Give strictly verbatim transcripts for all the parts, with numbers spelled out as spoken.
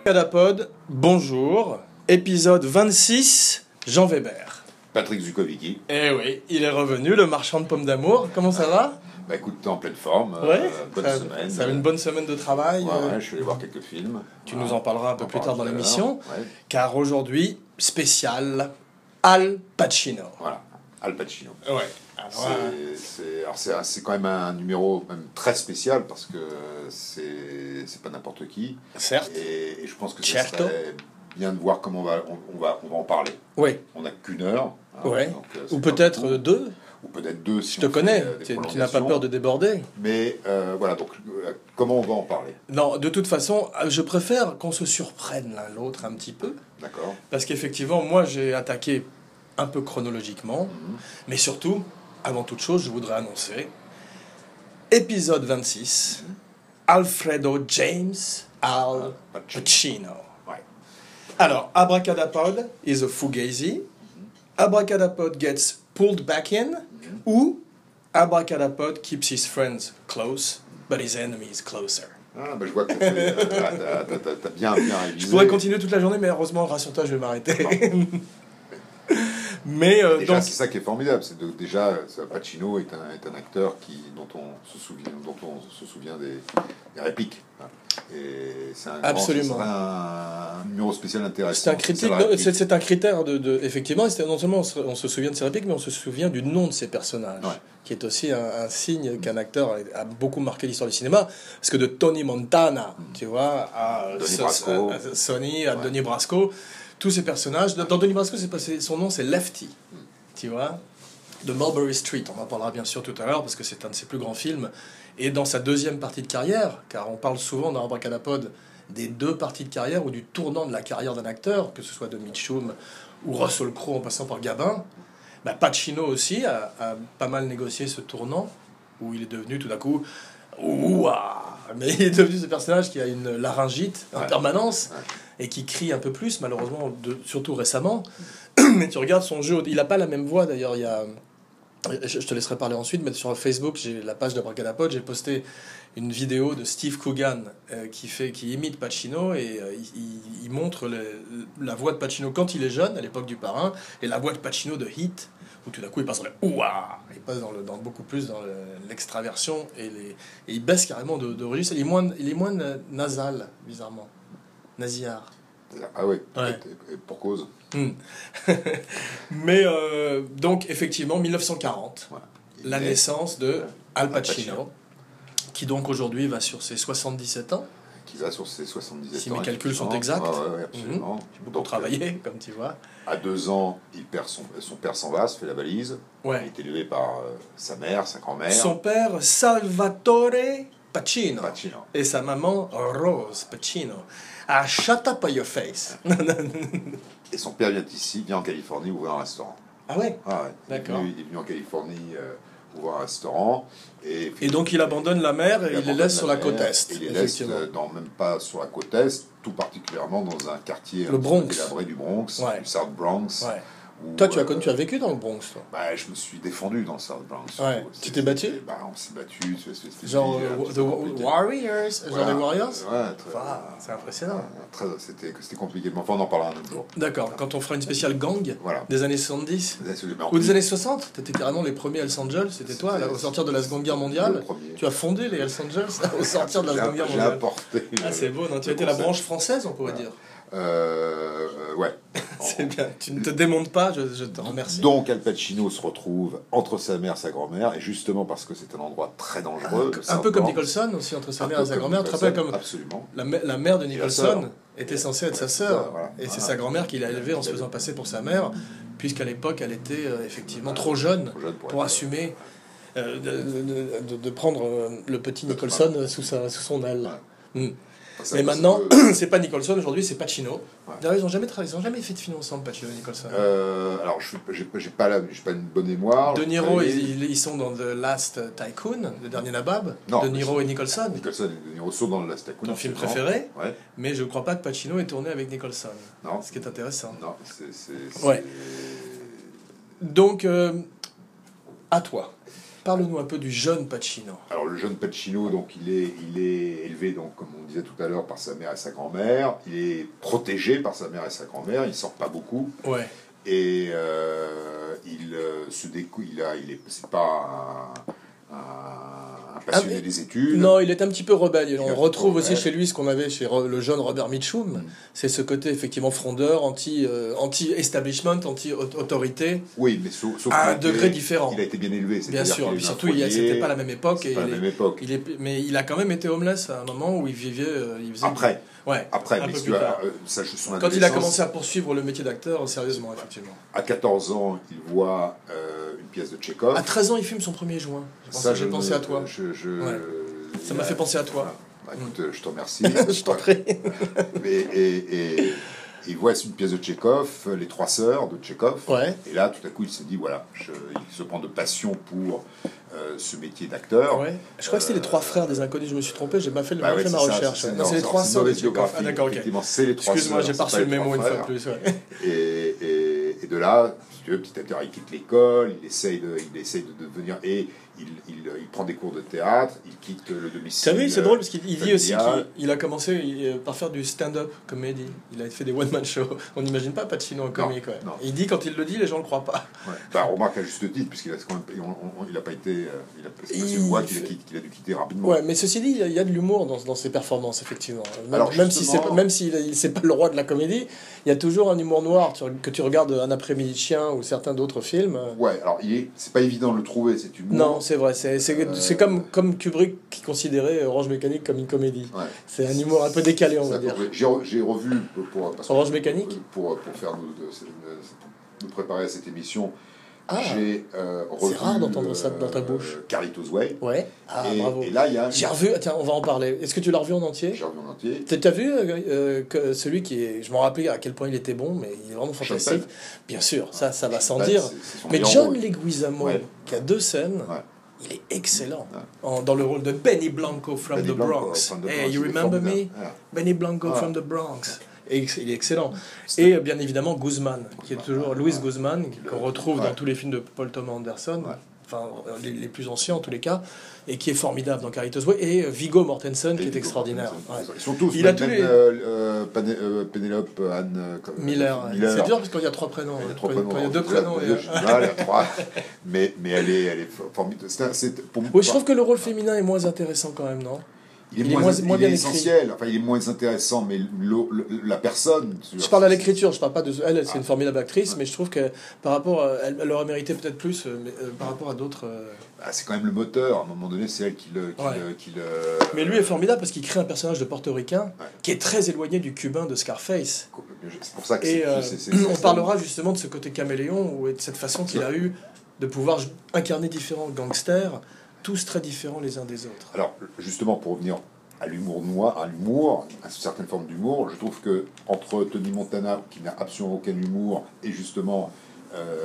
Abracadapod, bonjour, épisode vingt-six, Jean Weber. Patrick Zukovicki. Eh oui, il est revenu, le marchand de pommes d'amour. Comment ça va? Bah écoute, t'es en pleine forme, Ouais, euh, bonne ça, semaine. Ça a une bonne semaine de travail. Ouais, euh, ouais, je suis allé voir quelques films. Tu voilà. nous en parleras un peu On plus en tard dans parlera tout à l'émission, l'heure. Ouais. car aujourd'hui, spécial, Al Pacino. Voilà, Al Pacino. Ouais. Alors, C'est, euh, c'est, alors c'est, c'est quand même un numéro même très spécial parce que c'est, c'est pas n'importe qui. certes. Et, et je pense que ce Certo. serait bien de voir comment on va, on, on va, on va en parler. Oui. On n'a qu'une heure. hein, Ouais. donc, euh, c'est Ou pas peut-être beaucoup. euh, deux. Ou peut-être deux si Je te on connais, fait, euh, des tu, tu n'as pas prolongations. peur de déborder. Mais euh, voilà, donc euh, comment on va en parler? Non, de toute façon, je préfère qu'on se surprenne l'un l'autre un petit peu. D'accord. Parce qu'effectivement, moi, j'ai attaqué un peu chronologiquement. Mhm. Mais surtout, avant toute chose, je voudrais annoncer épisode vingt-six, Alfredo James Al Ah, Pacino. Pacino. Ouais. Alors, Abracadapod is a fugazi. Abracadapod gets pulled back in. Ou Abracadapod keeps his friends close, but his enemies closer. Ah, bah, je vois que t'as, fait, euh, t'as, t'as, t'as, t'as bien, bien révisé. Je pourrais continuer toute la journée, mais heureusement, rassure-toi, je vais m'arrêter. Mais euh, Déjà, donc, c'est ça qui est formidable. C'est de, déjà, euh, Pacino est un, est un acteur qui, dont, on se souvient, dont on se souvient des, des répliques. hein. Et c'est un, Absolument. Grand, un, un numéro spécial intéressant. c'est un critique, non, c'est, c'est un critère de, de effectivement. C'est, non seulement on se, on se souvient de ses répliques, mais on se souvient du nom de ses personnages, Ouais. qui est aussi un, un signe qu'un acteur a, a beaucoup marqué l'histoire du cinéma. Parce que de Tony Montana, tu vois, à Donnie So- Brasco. à- à Sonny, à Ouais. Donnie Brasco, tous ces personnages. Dans Donnie Brasco, c'est pas, c'est- son nom c'est Lefty, tu vois, de Mulberry Street. On en parlera bien sûr tout à l'heure parce que c'est un de ses plus grands films. Et dans sa deuxième partie de carrière, car on parle souvent dans Abracadapod des deux parties de carrière ou du tournant de la carrière d'un acteur, que ce soit de Mitchum ou Russell Crowe en passant par Gabin, bah Pacino aussi a, a pas mal négocié ce tournant où il est devenu tout d'un coup ouah, mais il est devenu ce personnage qui a une laryngite en Ouais. permanence Ouais. et qui crie un peu plus, malheureusement, de, surtout récemment. Mais tu regardes son jeu, il n'a pas la même voix d'ailleurs. Il y a, je, je te laisserai parler ensuite, mais sur Facebook, j'ai la page d'Abracadapod, j'ai posté une vidéo de Steve Coogan euh, qui, fait, qui imite Pacino et euh, il, il- il montre le- la voix de Pacino quand il est jeune, à l'époque du Parrain, et la voix de Pacino de Heat, où tout d'un coup il passe dans le ouah, il passe dans, le, dans beaucoup plus dans le- l'extraversion et, les, et il baisse carrément de, de registre. Il est moins, il est moins na- nasal, bizarrement. Nasillard. Ah oui, Ouais. et, et pour cause. Hmm. Mais euh, donc, effectivement, mille neuf cent quarante, Voilà. la Et- naissance de Al Pacino, Pacino. qui donc aujourd'hui va sur ses soixante-dix-sept ans, Qui va sur ses soixante-dix-sept si ans. mes calculs sont exacts. effectivement. Ouais, ouais, absolument. Mhm. J'ai beaucoup Donc, travaillé, comme tu vois. À deux ans, il perd son, son père s'en va, se fait la valise. Il Ouais. est élevé par euh, sa mère, sa grand-mère. Son père, Salvatore Pacino, Pacino. et sa maman, Rose Pacino. Ah, shut up your face. Et son père vient ici, vient en Californie ouvrir un restaurant. Ah ouais. Ah ouais. Il est D'accord. venu- Il est venu en Californie euh, ouvrir un restaurant. Et, Et donc il abandonne la mer et il les abandonne laisse sur la mer, côte Est. et il les laisse, effectivement. euh, dans, même pas sur la côte Est, tout particulièrement dans un quartier Le un petit peu Bronx. délabré du Bronx, Ouais. du South Bronx. Ouais. où, Toi, tu as, euh, connu, tu as vécu dans le Bronx, toi. Bah, je me suis défendu dans le South Bronx. Ouais. C'est- Tu t'es battu c'est- bah, On s'est battu. c'est- c'est- c'est- Genre c'est un euh, petit The peu compliqué. Warriors, genre Voilà. les Warriors. Ouais, très, Ah, c'est impressionnant. ouais, très- c'était, c'était compliqué. Mais enfin, on en parlera un autre jour. D'accord, quand on fera une spéciale gang Voilà. des années soixante-dix Mais en ou des plus, années soixante, t'étais carrément les premiers Hells Angels, c'était toi, là, au sortir de la Seconde Guerre le mondiale. premier. Tu as fondé les Hells Angels au sortir de la J'ai- Seconde Guerre J'ai mondiale. apporté. Ah, le- c'est beau, non Tu as le été la concept. branche française, on pourrait Voilà. dire. Euh, euh, ouais. C'est bien, tu ne te démontes pas, je, je te remercie. Donc Al Pacino se retrouve entre sa mère et sa grand-mère, et justement parce que c'est un endroit très dangereux. le Un South peu comme Bronx, Nicholson aussi, entre sa un mère peu et sa comme grand-mère. Tu te Nicholson, rappelles comme Absolument. la, mè- la mère de la Nicholson sœur. était censée être sa Ouais, sœur. voilà. Et c'est Voilà. sa grand-mère qui l'a élevée en se faisant passer pour sa mère, puisqu'à l'époque, elle était euh, effectivement trop jeune Trop jeune pour pour être- assumer euh, de, de- de- de prendre euh, le petit Nicholson euh, sous, sa, sous son aile. Mm. Ça, Mais parce maintenant, que- c'est pas Nicholson, aujourd'hui c'est Pacino. Ouais. D'ailleurs, ils n'ont jamais, tra- ils ont jamais fait de film ensemble, Pacino et Nicholson. Euh, alors, je j'ai j'ai pas, la- j'ai pas une bonne mémoire. De Je Niro, vais- ils, ils sont dans The Last Tycoon, le dernier Nabab. Non, De mais Niro c'est- et Nicholson, Nicholson et De Niro sont dans le Last Tycoon. ton film absolument. préféré. Ouais. Mais je crois pas que Pacino ait tourné avec Nicholson. Non. Ce qui est intéressant. Non, c'est. c'est- Ouais. c'est- Donc, euh, à toi. Parle-nous un peu du jeune Pacino. Alors le jeune Pacino, donc il est, il est élevé, donc comme on disait tout à l'heure, par sa mère et sa grand-mère. Il est protégé par sa mère et sa grand-mère. Il sort pas beaucoup. Ouais. Et euh, il euh, se décou... il a, il est, c'est pas un, un, un passionné ah, des études. Non, il est un petit peu rebelle. Il on retrouve rebelle. aussi chez lui ce qu'on avait chez le jeune Robert Mitchum. Mm. C'est ce côté effectivement frondeur, anti, euh, anti-establishment, anti-autorité. Oui, mais sauf, sauf à un été, degré différent. Il a été bien élevé. Bien sûr. Puis surtout, il c'était pas la même époque. Et pas la il même est, époque. Il est, mais il a quand même été homeless à un moment où il vivait. Euh, il faisait Après. Du... Ouais, Après, un mais peu si plus tu tard. as, euh, ça, son Quand il a commencé à poursuivre le métier d'acteur, sérieusement, effectivement. À quatorze ans, il voit euh, une pièce de Tchekhov. À treize ans, il filme son premier joint. Ça, j'ai pensé à toi. Je, je, ouais. Ça m'a fait penser à toi. Bah, écoute, mm. je te remercie. Je t'en prie. et, et, et il voit une pièce de Tchekhov, Les Trois Sœurs de Tchekhov. Ouais. Et là, tout à coup, il se dit, voilà, je, il se prend de passion pour euh, ce métier d'acteur. Ouais. Je crois euh, que c'était Les Trois Frères des Inconnus, je me suis trompé, j'ai pas fait, bah mal ouais, fait ma ça, recherche. C'est, non, c'est Les Trois Sœurs de Tchekhov. Ah d'accord, ok. C'est Les Trois Excuse-moi, j'ai pas reçu le mémo une fois de plus. Ouais. Et, et, et de là, si tu veux, petit acteur, il quitte l'école, il essaye de, il essaye de devenir... Et, Il, il, il prend des cours de théâtre, il quitte le domicile. Tu sais, c'est drôle parce qu'il dit aussi qu'il a commencé par faire du stand-up comédie. Il a fait des one-man shows. On n'imagine pas Pacino en comique. Ouais. Il dit quand il le dit, les gens le croient pas. Ouais. Bah, remarque à juste titre, puisqu'il a quand même, on, on, il a pas été, il a, c'est il... une voix qu'il a, qu'il a dû quitter rapidement. Ouais, mais ceci dit, il y a de l'humour dans, dans ses performances, effectivement. Même, Alors, même si c'est même s'il si c'est pas le roi de la comédie, il y a toujours un humour noir. Tu, que tu regardes Un après-midi de chien ou certains d'autres films. Ouais, alors il est, c'est pas évident de le trouver cet humour. Non, c'est vrai. C'est c'est C'est comme, comme Kubrick qui considérait Orange Mécanique comme une comédie. Ouais. C'est un humour un peu décalé, on va dire. J'ai, j'ai revu pour, parce Orange Mécanique pour, pour faire nous, de, nous préparer à cette émission. Ah, j'ai euh, revu. C'est rare d'entendre ça dans ta bouche. Euh, Carlitos Way. Ouais. Ah, et, bravo. Et là, il y a. J'ai revu. Tiens, on va en parler. Est-ce que tu l'as revu en entier? J'ai revu en entier. T'as vu euh, que celui qui est. Je m'en rappelais à quel point il était bon, mais il est vraiment fantastique. Chapelle. Bien sûr, ça, ça va sans bah, dire. C'est, c'est mais John Leguizamo, ouais. qui a deux scènes. Ouais. Il est excellent ouais. en, dans le rôle de Benny Blanco from Benny the Blanco, Bronx. From the Bronx. Hey, you remember me? Yeah. Benny Blanco ah. from the Bronx. Et il est excellent. Et bien évidemment Guzman, qui est toujours Luis Guzman, qu'on retrouve ouais. dans tous les films de Paul Thomas Anderson, ouais. enfin les, les plus anciens en tous les cas, et qui est formidable dans Carlitos Way, et Viggo Mortensen, et qui Viggo est extraordinaire. Ouais. Ils sont tous, il même, a tous même les... euh, euh, Pénélope, Anne... Euh, Miller. Miller. C'est dur parce qu'il y a trois prénoms. Il y a, trois prénoms, il y a deux prénoms. Il y a, il y a trois. Mais, mais elle est, elle est formidable. C'est, c'est, pour oui, je trouve que le rôle féminin est moins intéressant quand même, non? Il est, il est moins, moins, moins il est essentiel, enfin il est moins intéressant, mais le, le, la personne... Je parle à l'écriture, je parle pas de... Elle, c'est ah. une formidable actrice, ah. mais je trouve que par rapport à... Elle, elle aurait mérité peut-être plus, mais, euh, par rapport à d'autres... Euh... Ah, c'est quand même le moteur, à un moment donné, c'est elle qui le... Qui ouais. le, qui le mais lui est formidable parce qu'il crée un personnage de portoricain ouais. qui est très éloigné du cubain de Scarface. C'est pour ça que Et c'est, euh, c'est, c'est, c'est, on c'est parlera justement de ce côté caméléon, et de cette façon qu'il a eu de pouvoir incarner différents gangsters, tous très différents les uns des autres. Alors, justement, pour revenir... à l'humour noir, à l'humour, à une certaine forme d'humour. Je trouve que entre Tony Montana, qui n'a absolument aucun humour, et justement euh,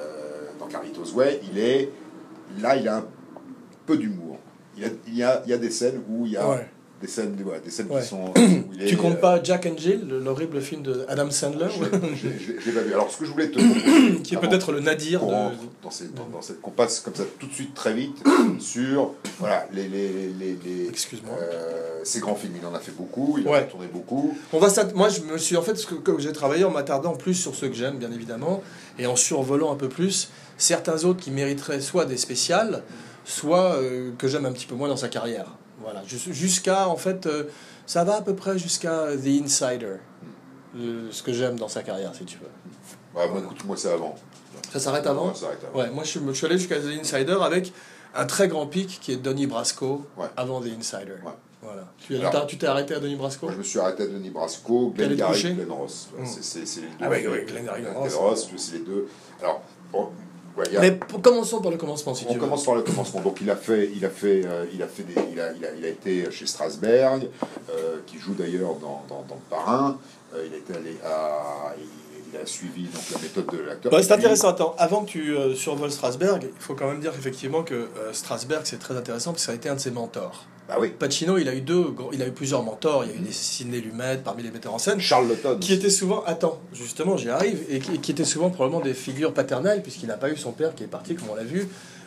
dans Carlitos Way, il est là, il a un peu d'humour. Il y a, il y a, il y a des scènes où il y a ouais. des scènes, ouais, des scènes ouais. qui sont. Où il est, tu comptes euh, pas Jack and Jill, l'horrible film de Adam Sandler? Je l'ai pas vu. Alors, ce que je voulais te proposer, qui est peut-être le nadir de... dans, ces, dans, dans cette, qu'on passe comme ça tout de suite très vite sur voilà les les les, les excuse-moi euh, ces grands films. Il en a fait beaucoup, il en ouais. a tourné beaucoup. On va moi je me suis en fait ce que, que j'ai travaillé en m'attardant plus sur ceux que j'aime bien évidemment et en survolant un peu plus certains autres qui mériteraient soit des spéciales, soit euh, que j'aime un petit peu moins dans sa carrière. Voilà, jusqu'à en fait euh, ça va à peu près jusqu'à The Insider. Euh, ce que j'aime dans sa carrière, si tu veux. Ouais, moi, écoute, moi, c'est avant. Ça s'arrête avant? Ouais, ça s'arrête avant. Ouais, moi, je suis, je suis allé jusqu'à The Insider avec un très grand pic qui est Donnie Brasco ouais. avant The Insider. Ouais. Voilà. Tu, Alors, tu t'es arrêté à Donnie Brasco? Moi, je me suis arrêté à Donnie Brasco, Glenn Garry, Glenn Ross. Mmh. C'est, c'est, c'est les deux. Ah oui, oui, Glenn Garry, Glenn Ross, c'est les deux. Alors, bon, ouais, a... Mais pour, commençons par le commencement, si on tu veux. On commence par le commencement. Donc, il a fait, il a fait, euh, il a fait des, il a, il a, il a été chez Strasberg, euh, qui joue d'ailleurs dans, dans, dans Le Parrain. Euh, il a été allé à, il, il a suivi donc la méthode de l'acteur. Bah, c'est intéressant. Attends, avant que tu euh, survoles Strasberg, il faut quand même dire effectivement que euh, Strasberg c'est très intéressant parce que ça a été un de ses mentors. Bah oui. Pacino, il a eu deux, il a eu plusieurs mentors. Il y a eu des Sidney Lumet parmi les metteurs en scène. Charles Laughton. Qui étaient souvent, attends, justement, j'y arrive, et qui, qui étaient souvent probablement des figures paternelles puisqu'il n'a pas eu son père qui est parti, comme on l'a vu.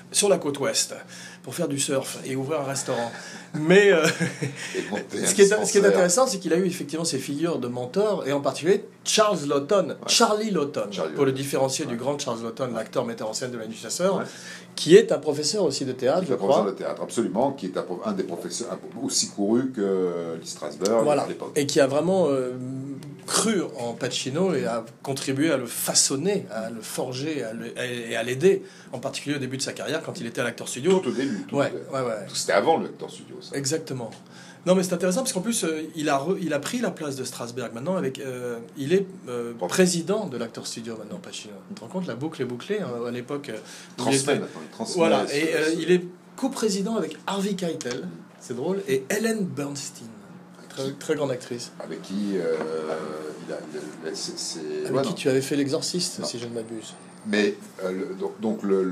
sur la côte ouest pour faire du surf et ouvrir un restaurant. Mais euh, ce, qui est, ce qui est intéressant, c'est qu'il a eu effectivement ces figures de mentors, et en particulier Charles Laughton, ouais. Charlie Laughton, Charlie pour Laughton. Le différencier ouais. du grand Charles Laughton, ouais. l'acteur metteur en scène de l'A Nuit du Chasseur, ouais. qui est un professeur aussi de théâtre, je crois. Professeur de théâtre, absolument, qui est un, un des professeurs aussi courus que Lee Strasberg voilà. à l'époque. Et qui a vraiment euh, cru en Pacino et a contribué à le façonner, à le forger à le, et à l'aider, en particulier au début de sa carrière, quand il était à l'acteur studio. Tout au début. Tout ouais, ouais, ouais. C'était avant l'acteur studio, ça. Exactement. Non, mais c'est intéressant parce qu'en plus, euh, il, a re, il a pris la place de Strasberg maintenant. Avec, euh, il est euh, président de l'acteur studio maintenant, Pacino. Tu te rends compte, la boucle est bouclée. Hein, à l'époque, euh, transmet, il était, maintenant, il transmet. Voilà, et euh, il est co-président avec Harvey Keitel, c'est drôle, et Ellen Bernstein, très, très grande actrice. Avec qui euh, il a, il a, c'est, c'est... Avec ouais, qui non. tu avais fait L'Exorciste, non. si je ne m'abuse. Mais euh, le, donc, donc le,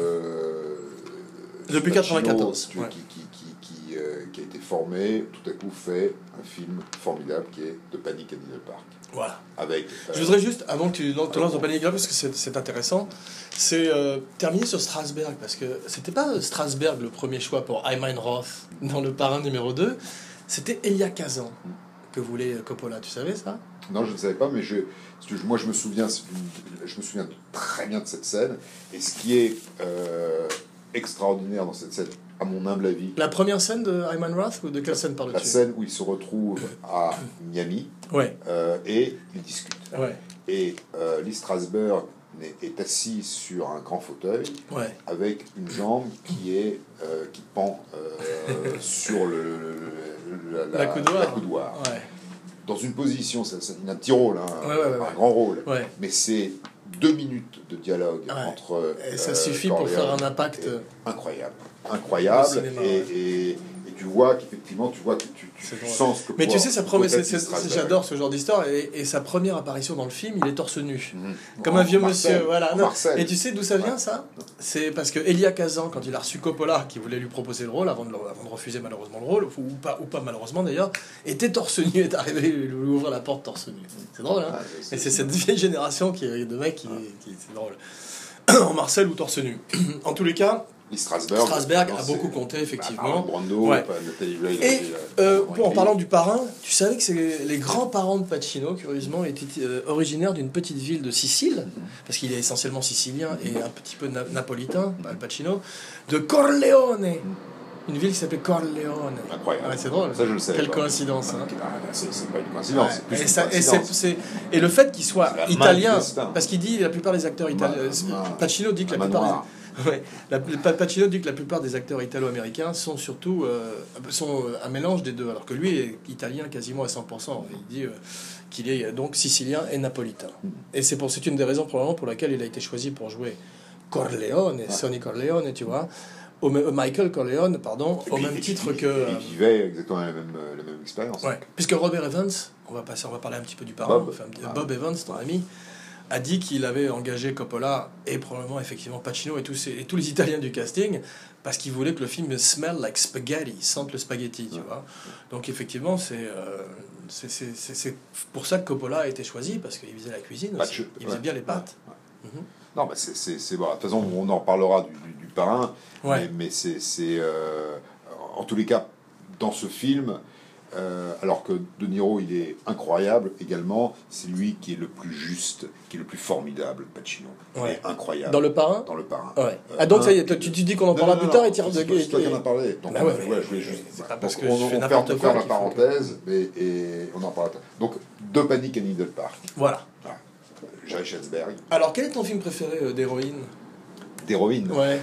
le depuis quatre-vingt-quatorze, qui, ouais. qui, qui, qui, qui, euh, qui a été formé, tout à coup fait un film formidable qui est The Panic at Needle Park. Voilà. Avec, euh, je voudrais juste, avant que tu te lances dans Panic at Needle Park, parce que c'est, c'est intéressant, c'est euh, terminer sur Strasberg, parce que c'était pas Strasberg le premier choix pour Hyman Roth dans Le Parrain numéro deux, c'était Elia Kazan que voulait Coppola, tu savais ça? Non, je ne savais pas, mais je, moi je me souviens, je me souviens très bien de cette scène, et ce qui est euh, extraordinaire dans cette scène, à mon humble avis. La première scène de Hyman Roth, ou de quelle scène parles-tu? La scène où il se retrouve à Miami, ouais. euh, et il discute. Ouais. Et euh, Lee Strasberg est assis sur un grand fauteuil, ouais. avec une jambe qui est euh, qui pend euh, sur le, le, le, la, la coudoir. La coudoir. Ouais. Dans une position, c'est, c'est un petit rôle, hein, ouais, ouais, ouais, un ouais. grand rôle, ouais. mais c'est deux minutes de dialogue ouais. entre. Et ça euh, suffit Corleone, pour faire un impact incroyable, incroyable, cinéma, et, ouais. et, et tu vois qu'effectivement, tu vois que tu, tu, tu sens ce que. Mais tu sais, sa première, c'est, c'est, c'est, j'adore ce genre d'histoire, et, et sa première apparition dans le film, il est torse nu, mmh. comme en un vieux Marseille, monsieur, voilà. Non. Et tu sais d'où ça vient, ouais. ça? C'est parce que Elia Kazan, quand il a reçu Coppola, qui voulait lui proposer le rôle avant de, avant de refuser malheureusement le rôle, ou pas, ou pas malheureusement d'ailleurs, était torse nu, est arrivé lui ouvrir la porte torse nu. C'est drôle, hein? Ah, c'est, et c'est, c'est cette vieille génération qui, de mecs qui, ah. qui, c'est drôle. En Marcel ou torse nu. En tous les cas. Strasberg, Strasberg a beaucoup compté, effectivement. Bah, Brando, ouais. Nathalie Et euh, bon, en parlant du parrain, tu savais que c'est les grands-parents de Pacino, curieusement, étaient euh, originaires d'une petite ville de Sicile, mm-hmm. parce qu'il est essentiellement sicilien mm-hmm. et un petit peu na- napolitain, mm-hmm. Al Pacino, de Corleone. Mm-hmm. Une ville qui s'appelait Corleone. Incroyable. Ouais, c'est drôle. Ça, je le sais. Quelle pas. coïncidence. Hein. Ah, c'est, c'est pas une coïncidence. Ouais. C'est plus et, une ça, coïncidence. Et, c'est, c'est, et le fait qu'il soit italien, parce qu'il dit la plupart des acteurs italiens. Pacino dit que la plupart. Des, Ouais. La, Pacino dit que la plupart des acteurs italo-américains sont surtout euh, sont un mélange des deux, alors que lui est italien quasiment à cent pour cent. Il dit euh, qu'il est donc sicilien et napolitain. Et c'est, pour, c'est une des raisons probablement pour laquelle il a été choisi pour jouer Corleone, ouais. Sonny Corleone, tu vois, au, Michael Corleone, pardon, puis, au même titre puis, que... Il vivait exactement la même, la même expérience. Ouais. Puisque Robert Evans, on va, passer, on va parler un petit peu du parrain, Bob, enfin, ah. Bob Evans, ton ami, a dit qu'il avait engagé Coppola et probablement effectivement Pacino et tous, ces, et tous les Italiens du casting parce qu'il voulait que le film smell like spaghetti, sente le spaghetti, tu ouais. vois. Donc effectivement, c'est, euh, c'est, c'est, c'est, c'est pour ça que Coppola a été choisi, parce qu'il faisait la cuisine aussi. Patch, il faisait ouais. bien les pâtes. Ouais. Ouais. Mm-hmm. Non, bah c'est, c'est, c'est bon. De toute façon, on en reparlera du, du, du parrain, ouais. mais, mais c'est, c'est euh, en tous les cas, dans ce film... Euh, alors que De Niro, il est incroyable également, c'est lui qui est le plus juste, qui est le plus formidable, Pacino. Ouais. Il est incroyable. Dans Le Parrain Dans Le Parrain. Ouais. Euh, ah donc un, ça y est, tu, tu dis qu'on en parlera plus tard et tu C'est toi qui en as parlé. Donc, bah ouais, ouais, je vais juste. C'est pas parce donc, que on, je fais on n'importe fait, quoi. On fait la parenthèse que... et, et on en parlera. Donc, De Panic à Needle Park. Voilà. voilà. Jerry Schelsberg. Alors, quel est ton film préféré euh, d'héroïne D'héroïne Ouais.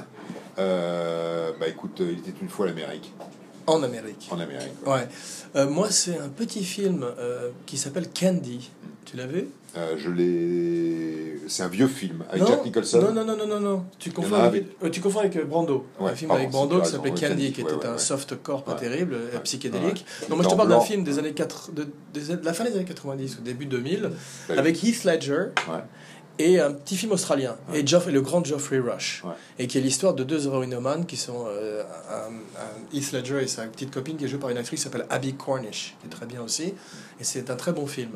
euh, bah écoute, il était une fois l'Amérique. En Amérique. En Amérique. Ouais. ouais. Euh, moi, c'est un petit film euh, qui s'appelle Candy. Tu l'as vu euh, Je l'ai. C'est un vieux film avec non, Jack Nicholson. Non, non, non, non, non, non. Tu confonds avec, euh, tu confonds avec Brando. Ouais, un film pardon, avec Brando qui s'appelait ouais, Candy, Candy, qui était ouais, ouais, un ouais. soft-core pas ouais. terrible, ouais. psychédélique. Ouais. Non, moi, je te parle d'un film des années quatre, de, des, de la fin des années quatre-vingt-dix ou début deux mille, ouais. avec Heath Ledger. Ouais. Et un petit film australien, ouais. et, Geoff, et le grand Geoffrey Rush, ouais. et qui est l'histoire de deux héroïnomanes qui sont euh, un, un Heath Ledger et sa petite copine qui est jouée par une actrice qui s'appelle Abby Cornish, qui est très bien aussi, et c'est un très bon film.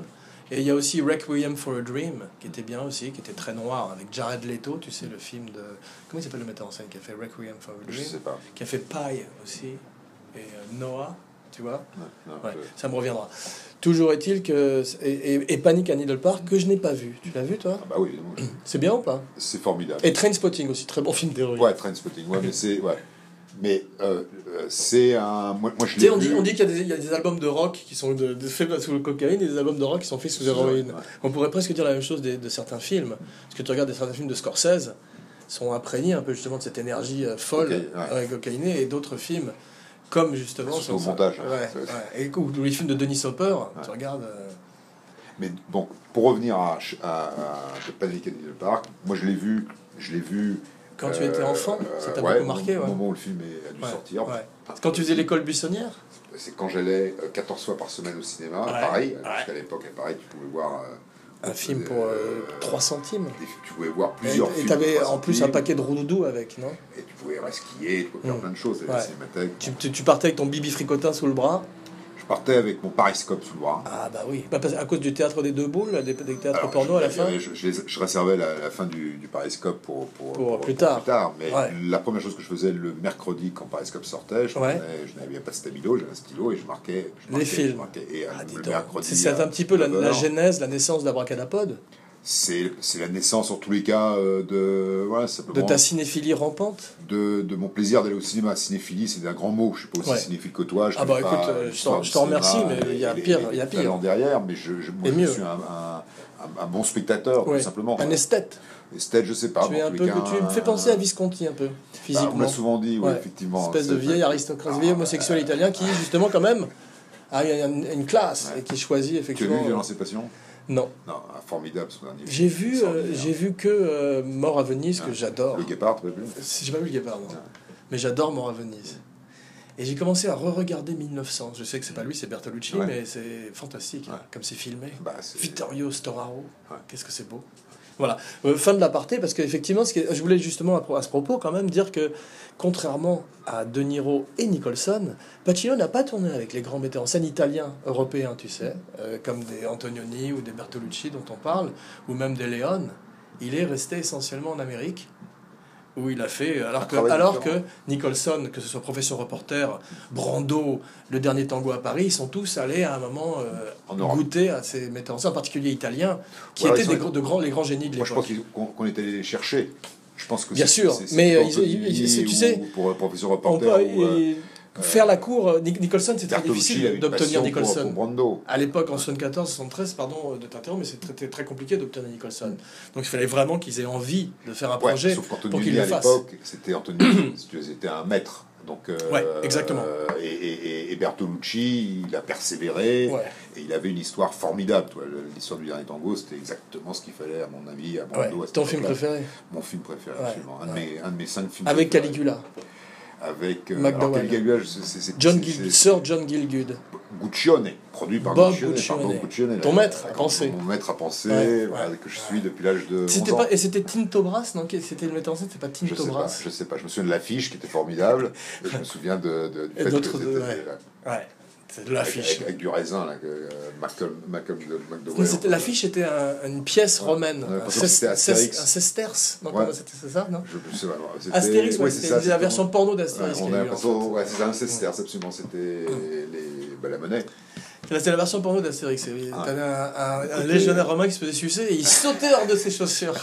Et il y a aussi Requiem for a Dream, qui était bien aussi, qui était très noir, avec Jared Leto, tu sais, le film de... Comment il s'appelle le metteur en scène qui a fait Requiem for a Dream? Je sais pas. Qui a fait Pie aussi, et euh, Noah, tu vois? Non, non, Ouais, je- ça me reviendra. Toujours est-il que... Et, et, et Panic à Needle Park, que je n'ai pas vu. Tu l'as vu, toi? Ah bah oui, évidemment, je- C'est bien ou pas? c'est formidable. Et Trainspotting aussi, très bon film d'héroïne. Ouais, Trainspotting, ouais, mais c'est... Ouais. Mais euh, euh, c'est un... Moi, moi je Tu sais, l'ai on dit, vu... on dit qu'il y a, des, il y a des albums de rock qui sont de, de faits sous le cocaïne et des albums de rock qui sont faits sous Sous héroïne. héroïne, ouais. On pourrait presque dire la même chose des- de certains films. Parce que tu regardes des, certains films de Scorsese, sont imprégnés un peu justement de cette énergie euh, folle, Cocaïne, ouais. ouais, cocaïnée, et d'autres films, comme justement... Surtout au sont- montage, Ouais, hein. ouais. Et ou les films de Denis Hopper, tu regardes... euh, Mais bon, pour revenir à, à, à The Panic at Needle Park, moi je l'ai vu... Je l'ai vu... Quand tu étais enfant, ça t'a ouais, beaucoup marqué, au ouais. moment où le film est- a dû Ouais, sortir. ouais. Quand tu faisais l'école buissonnière? C'est quand j'allais euh, quatorze fois par semaine au cinéma, Ouais, pareil, ouais. parce qu'à l'époque, pareil, tu pouvais voir... euh, Un film euh, pour euh, trois centimes. des- tu pouvais voir Et plusieurs et films. t'avais pour trois en plus un centimes, paquet de roudoudous avec, non? Et tu pouvais skier, tu pouvais faire Mm. plein de choses à la Ouais. cinémathèque. Tu, tu, tu partais avec ton bibi fricotin sous le bras. Je partais avec mon Pariscope sous le bras. Ah bah oui, bah, parce- à cause du théâtre des deux boules, des, des théâtres Alors, porno je, à la il y fin. avait- je, je les- je réservais la, la fin du, du Pariscope pour, pour, Pour plus tard. Mais Ouais. la première chose que je faisais le mercredi quand Pariscope sortait, je, Ouais. prenais- je n'avais pas de stabilo, j'avais un stylo et je marquais. Je Les marquais, films. Je marquais, et Ah, euh, dis le donc. mercredi. C'est c'est à un petit peu la, neuf la heures. genèse, la naissance d'Abracadapod, C'est c'est la naissance, en tous les cas, euh, de. Voilà, de simplement. ta cinéphilie rampante. de, de mon plaisir d'aller au cinéma. Cinéphilie, c'est un grand mot. Je suis pas aussi Ouais. cinéphile que toi. Je Ah bah connais pas écoute, euh, je l'histoire t'en- du je t'en remercie, cinéma mais et il y a les- pire, les il y a pire. talents derrière, mais je, je, moi, Et je mieux. suis un, un, un, un bon spectateur, Ouais. tout simplement. Un esthète. Esthète, je sais pas. tu, mais es en un tous peu, les cas, tu me fais penser à Visconti un peu, bah, physiquement. on me l'a souvent dit, oui, Ouais. effectivement. Espèce de C'est- vieil aristocrate, vieil homosexuel italien qui, justement, quand même, a une, une classe Ouais. et qui choisit Tu as effectivement. vu Violence et Passion? Non. Non, un formidable son dernier J'ai film, vu, euh, extraordinaire. j'ai vu que euh, Mort à Venise, que Ah, j'adore. Le Guépard, tu as vu? J'ai pas vu le Guépard, non. Ouais. Mais j'adore Mort à Venise. Et j'ai commencé à re-regarder mille neuf cents. Je sais que c'est pas lui, c'est Bertolucci, Ouais. mais c'est fantastique, hein, Ouais. comme c'est filmé. Bah, c'est- Vittorio Storaro, Ouais. qu'est-ce que c'est beau. Voilà, Euh, fin de l'aparté, parce qu'effectivement, ce qui est- je voulais justement à, pro- à ce propos quand même dire que, contrairement à De Niro et Nicholson, Pacino n'a pas tourné avec les grands metteurs en scène italiens, européens, tu sais, euh, comme des Antonioni ou des Bertolucci dont on parle, ou même des Leone. Il est resté essentiellement en Amérique, où il a fait, alors que, travail alors que différent. Nicholson, que ce soit Profession Reporter, Brando, Le Dernier Tango à Paris, ils sont tous allés à un moment euh, En Europe. goûter à ces metteurs en scène, en particulier italiens, qui Voilà, étaient ils des, sont- gros- de grands, les grands génies de Moi, je pense l'époque. qu'ils- qu'on qu'on est allé les chercher. Je pense que Bien c'est- sûr, c'est- c'est mais, pour euh, ils- Antonini ils- ils- tu ou sais, pour euh, Professeur On Reporter peut- ou, euh, et faire la cour, euh, Nic- Nicholson, c'est très Bertolucci, il difficile avait une d'obtenir passion pour- Nicholson. Pour Brando. À l'époque, en soixante-quatorze soixante-treize, pardon de t'interrompre, mais c'était très, très compliqué d'obtenir Nicholson. Donc il fallait vraiment qu'ils aient envie de faire un Ouais, projet sauf pour qu'ils qu'Antonini, le à fassent. l'époque, c'était Antonini, si tu veux, c'était un maître. Donc, euh, Ouais, exactement. Et, et- et Bertolucci, il a persévéré, Ouais. et il avait une histoire formidable. Toi. Le- L'histoire du dernier tango, c'était exactement ce qu'il fallait, à mon avis, à Ouais. Brando. à cette Ton film époque-là. préféré? Mon film préféré, Ouais, absolument. Un, ouais. de mes, un de mes cinq films Avec préférés. Caligula. Avec euh, McDowell. alors, Caligula, je sais- c'est- c'est- John c'est- Gil- c'est- Sir John Gielgud. Guccione, produit par Bob Guccione, Guccione. par Bob Guccione, Ton là, maître à euh, penser. Mon maître à penser, Ouais, voilà, ouais, que je suis depuis l'âge de C'était onze ans. pas, et c'était Tinto Brass, non? C'était le metteur en scène, c'était pas Je Tinto sais pas, Brass? je sais pas. Je me souviens de l'affiche qui était formidable. Et je me souviens de, de, du Et fait d'autres que de- c'était, ouais. euh, Ouais, c'est de avec, l'affiche. avec, avec du raisin, là, que euh, Malcolm, Malcolm de- Mais McDowell. c'était- L'affiche était un- une pièce Ouais. romaine. Ouais, un, parce que c'était cest- Astérix. un sesterce. Non, Ouais. comment c'était c'est ça, non? Je, je sais pas. C'était, Astérix, ouais, ouais, c'était ça, la c'était- version porno Ouais, d'Astérix. on qu'il y a a eu, en l'impression, fait. ouais, c'était un sesterce, absolument. C'était les, bah, la monnaie. C'était la version porno d'Astérix. Ah. T'avais un, un, un Écoutez, légionnaire romain qui se faisait sucer et il sautait hors de ses chaussures.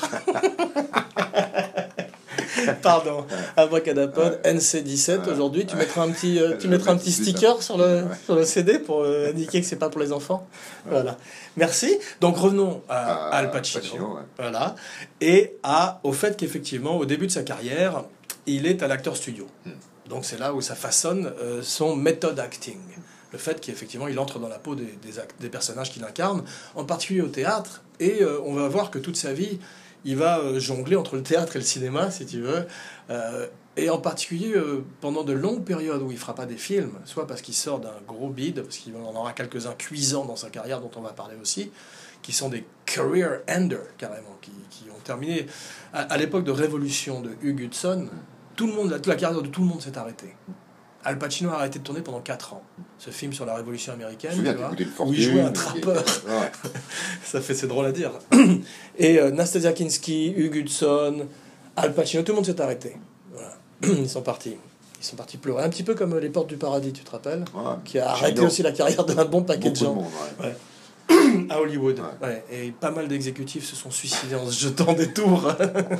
Pardon. Abracadapod, Ouais. N C dix-sept. Ouais. Aujourd'hui, tu mettras un petit, euh, tu Je mettras un mets petit tout de suite, sticker sur le, Ouais. sur le C D pour euh, indiquer que c'est pas pour les enfants. Voilà. Merci. Donc revenons à, Ah, Al Pacino. Pacino, ouais. Voilà. Et à, au fait qu'effectivement, au début de sa carrière, il est à l'acteur studio. Hmm. Donc c'est là où ça façonne euh, son méthode acting. Le fait qu'effectivement il entre dans la peau des, des, act- des personnages qu'il incarne, en particulier au théâtre. Et euh, on va voir que toute sa vie, il va euh, jongler entre le théâtre et le cinéma, si tu veux. Euh, et en particulier euh, pendant de longues périodes où il ne fera pas des films, soit parce qu'il sort d'un gros bide, parce qu'il en aura quelques-uns cuisants dans sa carrière dont on va parler aussi, qui sont des career enders carrément, qui, qui ont terminé à, à l'époque de Révolution de Hugh Hudson. Tout le monde, toute la carrière de tout le monde s'est arrêtée. Al Pacino a arrêté de tourner pendant quatre ans. Ce film sur la Révolution américaine, Je me tu souviens, vois, t'écoutais le où il jouait un Fortune, trappeur. Ouais. Ça fait, c'est drôle à dire. Et euh, Nastasia Kinski, Hugh Hudson, Al Pacino, tout le monde s'est arrêté. Voilà. Ils sont partis. Ils sont partis pleurer. Un petit peu comme Les Portes du Paradis, tu te rappelles, Ouais. qui a arrêté J'adore. aussi la carrière d'un bon paquet de Beaucoup de gens. monde, ouais. Ouais. À Hollywood. Ouais. Ouais. Et pas mal d'exécutifs se sont suicidés en se jetant des tours.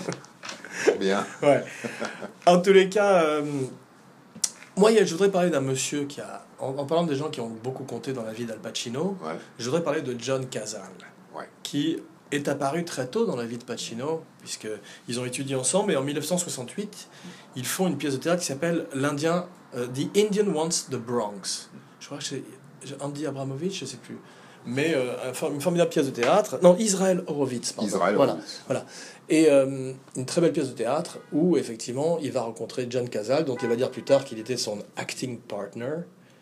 Bien. Ouais. En tous les cas, euh, moi, il y a- je voudrais parler d'un monsieur qui a, en, en parlant des gens qui ont beaucoup compté dans la vie d'Al Pacino, Ouais. je voudrais parler de John Cazale, Ouais. qui est apparu très tôt dans la vie de Pacino, puisqu'ils ont étudié ensemble, et en mille neuf cent soixante-huit, ils font une pièce de théâtre qui s'appelle l'Indien, euh, The Indian Wants the Bronx. Je crois que c'est Andy Abramovich, je sais plus. Mais euh, un for- une formidable pièce de théâtre. Non, Israël Horowitz, pardon. Israël Voilà. Horowitz. Voilà. Et euh, une très belle pièce de théâtre où, effectivement, il va rencontrer John Cazale, dont il va dire plus tard qu'il était son acting partner,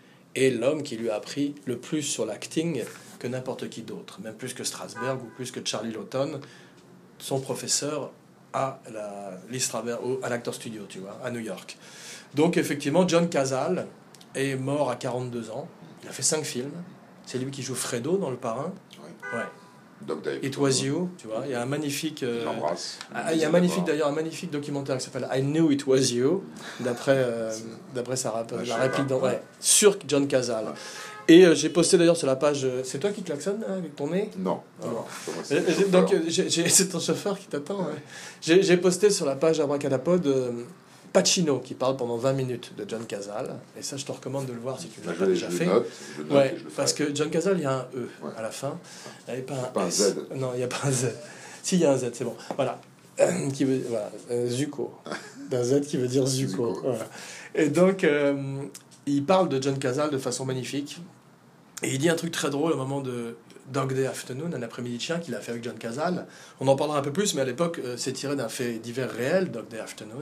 et l'homme qui lui a appris le plus sur l'acting que n'importe qui d'autre, même plus que Strasberg ou plus que Charlie Lawton, son professeur à la Lee Strasberg, au- à l'Actor Studio, tu vois, à New York. Donc, effectivement, John Cazale est mort à quarante-deux ans. Il a fait cinq films. C'est lui qui joue Fredo dans Le Parrain. Ouais. Ouais. Doc Dave. It Was You, tu vois. Il y a un magnifique. euh, Je l'embrasse. ah, il y a un magnifique d'ailleurs un magnifique documentaire qui s'appelle I Knew It Was You, d'après euh, d'après sa rap- Ah, je la sais réplique pas. dans, ouais, sur John Cazale. Ouais. Et euh, j'ai posté d'ailleurs sur la page. euh, C'est toi qui klaxonne hein, avec ton nez? Non. Ah, non, bon. non, c'est moi, c'est Euh, le j'ai- chauffeur. Donc euh, j'ai- j'ai- c'est ton chauffeur qui t'attend. Ouais. J'ai j'ai posté sur la page Abracadapod euh, Pacino qui parle pendant vingt minutes de John Cazale. Et ça, je te recommande de le voir si tu ne Bah, l'as je, pas le- déjà je le fait. note, je le note Ouais, et je le parce ferai. que John Cazale, il y a un E Ouais. à la fin. Il n'y a pas un, Pas un S. Z. Non, il n'y a pas un Z. Si, il y a un Z, c'est bon. Voilà. qui veut, voilà. euh, Zuko. D'un Z qui veut dire Zuko. Zuko. Voilà. Et donc, euh, il parle de John Cazale de façon magnifique. Et il dit un truc très drôle au moment de Dog Day Afternoon, un après-midi de chien qu'il a fait avec John Cazale. On en parlera un peu plus, mais à l'époque, euh, c'est tiré d'un fait divers réel, Dog Day Afternoon,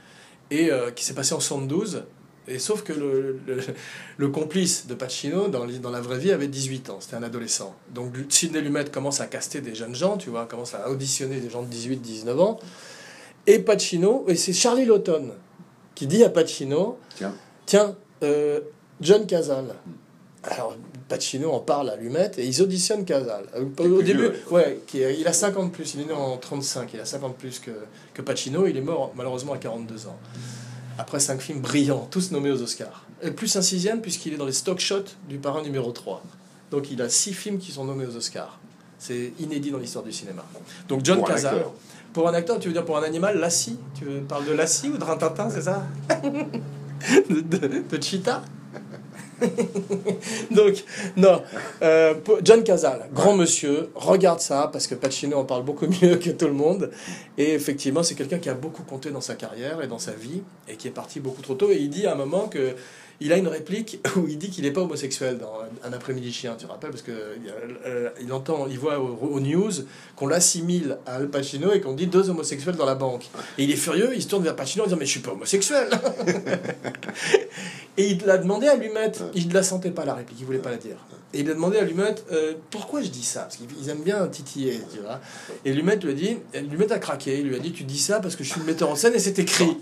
et euh, qui s'est passé en soixante-douze. Et sauf que le, le, le complice de Pacino, dans, dans la vraie vie, avait dix-huit ans. C'était un adolescent. Donc Sidney Lumet commence à caster des jeunes gens, tu vois, commence à auditionner des gens de dix-huit dix-neuf ans. Et Pacino, et c'est Charlie Lawton qui dit à Pacino, Tiens. tiens, euh, John Cazale. Alors Pacino en parle à Lumet et ils auditionnent Cazale. Au, Qui est au plus début, vieux, à l'époque. ouais, qui est- il a cinquante plus, il est né en trente-cinq, il a cinquante plus que, que Pacino, il est mort malheureusement à quarante-deux ans. Après cinq films brillants, tous nommés aux Oscars. Et plus un sixième puisqu'il est dans les stock shots du Parrain numéro trois. Donc il a six films qui sont nommés aux Oscars. C'est inédit dans l'histoire du cinéma. Donc John Pour un Cazale. acteur. Pour un acteur, tu veux dire pour un animal, Lassie? Tu veux- parles de Lassie ou de Rintintin, c'est ça? de, de, de Cheetah? Donc, non. Euh, pour- John Cazale, grand monsieur, regarde ça, parce que Pacino en parle beaucoup mieux que tout le monde. Et effectivement, c'est quelqu'un qui a beaucoup compté dans sa carrière et dans sa vie, et qui est parti beaucoup trop tôt. Et il dit à un moment que il a une réplique où il dit qu'il n'est pas homosexuel dans Un après-midi chien, tu te rappelles? Parce que euh, il entend, il voit au, au news qu'on l'assimile à Al Pacino et qu'on dit deux homosexuels dans la banque. Et il est furieux, il se tourne vers Pacino en disant mais je suis pas homosexuel. Et il l'a demandé à Lumet, il ne la sentait pas la réplique, il voulait pas la dire. Et il a demandé à Lumet euh, pourquoi je dis ça, parce qu'ils aiment bien titiller, tu vois. Et Lumet lui a dit, Lumet a craqué, il lui a dit tu dis ça parce que je suis le metteur en scène et c'est écrit.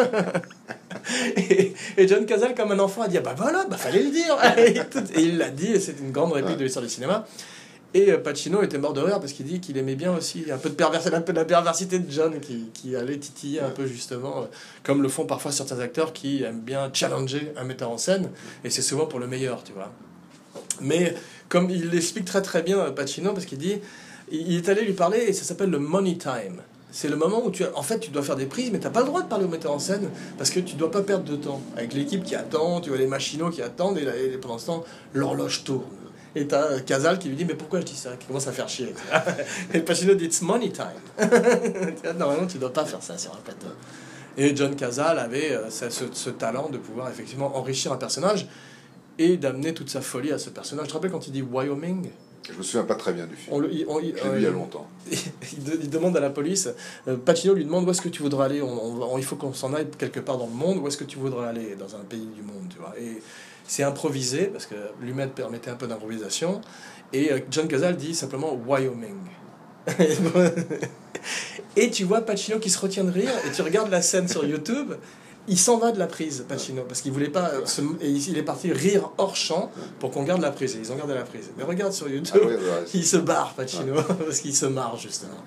et, et John Cazale comme un enfant a dit ah bah voilà, bah fallait le dire. Et, tout- et il l'a dit et c'est une grande réplique de l'histoire du cinéma. Et euh, Pacino était mort de rire parce qu'il dit qu'il aimait bien aussi un peu de perversité, un peu de la perversité de John qui, qui allait titiller un peu justement, euh, comme le font parfois certains acteurs qui aiment bien challenger un metteur en scène, et c'est souvent pour le meilleur, tu vois. Mais comme il l'explique très très bien Pacino, parce qu'il dit, il il est allé lui parler et ça s'appelle le money time. C'est le moment où tu, as- en fait, tu dois faire des prises, mais tu n'as pas le droit de parler au metteur en scène parce que tu dois pas perdre de temps. Avec l'équipe qui attend, tu vois les machinaux qui attendent et, là, et pendant ce temps, l'horloge tourne. Et t'as Cazale qui lui dit mais pourquoi je dis ça, qui commence à faire chier. Et Pacino dit it's money time. Normalement tu dois pas faire ça sur un plateau. Et John Cazale avait euh, ce, ce- ce talent de pouvoir effectivement enrichir un personnage et d'amener toute sa folie à ce personnage. Je te rappelle quand il dit Wyoming, Je me souviens pas très bien du film. on le, il- on- il- Je l'ai euh, vu il y a longtemps. il, de- il demande à la police, euh, Pacino lui demande où est-ce que tu voudrais aller, on, on va- on- il faut qu'on s'en aille quelque part dans le monde, où est-ce que tu voudrais aller dans un pays du monde, tu vois. Et c'est improvisé, parce que Lumet permettait un peu d'improvisation, et euh, John Cazale dit simplement Wyoming. Et tu vois Pacino qui se retient de rire, et tu regardes la scène sur YouTube, il s'en va de la prise, Pacino, parce qu'il voulait pas. Se, et il est parti rire hors champ pour qu'on garde la prise. Et ils ont gardé la prise. Mais regarde sur YouTube, ah, oui, ouais, il se barre, Pacino, ouais. parce qu'il se marre, justement.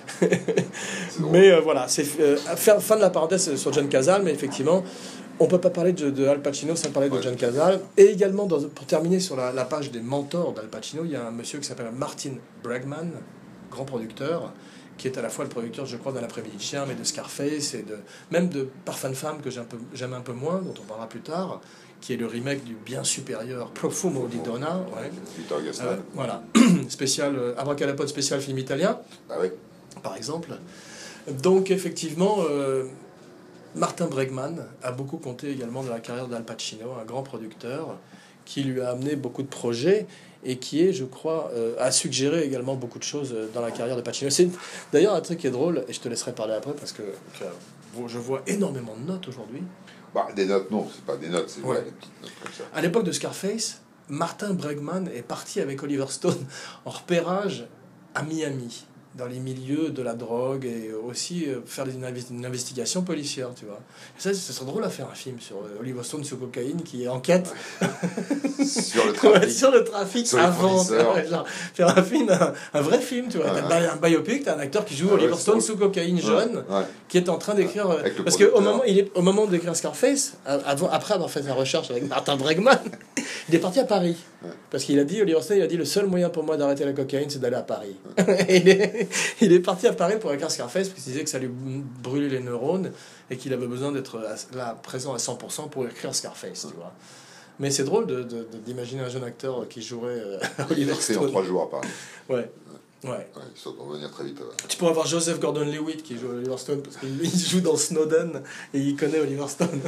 mais euh, voilà, c'est euh, fin de la parenthèse sur John Cazale, mais effectivement, on peut pas parler de, de Al Pacino sans parler ouais. de John Cazale. Et également, dans, pour terminer sur la, la page des mentors d'Al Pacino, il y a un monsieur qui s'appelle Martin Bregman, grand producteur, qui est à la fois le producteur, je crois, d'un Après-midi de chien, mais de Scarface, et de, même de Parfum de femme, que j'aime un, peu, j'aime un peu moins, dont on parlera plus tard, qui est le remake du bien supérieur Profumo di Donna. Ouais. Euh, voilà. spécial, euh, Abracadapod spécial film italien, ah oui. par exemple. Donc, effectivement, euh, Martin Bregman a beaucoup compté également dans la carrière d'Al Pacino, un grand producteur, qui lui a amené beaucoup de projets, et qui est, je crois, euh, a suggéré également beaucoup de choses dans la carrière de Pacino. C'est d'ailleurs un truc qui est drôle, et je te laisserai parler après, parce que, que je vois énormément de notes aujourd'hui. Bah, des notes, non, c'est pas des notes, c'est ouais. ouais, des petites notes comme ça. À l'époque de Scarface, Martin Bregman est parti avec Oliver Stone en repérage à Miami, dans les milieux de la drogue, et aussi euh, faire une, investi- une investigation policière, tu vois. Et ça, ce serait drôle à faire un film sur euh, Oliver Stone sur cocaïne qui enquête ouais. sur le trafic, ouais, sur le trafic sur avant, ouais, genre, faire un film, un, un vrai film, tu vois. Ouais, t'as ouais. un biopic, t'as un acteur qui joue ouais, Oliver Stone sous cocaïne jeune, ouais. qui est en train d'écrire, ouais. parce qu'au moment, il est au moment d'écrire Scarface, avant, après avoir fait sa recherche avec Martin Bregman, il est parti à Paris. Ouais. Parce qu'il a dit, Oliver Stone, il a dit, le seul moyen pour moi d'arrêter la cocaïne, c'est d'aller à Paris. Ouais. il, est, il est parti à Paris pour écrire Scarface, parce qu'il disait que ça lui brûlait les neurones, et qu'il avait besoin d'être là, présent à cent pour cent pour écrire Scarface, ouais. tu vois. Mais c'est drôle de, de, de, d'imaginer un jeune acteur qui jouerait euh, Oliver Stone. C'est en trois jours à Paris. Ouais. Ouais. ouais ils sont pour venir très vite. Ouais. Tu pourrais avoir Joseph Gordon-Levitt qui joue Oliver Stone, parce qu'il joue dans Snowden, et il connaît Oliver Stone.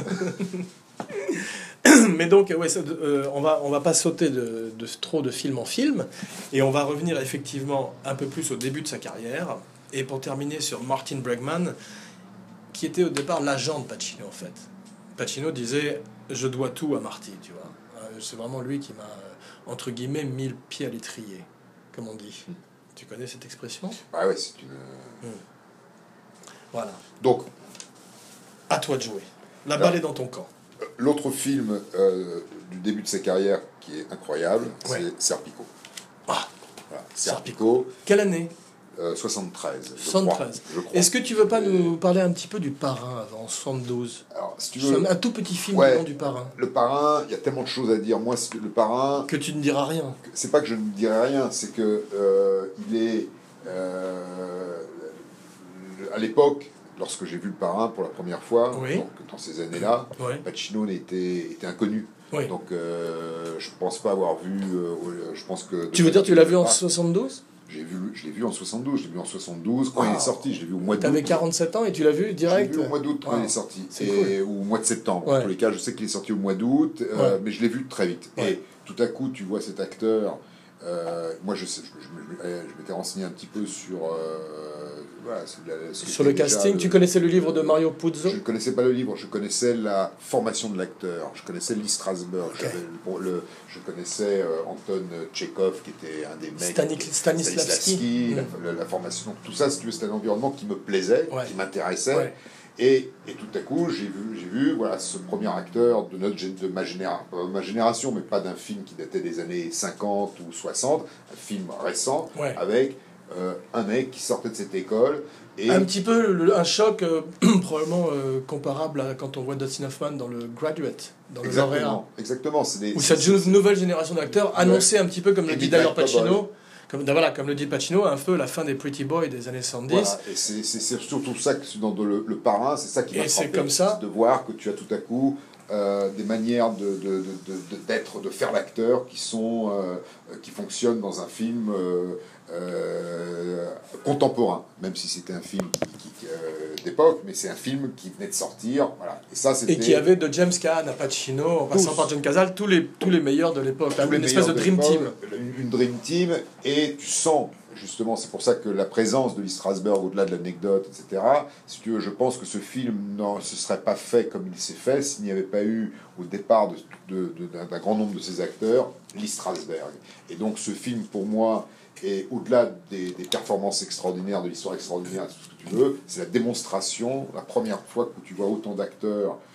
Mais donc, ouais, ça, euh, on va on va pas sauter de, de trop de film en film, et on va revenir effectivement un peu plus au début de sa carrière. Et pour terminer sur Martin Bregman, qui était au départ l'agent de Pacino en fait. Pacino disait je dois tout à Marty, tu vois. C'est vraiment lui qui m'a entre guillemets mis le pied à l'étrier, comme on dit. Mm. Tu connais cette expression ? Ah ouais, c'est une. Mm. Voilà. Donc, à toi de jouer. La balle est dans ton camp. L'autre film euh, du début de sa carrière qui est incroyable, ouais. c'est Serpico. Ah, voilà. Serpico. Quelle année ? euh, soixante-treize. soixante-treize. Je crois. Est-ce que tu veux pas nous parler un petit peu du Parrain avant soixante-douze ? Alors, si tu veux, un tout petit film ouais, du Parrain. Le Parrain, il y a tellement de choses à dire. Moi, le Parrain. Que tu ne diras rien. C'est pas que je ne dirai rien, c'est que euh, il est euh, à l'époque. Lorsque j'ai vu Le Parrain pour la première fois, oui. donc dans ces années-là, oui. Pacino était, était inconnu. Oui. Donc euh, je pense pas avoir vu. Euh, je pense que. Tu veux dire tu l'as vu en soixante-douze ? J'ai vu, je l'ai vu en soixante-douze. Je l'ai vu en soixante-douze quand wow. il est sorti. Je l'ai vu au mois d'août. T'avais quarante-sept ans et tu l'as vu direct ? Je l'ai vu au mois d'août quand wow. il est sorti, c'est et, cool. ou au mois de septembre. Ouais. En tous les cas, je sais qu'il est sorti au mois d'août, euh, ouais. mais je l'ai vu très vite. Ouais. Et tout à coup, tu vois cet acteur. Euh, moi, je, sais, je, je, je, je m'étais renseigné un petit peu sur. Euh, voilà, la, sur le casting, le, tu connaissais le livre de Mario Puzo ? Je ne connaissais pas le livre, je connaissais la formation de l'acteur, je connaissais Lee Strasberg, okay. le, le, je connaissais euh, Anton Tchekhov, qui était un des mecs. Stanik, Stanislavski. Stanislavski mmh. la, la, la formation. Donc, tout ça, si tu veux, c'était un environnement qui me plaisait, ouais. qui m'intéressait. Ouais. Et, et tout à coup, j'ai vu, j'ai vu voilà, ce premier acteur de, notre, de ma, généra, ma génération, mais pas d'un film qui datait des années cinquante ou soixante, un film récent, ouais. avec euh, un mec qui sortait de cette école. Et un petit peu le, un choc euh, probablement euh, comparable à quand on voit Dustin Hoffman dans le Graduate, dans le lauréat. Exactement. C'est des, où cette c'est, nouvelle génération d'acteurs ouais. annoncée un petit peu, comme le dit d'ailleurs Pacino. Comme, voilà, comme le dit Pacino, un peu la fin des Pretty Boys des années soixante-dix. Voilà, et c'est, c'est, c'est surtout ça que dans le, le Parrain, c'est ça qui m'a frappé. C'est comme ça. C'est de voir que tu as tout à coup euh, des manières de, de, de, de, d'être, de faire l'acteur qui sont, euh, qui fonctionnent dans un film euh, euh, contemporain, même si c'était un film qui, qui, euh, d'époque, mais c'est un film qui venait de sortir. Voilà. Et, ça, c'était... et qui avait de James Caan à Pacino, en passant par John Cazale, tous les, tous les meilleurs de l'époque. Là, une espèce de Dream Team. Une, une Dream Team, et tu sens, justement, c'est pour ça que la présence de Lee Strasberg, au-delà de l'anecdote, et cetera, si tu veux, je pense que ce film ne se serait pas fait comme il s'est fait s'il n'y avait pas eu, au départ de, de, de, d'un, d'un grand nombre de ces acteurs, Lee Strasberg. Et donc ce film, pour moi, et au-delà des, des performances extraordinaires, de l'histoire extraordinaire, tout ce que tu veux, c'est la démonstration, la première fois que tu vois autant d'acteurs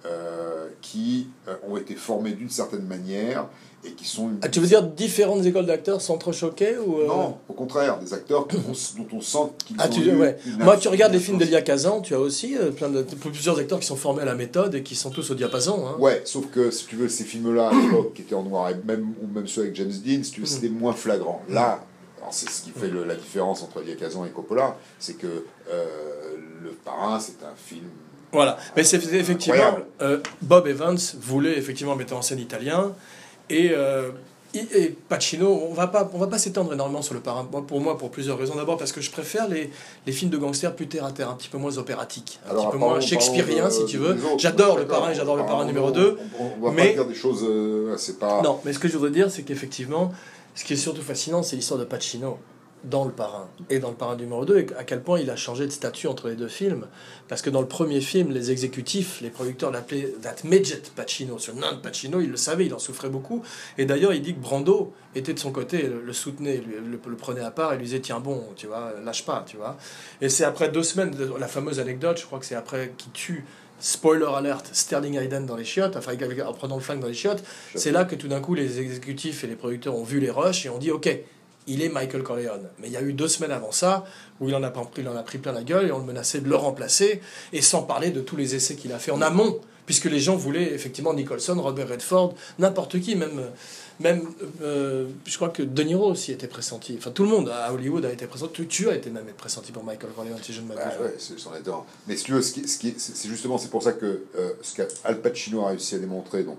euh, qui euh, ont été formés d'une certaine manière et qui sont... Une... Ah, tu veux dire différentes écoles d'acteurs s'entrechoquer ou euh... Non, au contraire, des acteurs dont on, dont on sent qu'ils ah, ont tu, eu ouais. une Moi, tu regardes les films d'Elia Kazan, tu as aussi euh, plein de, plusieurs acteurs qui sont formés à la méthode et qui sont tous au diapason. Hein. Ouais, sauf que, si tu veux, ces films-là, à l'époque, qui étaient en noir et même, ou même ceux avec James Dean, si tu veux, c'était moins flagrant. Là, alors c'est ce qui fait le, la différence entre Elia Kazan et Coppola, c'est que euh, Le Parrain, c'est un film... Voilà, mais c'est effectivement... Euh, Bob Evans voulait effectivement mettre en scène italien, et... Euh, Et Pacino, on va pas, on va pas s'étendre énormément sur Le Parrain, pour moi, pour plusieurs raisons. D'abord parce que je préfère les, les films de gangsters plus terre à terre, un petit peu moins opératiques, un Alors, petit peu moins shakespearien, si tu veux. J'adore Le Parrain et j'adore Le Parrain numéro deux. On, on va mais... pas dire des choses, euh, c'est pas... Non, mais ce que je voudrais dire, c'est qu'effectivement, ce qui est surtout fascinant, c'est l'histoire de Pacino dans Le Parrain et dans Le Parrain numéro deux, et à quel point il a changé de statut entre les deux films. Parce que dans le premier film, les exécutifs, les producteurs l'appelaient That Midget Pacino, ce nain de Pacino, il le savait, il en souffrait beaucoup. Et d'ailleurs, il dit que Brando était de son côté, le, le soutenait, le, le, le prenait à part et lui disait tiens bon, tu vois, lâche pas, tu vois. Et c'est après deux semaines, la fameuse anecdote, je crois que c'est après qu'il tue, spoiler alert, Sterling Hayden dans les chiottes, enfin en prenant le flingue dans les chiottes, c'est là que tout d'un coup les exécutifs et les producteurs ont vu les rushs et ont dit ok, il est Michael Corleone. Mais il y a eu deux semaines avant ça, où il en a pris, il en a pris plein la gueule, et on le menaçait de le remplacer, et sans parler de tous les essais qu'il a fait en amont, puisque les gens voulaient effectivement Nicholson, Robert Redford, n'importe qui, même, même euh, je crois que De Niro aussi était pressenti. Enfin, tout le monde à Hollywood a été pressenti. Tu, tu as été même pressenti pour Michael Corleone, si je ne m'abuse. Bah, ouais, c'est son état. Mais si tu veux, ce qui, ce qui, c'est justement, c'est pour ça que euh, ce qu'Al Pacino a réussi à démontrer, donc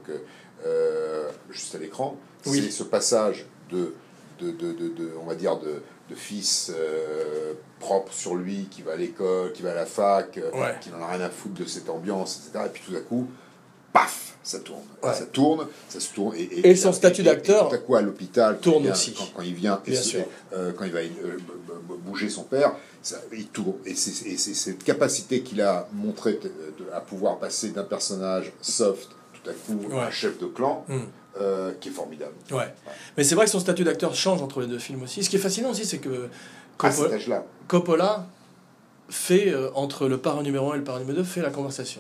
euh, juste à l'écran, oui. c'est ce passage de De, de, de, de, on va dire, de, de fils euh, propre sur lui, qui va à l'école, qui va à la fac, euh, ouais. qui n'en a rien à foutre de cette ambiance, et cetera. Et puis tout à coup, paf, ça tourne. Ouais. Ça tourne, ça se tourne. Et, et, et son statut d'acteur tout à coup, à l'hôpital, tourne vient, aussi. Quand, quand il vient, Bien et sûr. Euh, quand il va euh, bouger son père, ça, il tourne. Et c'est, et c'est cette capacité qu'il a montrée à pouvoir passer d'un personnage soft, tout à coup, ouais. à un chef de clan, mm. Euh, qui est formidable. Ouais. ouais. Mais c'est vrai que son statut d'acteur change entre les deux films aussi. Ce qui est fascinant aussi, c'est que Coppola, à cet âge-là. Coppola fait, euh, entre Le Parrain numéro un et Le Parrain numéro deux, fait la conversation.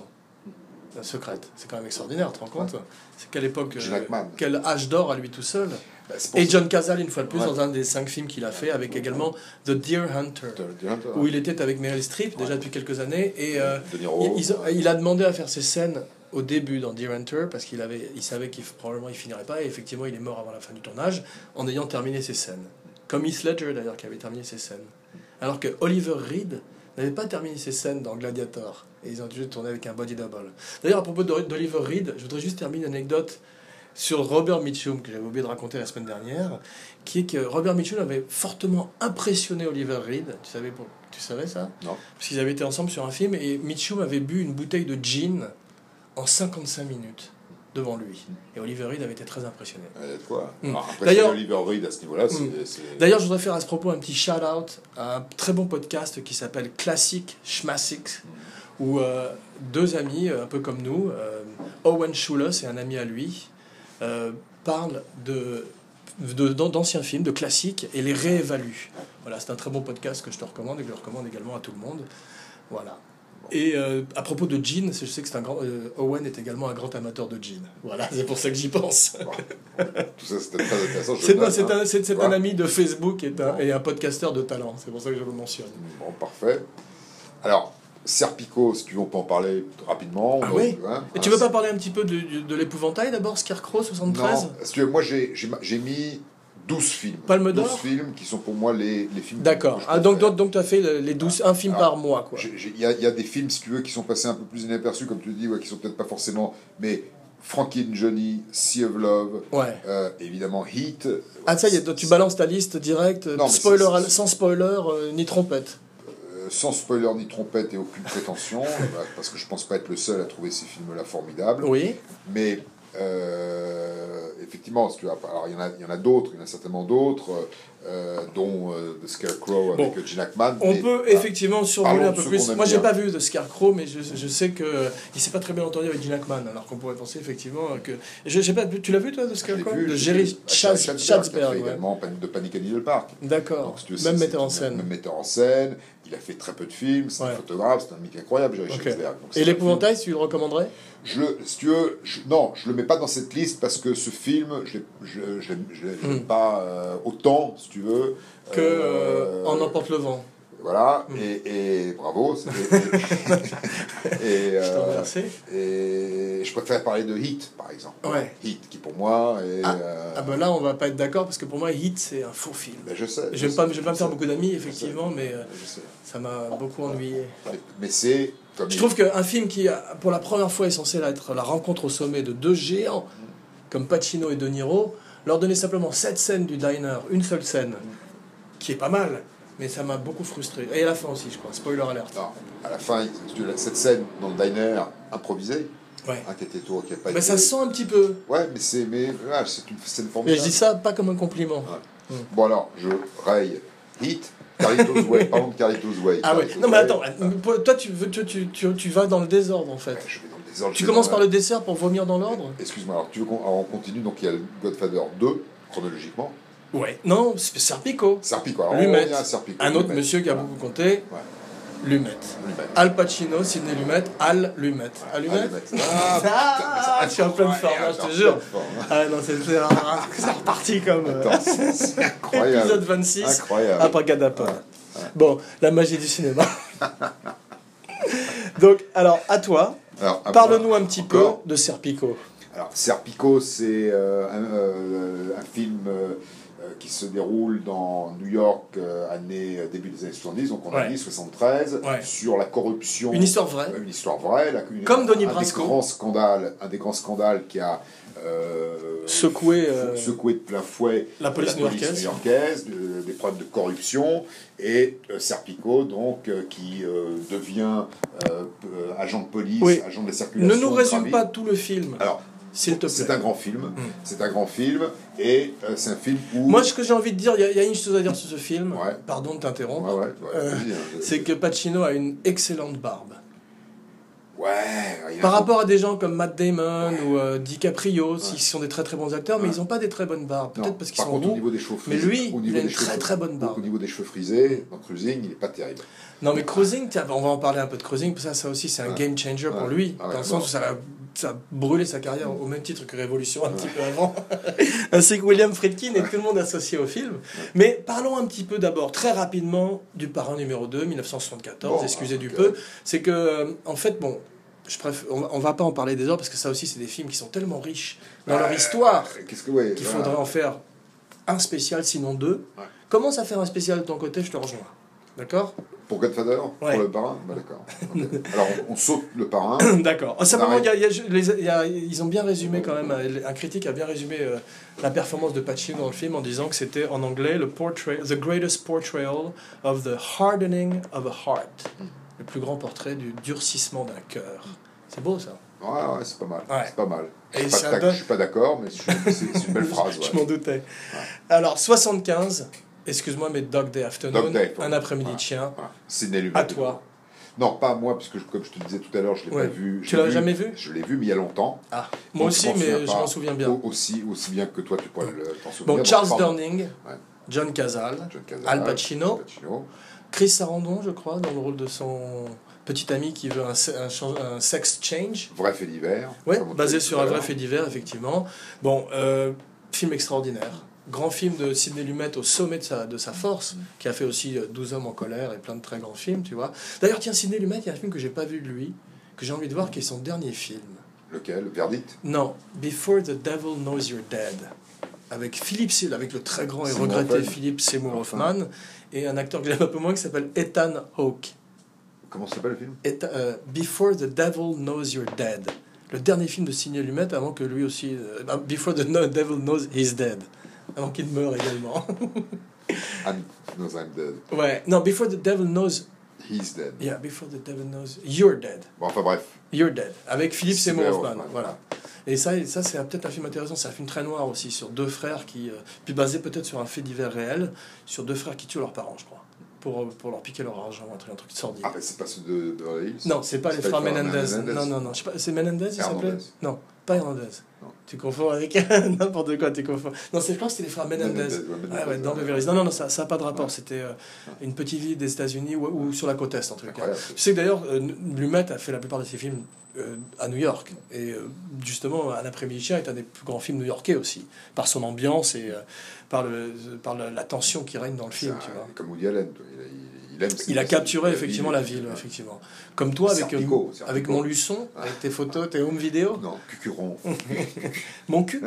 La secrète. C'est quand même extraordinaire, tu te rends compte ouais. C'est quelle époque, euh, quel âge d'or à lui tout seul. Bah, et John Cazale, une fois de plus, ouais. dans un des cinq films qu'il a fait, avec également The Deer Hunter, The Hunter où ouais. il était avec Meryl Streep, déjà ouais. depuis quelques années, et euh, il, il, il a demandé à faire ces scènes au début dans Deer Hunter, parce qu'il avait, il savait qu'il probablement il finirait pas, et effectivement il est mort avant la fin du tournage, en ayant terminé ses scènes. Comme Heath Ledger d'ailleurs, qui avait terminé ses scènes. Alors que Oliver Reed n'avait pas terminé ses scènes dans Gladiator, et ils ont dû tourner avec un body double. D'ailleurs, à propos d'Oliver Reed, je voudrais juste terminer une anecdote sur Robert Mitchum, que j'avais oublié de raconter la semaine dernière, qui est que Robert Mitchum avait fortement impressionné Oliver Reed. Tu savais, pour... tu savais ça? Non. Parce qu'ils avaient été ensemble sur un film, et Mitchum avait bu une bouteille de gin en cinquante-cinq minutes devant lui. Et Oliver Reed avait été très impressionné. Euh, quoi mm. D'ailleurs, Oliver Reed à ce niveau-là, mm. c'est... D'ailleurs, je voudrais faire à ce propos un petit shout-out à un très bon podcast qui s'appelle Classic Schmassic, mm. où euh, deux amis, un peu comme nous, euh, Owen Schulos et un ami à lui, euh, parlent de, de, d'anciens films, de classiques, et les réévaluent. Voilà, c'est un très bon podcast que je te recommande et que je recommande également à tout le monde. Voilà. Et euh, à propos de gin, je sais que c'est un grand, euh, Owen est également un grand amateur de gin. Voilà, c'est pour ça que j'y pense. Bon. Tout ça, c'était très intéressant. C'est, note, c'est, hein. un, c'est, c'est ouais. un ami de Facebook et un, et un podcasteur de talent. C'est pour ça que je le mentionne. Bon, parfait. Alors, Serpico, si tu veux, on peut en parler rapidement. Ah donc, oui hein, Et tu veux pas parler un petit peu de, de, de l'épouvantail d'abord, Scarecrow soixante-treize? Non, si tu veux, moi j'ai, j'ai, j'ai mis douze films. Palme d'Or. douze films qui sont pour moi les, les films. D'accord. Ah, donc, donc, donc tu as fait les douze, un film Alors, par mois, quoi. Il y a, y a des films, si tu veux, qui sont passés un peu plus inaperçus, comme tu le dis, ouais, qui sont peut-être pas forcément. Mais Frankie and Johnny, Sea of Love, ouais. euh, évidemment Heat. Ah, ça y est, tu balances ta liste directe, non, spoiler, c'est, c'est, sans spoiler, euh, ni trompette. Euh, sans spoiler ni trompette et aucune prétention, bah, parce que je pense pas être le seul à trouver ces films-là formidables. Oui. Mais. Euh, effectivement, si tu as, alors il y en a, il y en a d'autres, il y en a certainement d'autres, euh, dont euh, The Scarecrow avec bon, Gene Hackman. On mais, peut effectivement survoler un peu plus. Moi, j'ai pas vu The Scarecrow, mais je, je sais que il s'est pas très bien entendu avec Gene Hackman, alors qu'on pourrait penser effectivement que. Je, j'ai pas, tu l'as vu toi, The Scarecrow? Vu, de Jerry Schatzberg, ouais. Également de Panic at Needle Park. D'accord. Donc, si tu veux, même metteur en scène. Même metteur en scène. Il a fait très peu de films, c'est Ouais. un photographe, c'est un mec incroyable, Jerry Ok. Schexler. Donc, c'est Et un l'épouvantail, tu le recommanderais? film- Je, si tu veux, je- non, je le mets pas dans cette liste parce que ce film, je l'ai- je, je, l'aime- je l'aime- je l'aime Mm. pas euh, autant, si tu veux. Que Euh, euh, En emporte le vent. Voilà, Mm. et, et bravo. c'est- et, Je te euh, remercie. et je préfère parler de Heat, par exemple. Ouais. Heat, qui pour moi est. Ah, euh, ah ben là, on va pas être d'accord parce que pour moi, Heat, c'est un faux film. ben, je sais. Je vais sais, pas, je vais pas me sais, faire beaucoup d'amis, je effectivement, sais, mais euh, je sais. ça m'a beaucoup ennuyé. Mais, mais c'est. Comme Je il- trouve qu'un film qui, a- pour la première fois, est censé être la rencontre au sommet de deux géants, comme Pacino et De Niro, leur donner simplement cette scène du diner, une seule scène, qui est pas mal, mais ça m'a beaucoup frustré. Et à la fin aussi, je crois. Spoiler alert. Non, à la fin, si tu veux, cette scène dans le diner improvisée, Ouais. hein, qui était tout, qui a pas Mais été- ça se sent un petit peu. Ouais, mais c'est mais, ouais, c'est une scène Mais formidable. je dis ça pas comme un compliment. Ouais. Bon alors, je raye Heat, Carlitos Way, parlons de Carlitos Way. Ah ouais. Carlitos Non mais Way. attends, pour- toi tu, veux, tu, tu, tu, tu vas dans le désordre en fait. Ouais, je vais dans le désordre, je Tu vais commences dans par la- le dessert pour vomir dans l'ordre? Excuse-moi, alors tu veux qu'on alors, on continue, donc il y a le Godfather deux, chronologiquement. Ouais. Non, c'est Serpico. Serpico, alors Lumet. on revient à Serpico. Un autre Lumet. monsieur qui a Voilà. beaucoup compté. Ouais. Lumet. Lumet. Al Pacino, Sidney Lumet, Al Lumet. Al Lumet? Ah, Lumet. Ah, Ah, je suis en pleine forme, hein, je te jure. Ah non, c'est c'est- c'est reparti comme euh, Attends, c'est c'est incroyable. épisode vingt-six, Incroyable. après Gadapod. Ouais, ouais. Bon, la magie du cinéma. Donc, alors, à toi, Alors, à parle-nous moi, un petit encore. peu de Serpico. Alors, Serpico, c'est euh, un, euh, un film euh, euh, qui se déroule dans New York, euh, année, début des années soixante-dix, donc on a Ouais. dit soixante-treize, Ouais. sur la corruption. Une histoire vraie. Une histoire vraie. La, une- Comme Donnie un Brasco. Des grands scandales, un des grands scandales qui a euh, Secoué, euh, secoué de plein fouet la police new-yorkaise. new-yorkaise, de- des problèmes de corruption, et euh, Serpico, donc, euh, qui euh, devient euh, euh, agent de police, Oui. agent de la circulation. Ne nous de résume trafic. pas tout le film, Alors, s'il te c'est plaît. un grand film. Mm. C'est un grand film, et euh, c'est un film où. Moi, ce que j'ai envie de dire, il y, a- il y a une chose à dire sur ce film, Ouais. pardon de t'interrompre, Ouais, ouais, ouais, Euh, vas-y, hein, je- c'est que Pacino a une excellente barbe. Ouais, il a Par un- rapport à des gens comme Matt Damon Ouais. ou euh, DiCaprio, Ouais. qui sont des très très bons acteurs, mais Ouais. ils n'ont pas des très bonnes barbes. Non, Peut-être parce qu'ils par sont contre, au roux. niveau des cheveux Mais frisés, lui, au il niveau a une des très cheveux- très bonne au- barbe. Au niveau des cheveux frisés, dans Cruising, il n'est pas terrible. Non, mais Cruising, tiens, on va en parler un peu de Cruising, parce que ça, ça aussi, c'est un Ouais. game changer pour Ouais. lui, Ah ouais, dans le bon. sens où ça a, ça a brûlé sa carrière au même titre que Révolution un petit peu avant, ainsi que William Friedkin et tout le monde associé au film. Mais parlons un petit peu d'abord, très rapidement, du Parrain numéro deux, mille neuf cent soixante-quatorze, Bon, excusez du ok. peu. C'est que, euh, en fait, bon, je préfère, on, on va pas en parler des heures, parce que ça aussi, c'est des films qui sont tellement riches dans leur Euh, histoire Qu'est-ce que, ouais, qu'il voilà. faudrait en faire un spécial, sinon deux. Ouais. Commence à faire un spécial de ton côté, je te rejoins. D'accord? Pour Godfather, Ouais. pour le parrain, bah, d'accord. Ok. Alors on, on saute le parrain. D'accord. Oh, simplement, arrête. il y a- il y a- les- il y a- ils ont bien résumé quand même, euh, un critique a bien résumé euh, la performance de Pacino dans le film en disant que c'était en anglais le portrait, the greatest portrayal of the hardening of a heart, le plus grand portrait du durcissement d'un cœur. C'est beau ça. Ouais, ouais, c'est pas mal. Ouais. C'est pas mal. Et Je suis c'est pas un d'ac- peu- je suis pas d'accord, mais je- c'est c'est une belle phrase. Je Ouais. m'en doutais. Alors soixante-quinze, excuse-moi, mais Dog Day Afternoon, Dog Day, un après-midi voilà. de chien. Voilà. Sidney Lumet. À toi. Non, pas moi, parce que je- comme je te disais tout à l'heure, je l'ai Ouais. pas vu. Tu Je l'as l'ai jamais vu? Je l'ai vu, mais il y a longtemps. Ah, moi Donc, aussi, m'en souviens mais je pas m'en souviens bien. au- Aussi, aussi bien que toi, tu pourrais le- t'en souvenir. Bon, Donc, Charles pardon. Durning, Ouais. John Cazale, John Cazale, Al Pacino. Al Pacino. Chris Sarandon, je crois, dans le rôle de son petit ami qui veut un, se- un, chan- un sex change. Vrai fait divers. Ouais, comme on basé disait sur tout à un vrai l'heure. fait divers, effectivement. Bon, euh, film extraordinaire. Grand film de Sidney Lumet au sommet de sa, de sa force, qui a fait aussi euh, douze hommes en colère et plein de très grands films, tu vois. D'ailleurs, tiens, Sidney Lumet, il y a un film que j'ai pas vu de lui, que j'ai envie de voir, qui est son dernier film. Lequel? Verdict. Non, Before the Devil Knows You're Dead. Avec Philippe Seymour, avec le très grand et Seymour regretté Hoffman. Philippe Seymour Hoffman. Hoffman, et un acteur que j'aime un peu moins qui s'appelle Ethan Hawke. Comment s'appelle le film? Et, euh, Before the Devil Knows You're Dead. Le dernier film de Sidney Lumet avant que lui aussi. euh, bah, Before the no- Devil Knows He's Dead. Avant qu'il meure également. I'm, knows I'm dead. Ouais, non, Before the Devil Knows. He's dead. Yeah, Before the Devil Knows You're Dead. Bon, enfin bref. You're Dead. Avec Philippe Seymour Seymour Hoffman. Hoffman, Voilà. Et ça, ça c'est peut-être un film intéressant. C'est un film très noir aussi, sur deux frères qui. euh, puis basé peut-être sur un fait divers réel, sur deux frères qui tuent leurs parents, je crois. Pour, euh, pour leur piquer leur argent, un truc, un truc sordide. Ah, mais c'est pas ceux de Beverly Hills? Non, c'est pas les C'est frères pas les frères Menendez. Menendez. Non, non, non. Je sais pas, c'est Menendez, il Hernandez. s'appelait? Non. Pas Hernandez. Non. Tu confonds avec n'importe quoi, tu confonds. Non, c'est, je pense que c'était les frères Menendez. Menendez, ouais, Menendez, Ah ouais, dans ouais. Beverly Hills. Non, non, non, ça n'a pas de rapport. Ouais. C'était euh, une petite ville des États-Unis ou, ou sur la côte Est, en tout cas. Incroyable. Tu sais que d'ailleurs, euh, Lumet a fait la plupart de ses films euh, à New York. Et euh, justement, Un après-midi chien est un des plus grands films new-yorkais aussi, par son ambiance et euh, par, le, par le- la tension qui règne dans le film. C'est Tu un- vois. Comme Woody Allen, toi, il, a- il, il aime. Il a capturé effectivement la ville, ouais. effectivement. Comme toi, avec, euh, Serpico, Serpico. avec mon Luçon, avec tes photos, tes home vidéo, Non, Cucuron. mon cuc.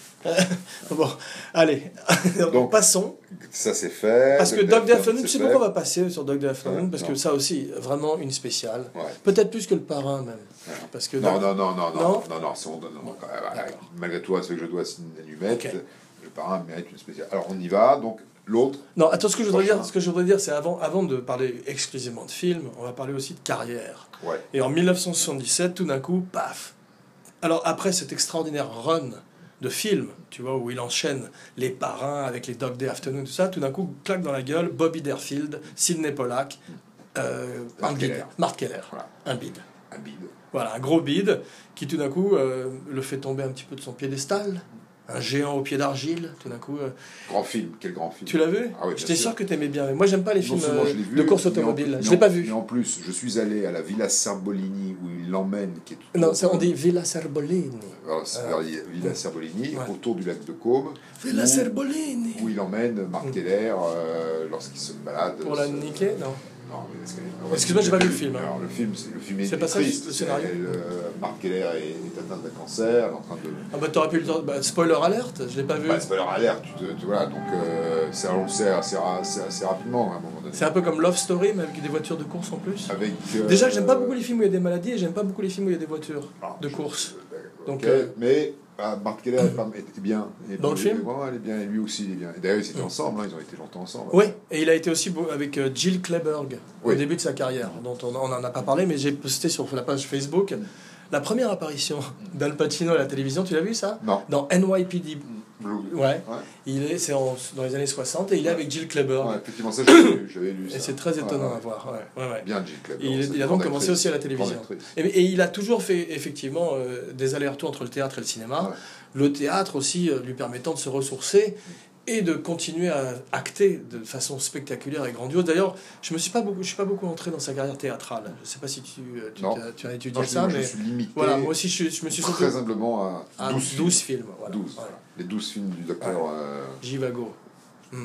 Bon, allez, Donc, passons. Ça c'est fait. Parce que Dog Dog Day Day Afternoon, c'est tu sais fait. pourquoi on va passer sur Dog Day Afternoon? Ouais, Parce non. que ça aussi, vraiment une spéciale. Ouais. Peut-être plus que le parrain même. Ouais. Parce que Non, Dog- non, non, non, non, Non non, non, c'est on donne- non, non, euh, D'accord. malgré toi, c'est que je dois signer une allumette. Ok. Le parrain mérite une spéciale. Alors on y va, donc l'autre. Non, attends, ce que je voudrais Prochain. dire, ce que je voudrais dire, c'est avant, avant de parler exclusivement de films, on va parler aussi de carrière. Ouais. Et en mille neuf cent soixante-dix-sept, tout d'un coup, paf. Alors après cet extraordinaire run de films, tu vois, où il enchaîne les parrains avec les Dog Day Afternoon, tout ça, tout d'un coup, claque dans la gueule, Bobby Derfield, Sidney Pollack, euh, Mark un bid. Keller. Mark Keller, Voilà. un bid. Un bide. Voilà, un gros bid qui tout d'un coup euh, le fait tomber un petit peu de son piédestal. Un géant au pied d'argile, tout d'un coup. euh, Grand film, quel grand film. Tu l'as vu? Ah oui, bien J'étais sûr. sûr que tu aimais bien. Mais moi, j'aime pas les Non films seulement euh, je l'ai vu, de course mais en- automobile. mais Je en- l'ai pas vu. Mais en plus, je suis allé à la Villa Serbolini où il l'emmène, qui est tout Non, autour ça, on de- dit Villa Serbolini. Voilà, c'est vers Villa Serbolini, Ouais. autour du lac de Caume, Villa où- Serbolini. où il emmène Mark Mm. Keller euh, lorsqu'il se balade. Pour la se- niquer? Non. Non, mais est-ce que- Excuse-moi, j'ai pas vu le film, hein. Alors, le film, c'est le film est, C'est pas ça, triste. le scénario Elle, euh, Mark Keller est, est atteint d'un cancer, en train de. Ah bah t'aurais pu le... Bah, spoiler alerte, je l'ai pas vu. Bah, c'est pas leur alerte, tu, te- tu vois, donc euh, ça, on le sait assez, ra- assez, assez rapidement à un moment donné. C'est un peu comme Love Story, mais avec des voitures de course en plus. Avec, euh, Déjà, j'aime pas beaucoup les films où il y a des maladies et j'aime pas beaucoup les films où il y a des voitures alors, de je- course. euh, Donc, ok, euh, mais ah, Mark Keller est, pas- est bien. Et Dans le puis, film ouais, elle est bien, et lui aussi il est bien. Et d'ailleurs, ils étaient ensemble, hein, ils ont été longtemps ensemble. Oui, et il a été aussi beau- avec euh, Jill Clayburgh au Oui. début de sa carrière, dont on n'en a pas parlé, mais j'ai posté sur la page Facebook la première apparition d'Al Pacino à la télévision. Tu l'as vu ça? Non. Dans N Y P D. Blue. Ouais. Ouais. Il est, c'est en- dans les années soixante et il est avec Jill Clayburgh. Ouais, effectivement, ça j'avais lu. J'avais lu Et ça. c'est très étonnant Ouais, à voir. Ouais, ouais, ouais. Bien, Jill Clayburgh. Et il, c'est il une a donc grande commencé actrice. aussi à la Grande télévision. actrice. Et, et il a toujours fait effectivement euh, des allers-retours entre le théâtre et le cinéma. Ouais. Le théâtre aussi euh, lui permettant de se ressourcer et de continuer à acter de façon spectaculaire et grandiose. D'ailleurs, je me suis pas beaucoup, je suis pas beaucoup entré dans sa carrière théâtrale. Je sais pas si tu, euh, tu, Non. t'as- tu as étudié Non, je, ça, je mais suis limité voilà, moi aussi je, je me suis surtout très humblement à à douze, douze films. films. Voilà. douze, Voilà. voilà. Les douze films du docteur. euh, Jivago. Hmm.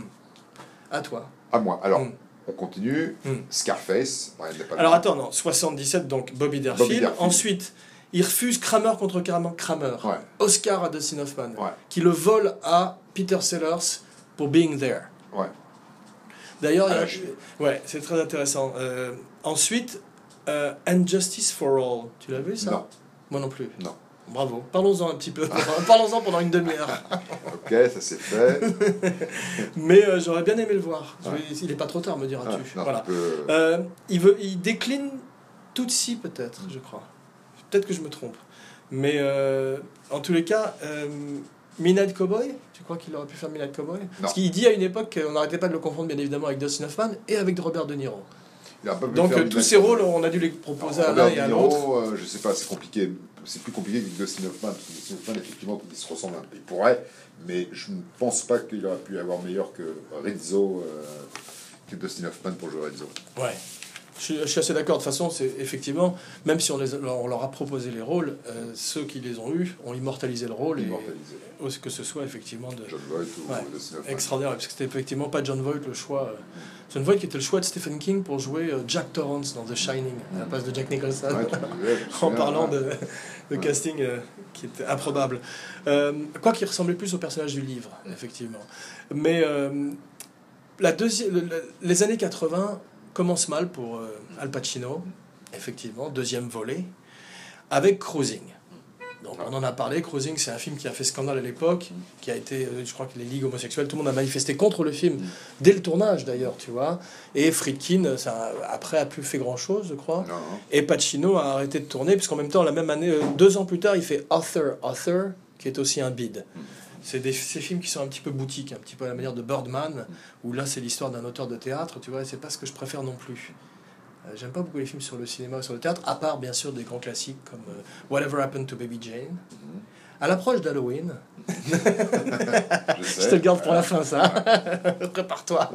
À toi. À moi. Alors, Mm. on continue. Mm. Scarface. Brian De Palma. Alors attends, non, soixante-dix-sept, donc Bobby Derfield. Bobby Derfield. Ensuite, il refuse Kramer contre Kramer. Kramer. Ouais. Oscar à Dustin Hoffman, Ouais. qui le vole à Peter Sellers pour Being There. Ouais. D'ailleurs, À il y a- la Chine. ouais, c'est très intéressant. Euh, ensuite, euh, And Justice for All. Tu l'as vu ça? Non. Moi non plus. Non. Bravo. Parlons-en un petit peu. Parlons-en pendant une demi-heure. Ok, ça c'est fait. Mais euh, j'aurais bien aimé le voir. Je Ouais. vais- Il n'est pas trop tard, me diras-tu. Ah, non, Voilà. tu peux- Euh, il, veut, il décline Tutsi peut-être, je crois. Peut-être que je me trompe. Mais euh, en tous les cas, euh, Midnight Cowboy, tu crois qu'il aurait pu faire Midnight Cowboy? Parce qu'il dit à une époque qu'on n'arrêtait pas de le confondre bien évidemment avec Dustin Hoffman et avec Robert De Niro. Il a pas pu Donc faire euh, une tous belle- ces rôles, on a dû les proposer Alors, à l'un Robert et à De l'autre. Niro, euh, je sais pas, c'est compliqué. C'est plus compliqué que Dustin Hoffman. Parce que Dustin Hoffman, effectivement, il se ressemble un peu. Il pourrait, mais je ne pense pas qu'il aurait pu avoir meilleur que Rizzo, euh, que Dustin Hoffman pour jouer Rizzo. Ouais. Je suis, je suis assez d'accord. De toute façon, c'est effectivement, même si on, les, on leur a proposé les rôles, euh, ceux qui les ont eus ont immortalisé le rôle, et, Immortalisé. aussi que ce soit effectivement de, John Voight ou Ouais. Dustin Hoffman. extraordinaire, parce que c'était effectivement pas John Voight le choix. euh, John Voight qui était le choix de Stephen King pour jouer euh, Jack Torrance dans The Shining, à la place de Jack Nicholson, Ouais, tu disais, je me en souviens, parlant ouais. de, de Ouais. casting euh, qui était improbable. Euh, quoi qu'il ressemblait plus au personnage du livre, effectivement. Mais euh, la deuxième, le- le- les années quatre-vingts commencent mal pour euh, Al Pacino, effectivement, deuxième volet, avec Cruising. Donc on en a parlé, Cruising c'est un film qui a fait scandale à l'époque, qui a été, euh, je crois que les ligues homosexuelles, tout le monde a manifesté contre le film, dès le tournage d'ailleurs, tu vois. Et Friedkin, ça, après, a plus fait grand-chose, je crois. Non, non. Et Pacino a arrêté de tourner, puisqu'en même temps, la même année, euh, deux ans plus tard, il fait Author, Author, qui est aussi un bide. C'est des ces films qui sont un petit peu boutiques, un petit peu à la manière de Birdman, où là, c'est l'histoire d'un auteur de théâtre, tu vois, et c'est pas ce que je préfère non plus. Euh, j'aime pas beaucoup les films sur le cinéma ou sur le théâtre, à part bien sûr des grands classiques comme euh, Whatever Happened to Baby Jane. Mm-hmm. À l'approche d'Halloween. Je, Je te le garde pour la fin, ça. Prépare-toi.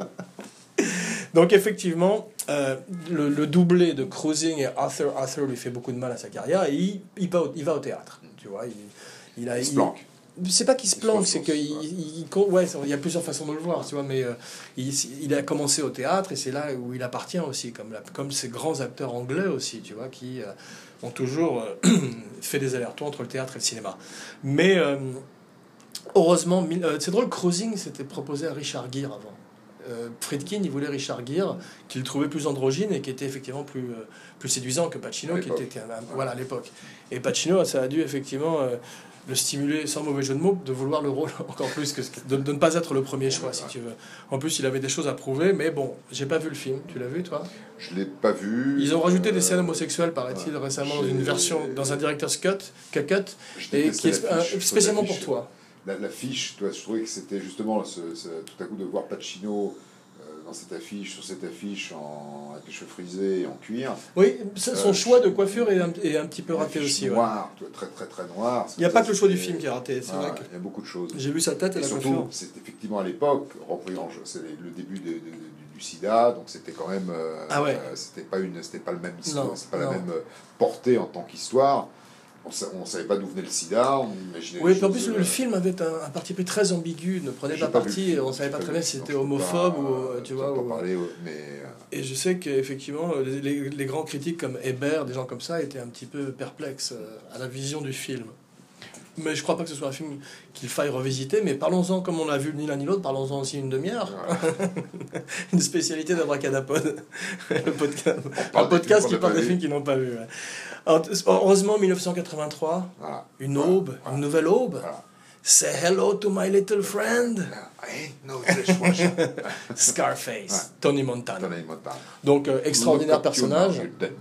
Donc effectivement, euh, le, le doublé de Cruising et Arthur, Arthur lui fait beaucoup de mal à sa carrière et il, il, va, au, il va au théâtre. Tu vois, il, il, a, il se planque. C'est pas qu'il se planque, c'est qu'il il, il, ouais, il y a plusieurs façons de le voir, tu vois, mais euh, il, il a commencé au théâtre et c'est là où il appartient aussi, comme, la, comme ces grands acteurs anglais aussi, tu vois, qui euh, ont toujours euh, fait des allers-retours entre le théâtre et le cinéma. Mais euh, heureusement, euh, c'est drôle, Cruising s'était proposé à Richard Gere avant. Euh, Friedkin, il voulait Richard Gere, qu'il trouvait plus androgyne et qui était effectivement plus, euh, plus séduisant que Pacino, qui était, un, un, voilà, à l'époque. Et Pacino, ça a dû effectivement euh, le stimuler, sans mauvais jeu de mots, de vouloir le rôle encore plus, que de, de ne pas être le premier choix, si tu veux. En plus, il avait des choses à prouver, mais bon, j'ai pas vu le film. Tu l'as vu, toi? Je l'ai pas vu. Ils ont rajouté euh, des scènes homosexuelles, paraît-il, ouais, récemment, dans une version, dans un director's cut, cut, et qui est euh, spécialement pour toi. La, la fiche, toi, je trouvais que c'était justement ce, ce, tout à coup de voir Pacino euh, dans cette affiche, sur cette affiche, en, avec les cheveux frisés et en cuir. Oui, son euh, choix de coiffure est un, est un petit peu raté aussi. Noir, ouais. Très très très noir. Il n'y a pas que le choix du film qui est raté, c'est ah, vrai. Que... Il y a beaucoup de choses. J'ai vu sa tête et, et la surtout, coiffure. C'est effectivement à l'époque, c'est le début de, de, de, du sida, donc c'était quand même. Euh, ah ouais. euh, c'était pas une, c'était pas le même histoire, non, c'est pas non. la même portée en tant qu'histoire. On ne savait pas d'où venait le sida, on imaginait. Oui, puis en plus, euh... le film avait un, un parti pris très ambigu, ne prenait pas, pas parti, on ne savait pas très bien si c'était homophobe pas, ou. Tu vois, ou... Parler, mais... Et je sais qu'effectivement, les, les, les grands critiques comme Hébert, des gens comme ça, étaient un petit peu perplexes à la vision du film. Mais je ne crois pas que ce soit un film qu'il faille revisiter, mais parlons-en, comme on l'a vu ni l'un ni l'autre, parlons-en aussi une demi-heure. Ouais. Une spécialité d'Abracadapod. podcast, un podcast qui parle des films qu'ils n'ont pas vus. Ouais. Alors, heureusement, mille neuf cent quatre-vingt-trois, voilà. Une aube, voilà. Une nouvelle aube. Voilà. Say hello to my little friend. I ain't no dishwasher. Scarface, ouais. Tony Montana. Tony Montana. Donc, euh, extraordinaire personnage.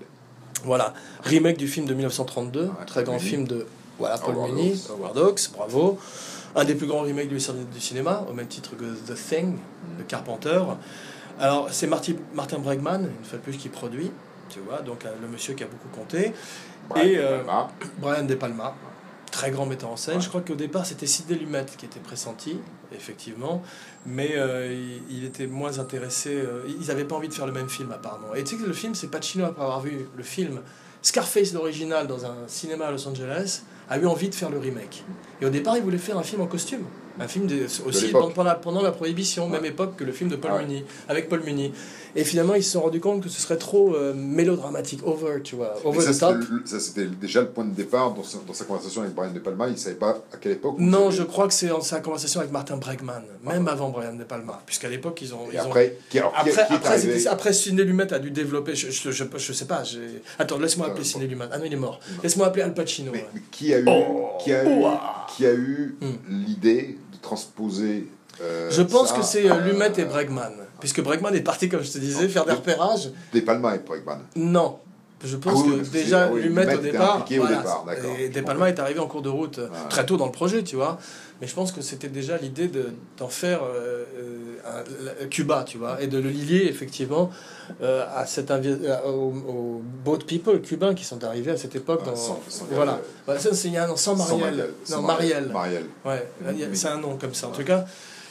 Voilà, remake du film de mille neuf cent trente-deux, ouais, très grand film de... Voilà, Paul Muni, Howard Hawks, bravo. Un des plus grands remakes de l'histoire du cinéma, au même titre que The Thing, mm. de Carpenter. Alors, c'est Marty, Martin Bregman, une fois de plus, qui produit, tu vois, donc le monsieur qui a beaucoup compté. Brian et De Palma. Euh, Brian De Palma, très grand metteur en scène. Ouais. Je crois qu'au départ, c'était Sidney Lumet qui était pressenti, effectivement, mais euh, il, il était moins intéressé. Euh, ils n'avaient pas envie de faire le même film, apparemment. Et tu sais que le film, c'est Pacino, après avoir vu le film Scarface, l'original, dans un cinéma à Los Angeles, a eu envie de faire le remake. Et au départ, il voulait faire un film en costume. Un film de, aussi de pendant, la, pendant la Prohibition, ouais. Même époque que le film de Paul ouais. Muni, avec Paul Muni. Et finalement, ils se sont rendus compte que ce serait trop euh, mélodramatique, over, tu vois, over ça, the top. Le, ça, c'était déjà le point de départ dans sa, dans sa conversation avec Brian De Palma. Il ne savait pas à quelle époque. Non, je crois que c'est en sa conversation avec Martin Bregman, même ah. avant Brian De Palma, puisqu'à l'époque, ils ont... Et ils après, ont... qui, alors, après, qui, qui après, c'était, après, Sidney Lumet a dû développer... Je, je, je, je sais pas, j'ai... Attends, laisse-moi appeler Sidney Lumet. Ah non, il est mort. Non. Laisse-moi appeler Al Pacino. Mais, ouais. mais qui a eu, oh. qui a eu, oh. qui a eu hmm. l'idée de transposer... Euh, je pense ça, que c'est euh, Lumet euh, et Bregman, puisque Bregman est parti, comme je te disais, faire des repérages. De Palma et Bregman. Non, je pense ah, oui, que déjà oui, Lumet, Lumet au départ, voilà, au départ et De Palma est arrivé en cours de route euh, ah, très tôt dans le projet, tu vois. Mais je pense que c'était déjà l'idée de, d'en faire euh, un, Cuba, tu vois, et de le lier effectivement euh, à cet invi- à, aux, aux boat people cubains qui sont arrivés à cette époque. Ah, dans, sans, sans voilà, voilà ça, c'est il y a un nom, sans Marielle, non Marielle, Marielle. Ouais, mmh. C'est un nom comme ça. En tout cas.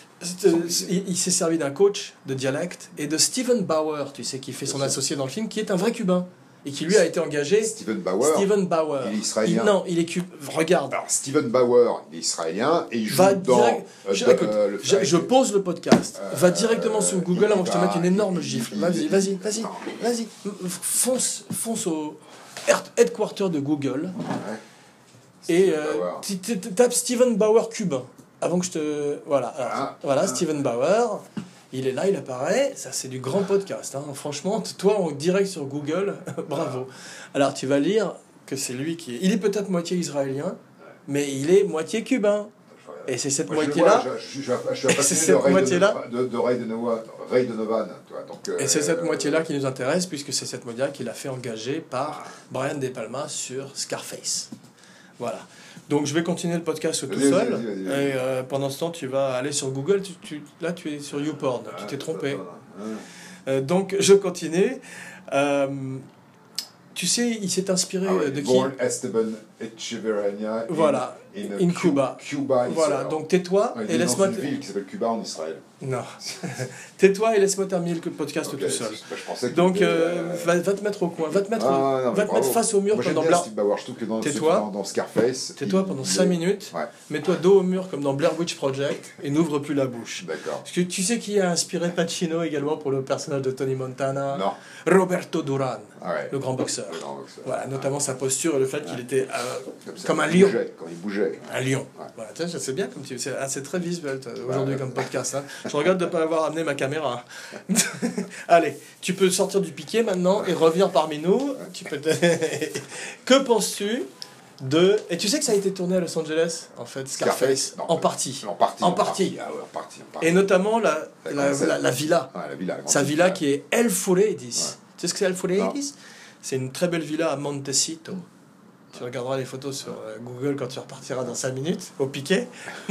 Il, il s'est servi d'un coach de dialecte et de Steven Bauer, tu sais, qui fait son associé dans le film, qui est un vrai Cubain et qui lui a été engagé. Steven Bauer. Steven Bauer. Il est israélien. Il, non, il est cubain. Regarde. Alors, Steven Bauer, il est israélien et il joue va dans. Direct... Euh, je, de, écoute, euh, le je, je pose le podcast. Euh, va directement sur Google avant que je te mette une énorme il, gifle. Il, vas-y, il, vas-y, vas-y, vas-y. Fonce, fonce au headquarter de Google ouais. et euh, tape Steven Bauer cubain. Avant que je te... Voilà, alors, ah, voilà ah. Steven Bauer, il est là, il apparaît. Ça, c'est du grand podcast. Hein. Franchement, toi, en direct sur Google, bravo. Alors, tu vas lire que c'est lui qui est... Il est peut-être moitié israélien, mais il est moitié cubain. Et c'est cette Moi, moitié-là... Je, je, je, je, je suis c'est cette de moitié-là... De, de, de Ray Donovan. Ray Donovan toi, donc, euh, et c'est cette euh, moitié-là qui nous intéresse, puisque c'est cette moitié-là qu'il a fait engager par Brian De Palma sur Scarface. Voilà. Donc je vais continuer le podcast tout seul. Vas-y, vas-y, vas-y. Et euh, pendant ce temps, tu vas aller sur Google. Tu, tu, là, tu es sur YouPorn. Ah, tu t'es trompé. Euh, donc je continue. Euh, tu sais, il s'est inspiré Ah ouais, de qui? Born Esteban Echeverria. Voilà, in, in Cu- Cuba. Cuba Voilà, Israël. donc tais-toi Ouais, il et est dans laisse-moi... une ville qui s'appelle Cuba en Israël. Non. Tais-toi et laisse-moi terminer le podcast Ok, tout seul. c'est- je pensais que Donc, tu- euh, euh, va, va te mettre au coin, va te mettre, Ah, non, mais va te bravo. mettre face au mur Moi, comme j'aime dans bien Blair... Steve Bauer. Je trouve que dans, Tais-toi. dans, dans Scarface. Tais-toi il- pendant il cinq est- minutes, Ouais, mets-toi dos au mur comme dans Blair Witch Project et n'ouvre plus la bouche. d'accord. Parce que tu sais qui a inspiré Pacino également pour le personnage de Tony Montana? Non. Roberto Duran, Ah ouais. le grand boxeur. Le grand boxeur. Voilà, notamment sa posture et le fait qu'il était euh, Comme, ça, comme un quand il lion. bougeait, Quand il bougeait. Un lion. Ouais. Voilà, tu sais, c'est bien comme tu c'est ah, c'est très visuel toi, aujourd'hui Ouais. comme podcast. Hein. Je regrette de ne pas avoir amené ma caméra. Allez, tu peux sortir du piquet maintenant et revenir parmi nous. Tu peux te- Que penses-tu de... Et tu sais que ça a été tourné à Los Angeles, en fait, Scarface, Non, en pas- partie. En partie. En partie. Ah ouais, en partie. En partie. Et notamment la, La la, grande la, la villa. Ouais, la villa. la grande Sa villa qui est El Furedis. Ouais. Tu sais ce que c'est El Non. Furedis? C'est une très belle villa à Montecito. Tu regarderas les photos sur euh, Google quand tu repartiras dans cinq minutes, au piquet.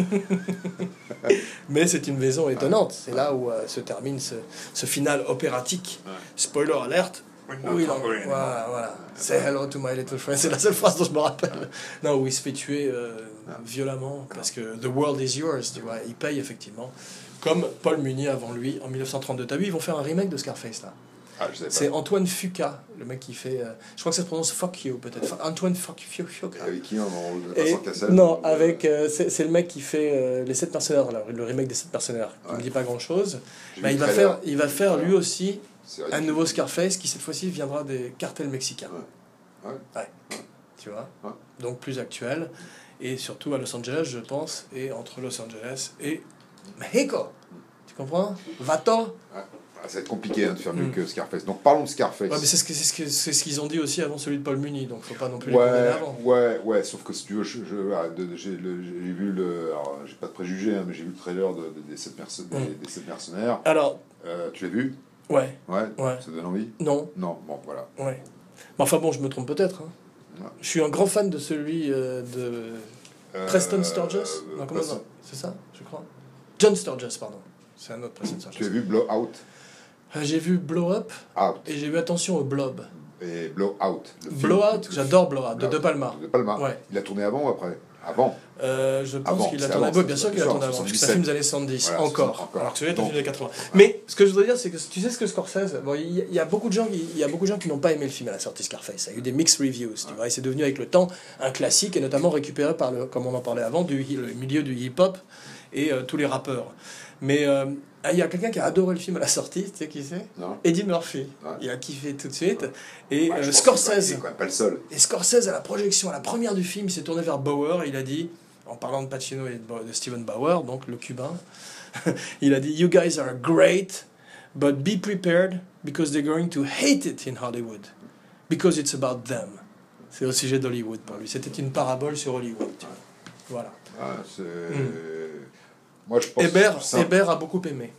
Mais c'est une maison étonnante. C'est là où euh, se termine ce, ce final opératique. Ouais. Spoiler alert. Où il en... Voilà, voilà. Say hello to my little friend. C'est la seule phrase dont je me rappelle. Non, où il se fait tuer euh, violemment parce que the world is yours, tu vois. Il paye effectivement. Comme Paul Muni avant lui en mille neuf cent trente-deux. T'as vu, ils vont faire un remake de Scarface là. Ah, je savais pas. C'est Antoine Fuqua, le mec qui fait. euh, je crois que ça se prononce Fuck You peut-être. Fa- Antoine Fuck You. Fuqua. Avec qui on en Et- Vincent Cassel non, euh, avec euh, c'est c'est le mec qui fait euh, les sept mercenaires, là, le remake des sept mercenaires. Qui Ouais. me dit pas grand chose. j'ai Bah, vu il le va trailer. faire, il va faire lui aussi C'est un ridicule. nouveau Scarface qui cette fois-ci viendra des cartels mexicains. Ouais. Ouais. Tu vois. Ouais. Donc plus actuel et surtout à Los Angeles, je pense, et entre Los Angeles et Mexico. Tu comprends? Vato. Ah, ça va être compliqué hein, de faire mieux Mm. que Scarface. Donc parlons de Scarface. Ouais, mais c'est ce que c'est ce que c'est ce qu'ils ont dit aussi avant celui de Paul Muni, donc faut pas non plus les condamner Ouais, avant. ouais, ouais, sauf que si tu veux, je, je- voilà, de- j'ai le- j'ai vu le. Alors, j'ai pas de préjugés, hein, mais j'ai vu le trailer de, de- des, sept merce- des, Mm. des sept mercenaires. Alors, Euh, tu l'as vu? ouais, Ouais, Ouais. Ça te donne envie? non, Non, bon, voilà. ouais. Mais enfin bon, je me trompe peut-être. Hein. Ouais. Je suis un grand fan de celui euh, de Euh, Preston Sturges. euh, Non, comment Preston- ça C'est ça, je crois. John Sturges, pardon. C'est un autre Preston Tu as Sturges. vu Blow Out? Euh, J'ai vu Blow Up Out. et j'ai vu Attention au Blob. Et Blow Out. le film- Blow Out, le- j'adore Blow Out, de Blow De Out, Palma. De Palma. Ouais. Il a tourné avant ou après? Avant. Euh, je pense Avant, qu'il a c'est tourné. avant, Oui, c'est bien sûr ça, qu'il a bien tourné sûr, avant, parce que c'est un soixante-dix-sept. film des années soixante-dix, Voilà, encore. encore. Alors que celui-là est un Donc, film des quatre-vingts. Mais ce que je voudrais dire, c'est que tu sais ce que Scorsese. Bon, il y, a- il y a beaucoup de gens, qui- il y a beaucoup de gens qui n'ont pas aimé le film à la sortie Scarface. Ça a eu des mixed reviews. Tu vois, et c'est devenu avec le temps un classique et notamment récupéré par le, comme on en parlait avant, du le milieu du hip-hop et euh, tous les rappeurs. Mais euh, il y a quelqu'un qui a adoré le film à la sortie. Tu sais qui c'est? Non. Eddie Murphy. Ouais. Il a kiffé tout de suite. Et Ouais, euh, je pense Scorsese. que c'est quand même pas le seul. Et Scorsese, à la projection, à la première du film, il s'est tourné vers Bauer et il a dit, en parlant de Pacino et de Bo- de Steven Bauer, donc le cubain, il a dit You guys are great, but be prepared because they're going to hate it in Hollywood. Because it's about them. C'est au sujet d'Hollywood pour lui. C'était une parabole sur Hollywood. tu vois. Voilà. Ah, c'est... Mm. Moi, je pense Hébert, que c'est- Hébert a beaucoup aimé.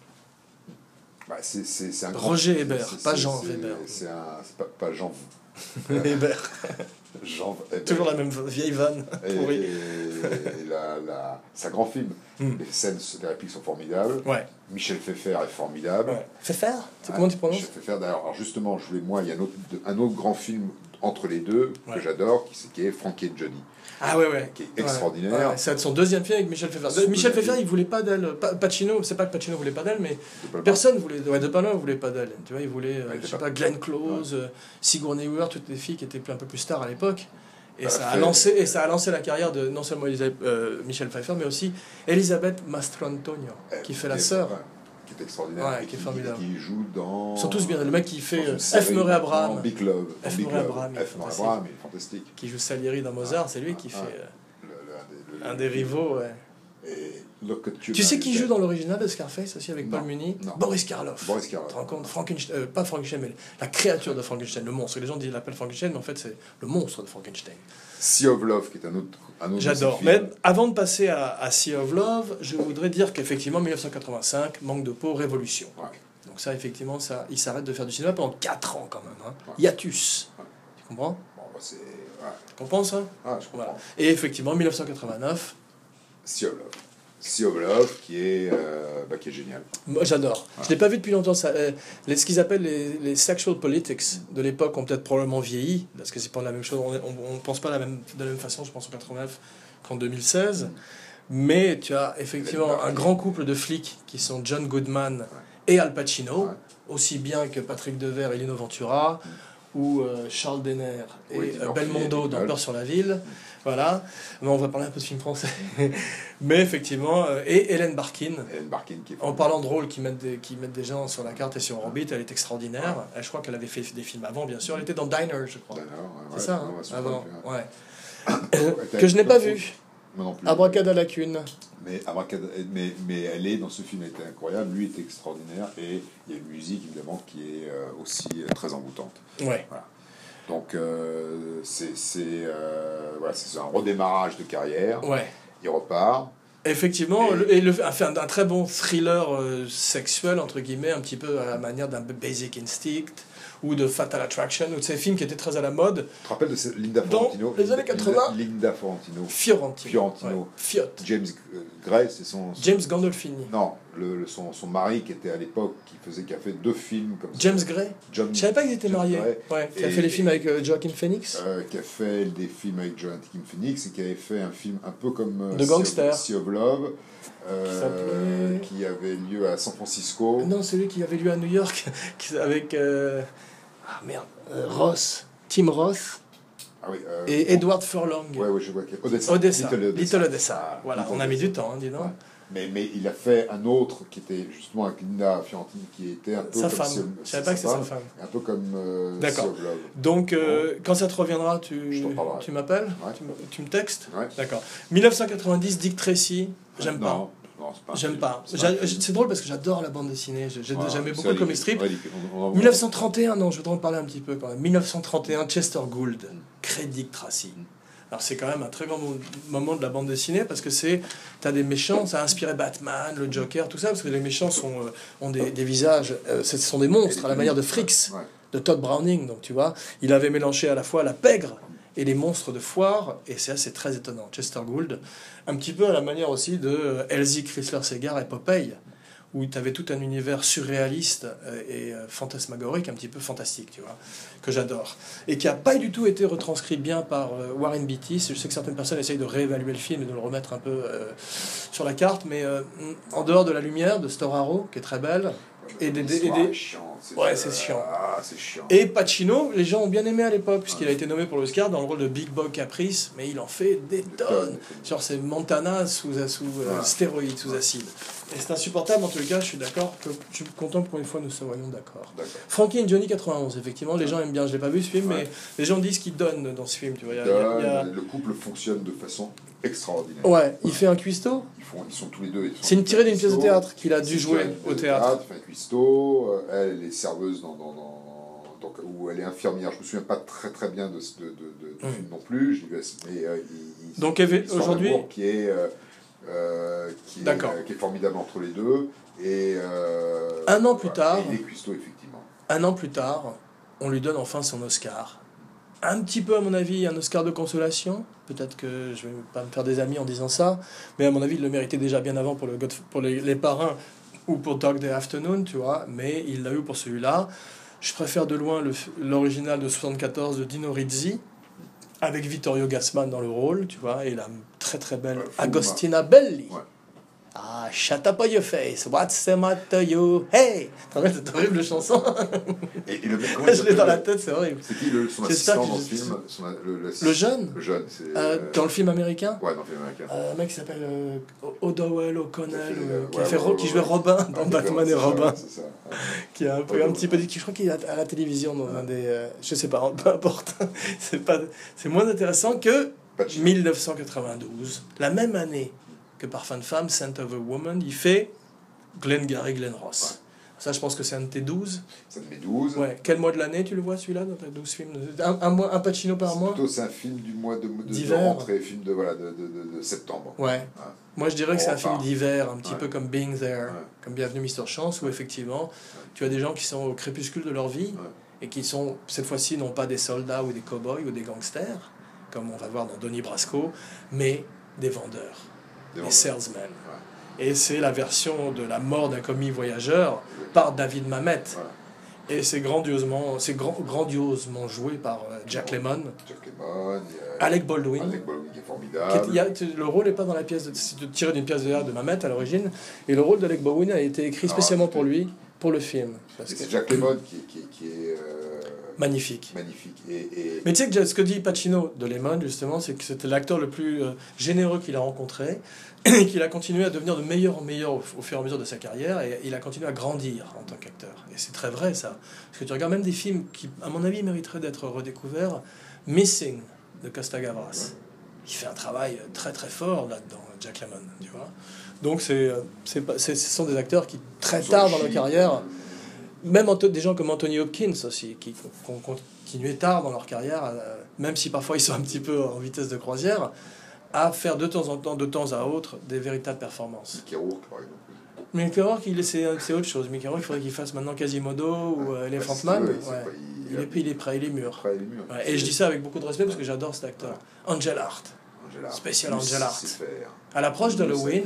Bah, c'est, c'est, c'est un grand- Roger Hébert, c'est- pas c'est- Jean c'est- Hébert. C'est un, c'est pas, pas Jean. Hébert. Jean Hébert. Toujours la même vieille vanne. Et, pourrie. et- et la, la, c'est un grand film. Mm. Les scènes, les répliques sont formidables. Ouais. Michel Pfeiffer est formidable. ouais. Fais faire C'est Ouais, comment tu prononces Michel Pfeiffer, d'ailleurs, alors justement, je voulais, moi, il y a un autre, un autre grand film entre les deux Ouais. que j'adore, qui, c'est- qui est Frankie et Johnny. Ah ouais, ouais. Qui est Ouais. extraordinaire. Ouais, c'est son deuxième film avec Michel Pfeiffer. Son Michel deuxième Pfeiffer, film. il voulait pas d'elle. Pa- Pacino, c'est pas que Pacino voulait pas d'elle, mais De Palma. personne voulait. Ouais, De Palma voulait pas d'elle. Tu vois, il voulait, euh, Ouais, je de sais pas- pas, Glenn Close, euh, Sigourney Weaver, toutes les filles qui étaient un peu plus stars à l'époque. Et Elle a ça a fait- lancé et ça a lancé la carrière de non seulement Elisabeth- euh, Michel Pfeiffer, mais aussi Elisabeth Mastrantonio, Euh, qui fait la est- sœur. ouais, qui est extraordinaire. Ouais, et qui est formidable. Qui joue dans. Ils sont tous bien. Le mec qui fait dans une euh, F. série Murray dans Abraham, Big Love. dans F. Big Murray Love. Abraham, il est F. Murray fantastique. Abraham, il est fantastique. qui joue Salieri dans Mozart, c'est lui qui Ouais. fait euh, Le- le- le- un le- des rivaux. Ouais. Et Look at You Tu sais Now, qui il joue est- dans l'original de Scarface aussi avec Non, Paul Muni? non. Boris Karloff. Boris Tu te rends Karloff. compte Frankenstein, euh, pas Frankenstein, mais la créature de Frankenstein, le monstre. Les gens disent qu'ils l'appellent Frankenstein, mais en fait c'est le monstre de Frankenstein. Sea of Love, qui est un autre. Un autre J'adore. de ses Mais films. avant de passer à, à Sea of Love, je voudrais dire qu'effectivement, mille neuf cent quatre-vingt-cinq, manque de peau, révolution. Ouais. Donc ça, effectivement, ça, il s'arrête de faire du cinéma pendant quatre ans quand même. Hein. Ouais. Hiatus. Ouais. Tu comprends? Bon, bah, c'est. Ouais. Tu comprends ça? Ah, je comprends. Voilà. Et effectivement, mille neuf cent quatre-vingt-neuf, Sea of Love. Sea of Love, qui est, euh, bah, qui est génial. Moi, j'adore. Voilà. Je l'ai pas vu depuis longtemps. Ça, euh, les, ce qu'ils appellent les, les sexual politics de l'époque ont peut-être probablement vieilli, parce que c'est pas la même chose. On ne pense pas la même, de la même façon, je pense, en quatre-vingt-neuf qu'en deux mille seize. Mm. Mais tu as effectivement un grand couple de flics qui sont John Goodman ouais. et Al Pacino, ouais. aussi bien que Patrick Devers et Lino Ventura, mm. ou euh, Charles Denner et oui, euh, Belmondo dans Peur sur la ville. Mm. Voilà, mais on va parler un peu de films français. Mais effectivement, euh, et Hélène Barkin, Hélène Barkin qui est en parlant de rôle qui mettent, des, qui mettent des gens sur la carte et sur Orbit, elle est extraordinaire. Ouais. Elle, je crois qu'elle avait fait des films avant, bien sûr. Elle était dans Diner, je crois. Diner, ouais, c'est ça, hein, ouais, avant. Ouais. euh, que je n'ai pas vu. Moi non plus. Abracadalacune. Mais, mais, mais elle est dans ce film, elle était incroyable. Lui était extraordinaire. Et il y a une musique, évidemment, qui est euh, aussi euh, très envoûtante. Ouais. Voilà. Donc, euh, c'est euh, voilà, un redémarrage de carrière. Ouais. Il repart. Effectivement, et, le, et le, fait un, un très bon thriller euh, sexuel, entre guillemets, un petit peu à la manière d'un Basic Instinct ou de Fatal Attraction, ou de ces films qui étaient très à la mode. Tu te rappelles de cette Linda Fiorentino? Dans les années quatre-vingts. Linda Fiorentino. Fiorentino. Fiorentino. Ouais. Fiat. James Gray, c'est son, son... James Gandolfini. Non, le, le, son, son mari qui était à l'époque, qui faisait, qui a fait deux films comme James ça. Gray. John, Je savais pas qu'ils étaient John mariés. Gray. Ouais. Qui a fait les films avec euh, Joaquin Phoenix. Euh, qui a fait des films avec Joaquin Phoenix et qui avait fait un film un peu comme... Euh, de gangster. Sea of Love. Euh, qui avait lieu à San Francisco. Non, celui qui avait lieu à New York avec euh... ah merde, euh, Ross, Tim Ross. Ah oui, euh, et bon. Edward Furlong. Ouais, ouais, je vois. Odessa. Odessa. Little Odessa. Little Odessa. Ah, voilà, Little on a mis Odessa. du temps, hein, dis donc. Ouais. Mais, mais il a fait un autre qui était justement avec Linda Fiorentino, qui était un peu sa comme femme. Si, Je savais pas que c'était sa femme. Un peu comme euh, D'accord. Sea of Love. Donc, euh, quand ça te reviendra, tu, tu m'appelles ouais. tu, tu me textes ouais. D'accord. dix-neuf cent quatre-vingt-dix, Dick Tracy, j'aime pas. J'aime pas. C'est drôle parce que j'adore la bande dessinée. J'aimais ouais, beaucoup le comic strip. dix-neuf cent trente et un, non, je voudrais en parler un petit peu quand même. dix-neuf cent trente et un, Chester Gould, crée Dick Tracy. Alors c'est quand même un très grand moment de la bande dessinée parce que c'est, t'as des méchants, ça a inspiré Batman, le Joker, tout ça, parce que les méchants sont, euh, ont des, des visages, euh, ce sont des monstres à la manière de Fricks, ouais. de Todd Browning. Donc tu vois, il avait mélangé à la fois la pègre et les monstres de foire, et c'est assez très étonnant. Chester Gould, un petit peu à la manière aussi de Elsie Chrysler Segar et Popeye, où tu avais tout un univers surréaliste et fantasmagorique, un petit peu fantastique, tu vois, que j'adore. Et qui n'a pas du tout été retranscrit bien par Warren Beatty. Je sais que certaines personnes essayent de réévaluer le film et de le remettre un peu euh, sur la carte, mais euh, en dehors de la lumière, de Storaro, qui est très belle, et des... Et des... Chiant, ouais, c'est chiant. Ah, c'est chiant. Et Pacino, les gens ont bien aimé à l'époque, puisqu'il a été nommé pour l'Oscar dans le rôle de Big Bob Caprice, mais il en fait des tonnes. Genre, c'est Montana sous, sous euh, ouais. stéroïdes, sous acide. Et c'est insupportable, en tout cas, je suis d'accord, que je suis content que pour une fois nous soyons d'accord. Frankie and Johnny quatre-vingt-onze, effectivement, les gens aiment bien, je l'ai pas vu ce film, ouais. mais les gens disent qu'ils donnent dans ce film, tu vois. Y a, y a, y a... Le couple fonctionne de façon extraordinaire. Ouais, ouais. Il fait un cuistot. Ils, font, ils sont tous les deux. C'est une tirée d'une pièce de théâtre qu'il a dû jouer au théâtre. Il fait un cuistot, elle, elle est serveuse dans... dans, dans... Donc, où elle est infirmière, je me souviens pas très très bien de, de, de, de, de mmh. film non plus, je mais euh, il, donc aujourd'hui qui est euh, euh, qui, est, euh, qui est formidable entre les deux et euh, un an plus voilà, tard, et les cuistots effectivement. Un an plus tard, on lui donne enfin son Oscar. Un petit peu à mon avis un Oscar de consolation. Peut-être que je vais pas me faire des amis en disant ça, mais à mon avis il le méritait déjà bien avant pour le pour les, les Parrains ou pour Dog Day Afternoon, tu vois, mais il l'a eu pour celui-là. Je préfère de loin l'original de soixante-quatorze de Dino Risi, avec Vittorio Gassman dans le rôle, tu vois, et la très très belle ouais, Agostina Belli. Ouais. Ah, shut up your face, what's the matter you? Hey! C'est une horrible chanson. Et, et le mec, je l'ai dans la tête, c'est horrible. C'est qui le, son assistant dans ce film? Son, le, le, le jeune? Le jeune, c'est... Euh, dans le film américain? Ouais, dans le film américain. Euh, un mec qui s'appelle euh, O'Dowell O'Connell, euh, qui, ouais, a fait, ouais, qui ouais, jouait ouais. Robin dans ouais, Batman ouais, et Robin. Ça, ça. Qui a un, peu, ouais, un petit peu... Je crois qu'il est à la télévision dans ouais. un des... Euh, je sais pas, peu importe. c'est, pas, c'est moins intéressant que dix-neuf cent quatre-vingt-douze, la même année que par Fan Femme, Scent of a Woman, il fait Glengarry Glen Ross. Ouais. Ça, je pense que c'est un de tes douze. C'est un de mes douze. Ouais. Quel mois de l'année tu le vois celui-là dans tes douze films? Un, un, mois, un Pacino par mois? Plutôt, c'est un film du mois de, de, de rentrée, film de, voilà, de, de, de, de septembre. Ouais. ouais. Moi, je dirais que c'est un film d'hiver, un petit ouais. peu comme Being There, ouais. comme Bienvenue Mister Chance, où effectivement, ouais. tu as des gens qui sont au crépuscule de leur vie ouais. et qui sont, cette fois-ci, non pas des soldats ou des cow-boys ou des gangsters, comme on va voir dans Donnie Brasco, mais des vendeurs. Des, des salesmen. Ouais. Et c'est la version de La mort d'un commis voyageur par David Mamet. Voilà. Et c'est grandiosement, c'est grand, grandiosement joué par euh, Jack Lemmon. Jack Lemmon, Alec Baldwin. Alec Baldwin qui est Qui formidable. est- il y a- le rôle n'est pas dans la pièce, de, c'est de- tiré d'une pièce de théâtre de Mamet à l'origine. Et le rôle d'Alec Baldwin a été écrit Ah, spécialement c'est- pour lui, pour le film. Parce Et que- c'est Jack Lemmon qui, qui, qui est euh, magnifique. magnifique. Et, et- Mais tu sais que ce que dit Pacino de Lemmon, justement, c'est que c'était l'acteur le plus euh, généreux qu'il a rencontré, et qu'il a continué à devenir de meilleur en meilleur au, au fur et à mesure de sa carrière, et il a continué à grandir en tant qu'acteur. Et c'est très vrai, ça. Parce que tu regardes même des films qui, à mon avis, mériteraient d'être redécouverts. Missing, de Costa Gavras. Il fait un travail très très fort là-dedans, Jack Lemmon, tu vois. Donc c'est, euh, c'est pas, c'est, ce sont des acteurs qui, très tard dans leur carrière, même Anto- des gens comme Anthony Hopkins aussi, qui ont continué tard dans leur carrière, euh, même si parfois ils sont un petit peu en vitesse de croisière, à faire de temps en temps, de temps à autre, des véritables performances. Mickey Rourke, par exemple. Mais Mickey Rourke, il est- c'est, c'est autre chose. Mickey Rourke, il faudrait qu'il fasse maintenant Quasimodo ou euh, Elephant Parce que, Man. ouais, c'est Ouais. pas- Il, est, il est prêt, il est mûr. Après, il est mûr. Ouais, et je dis ça avec beaucoup de respect parce que j'adore cet acteur. Angel Art. Angel Art. Spécial Lui, Angel Art. sait faire. À l'approche Lui, d'Halloween.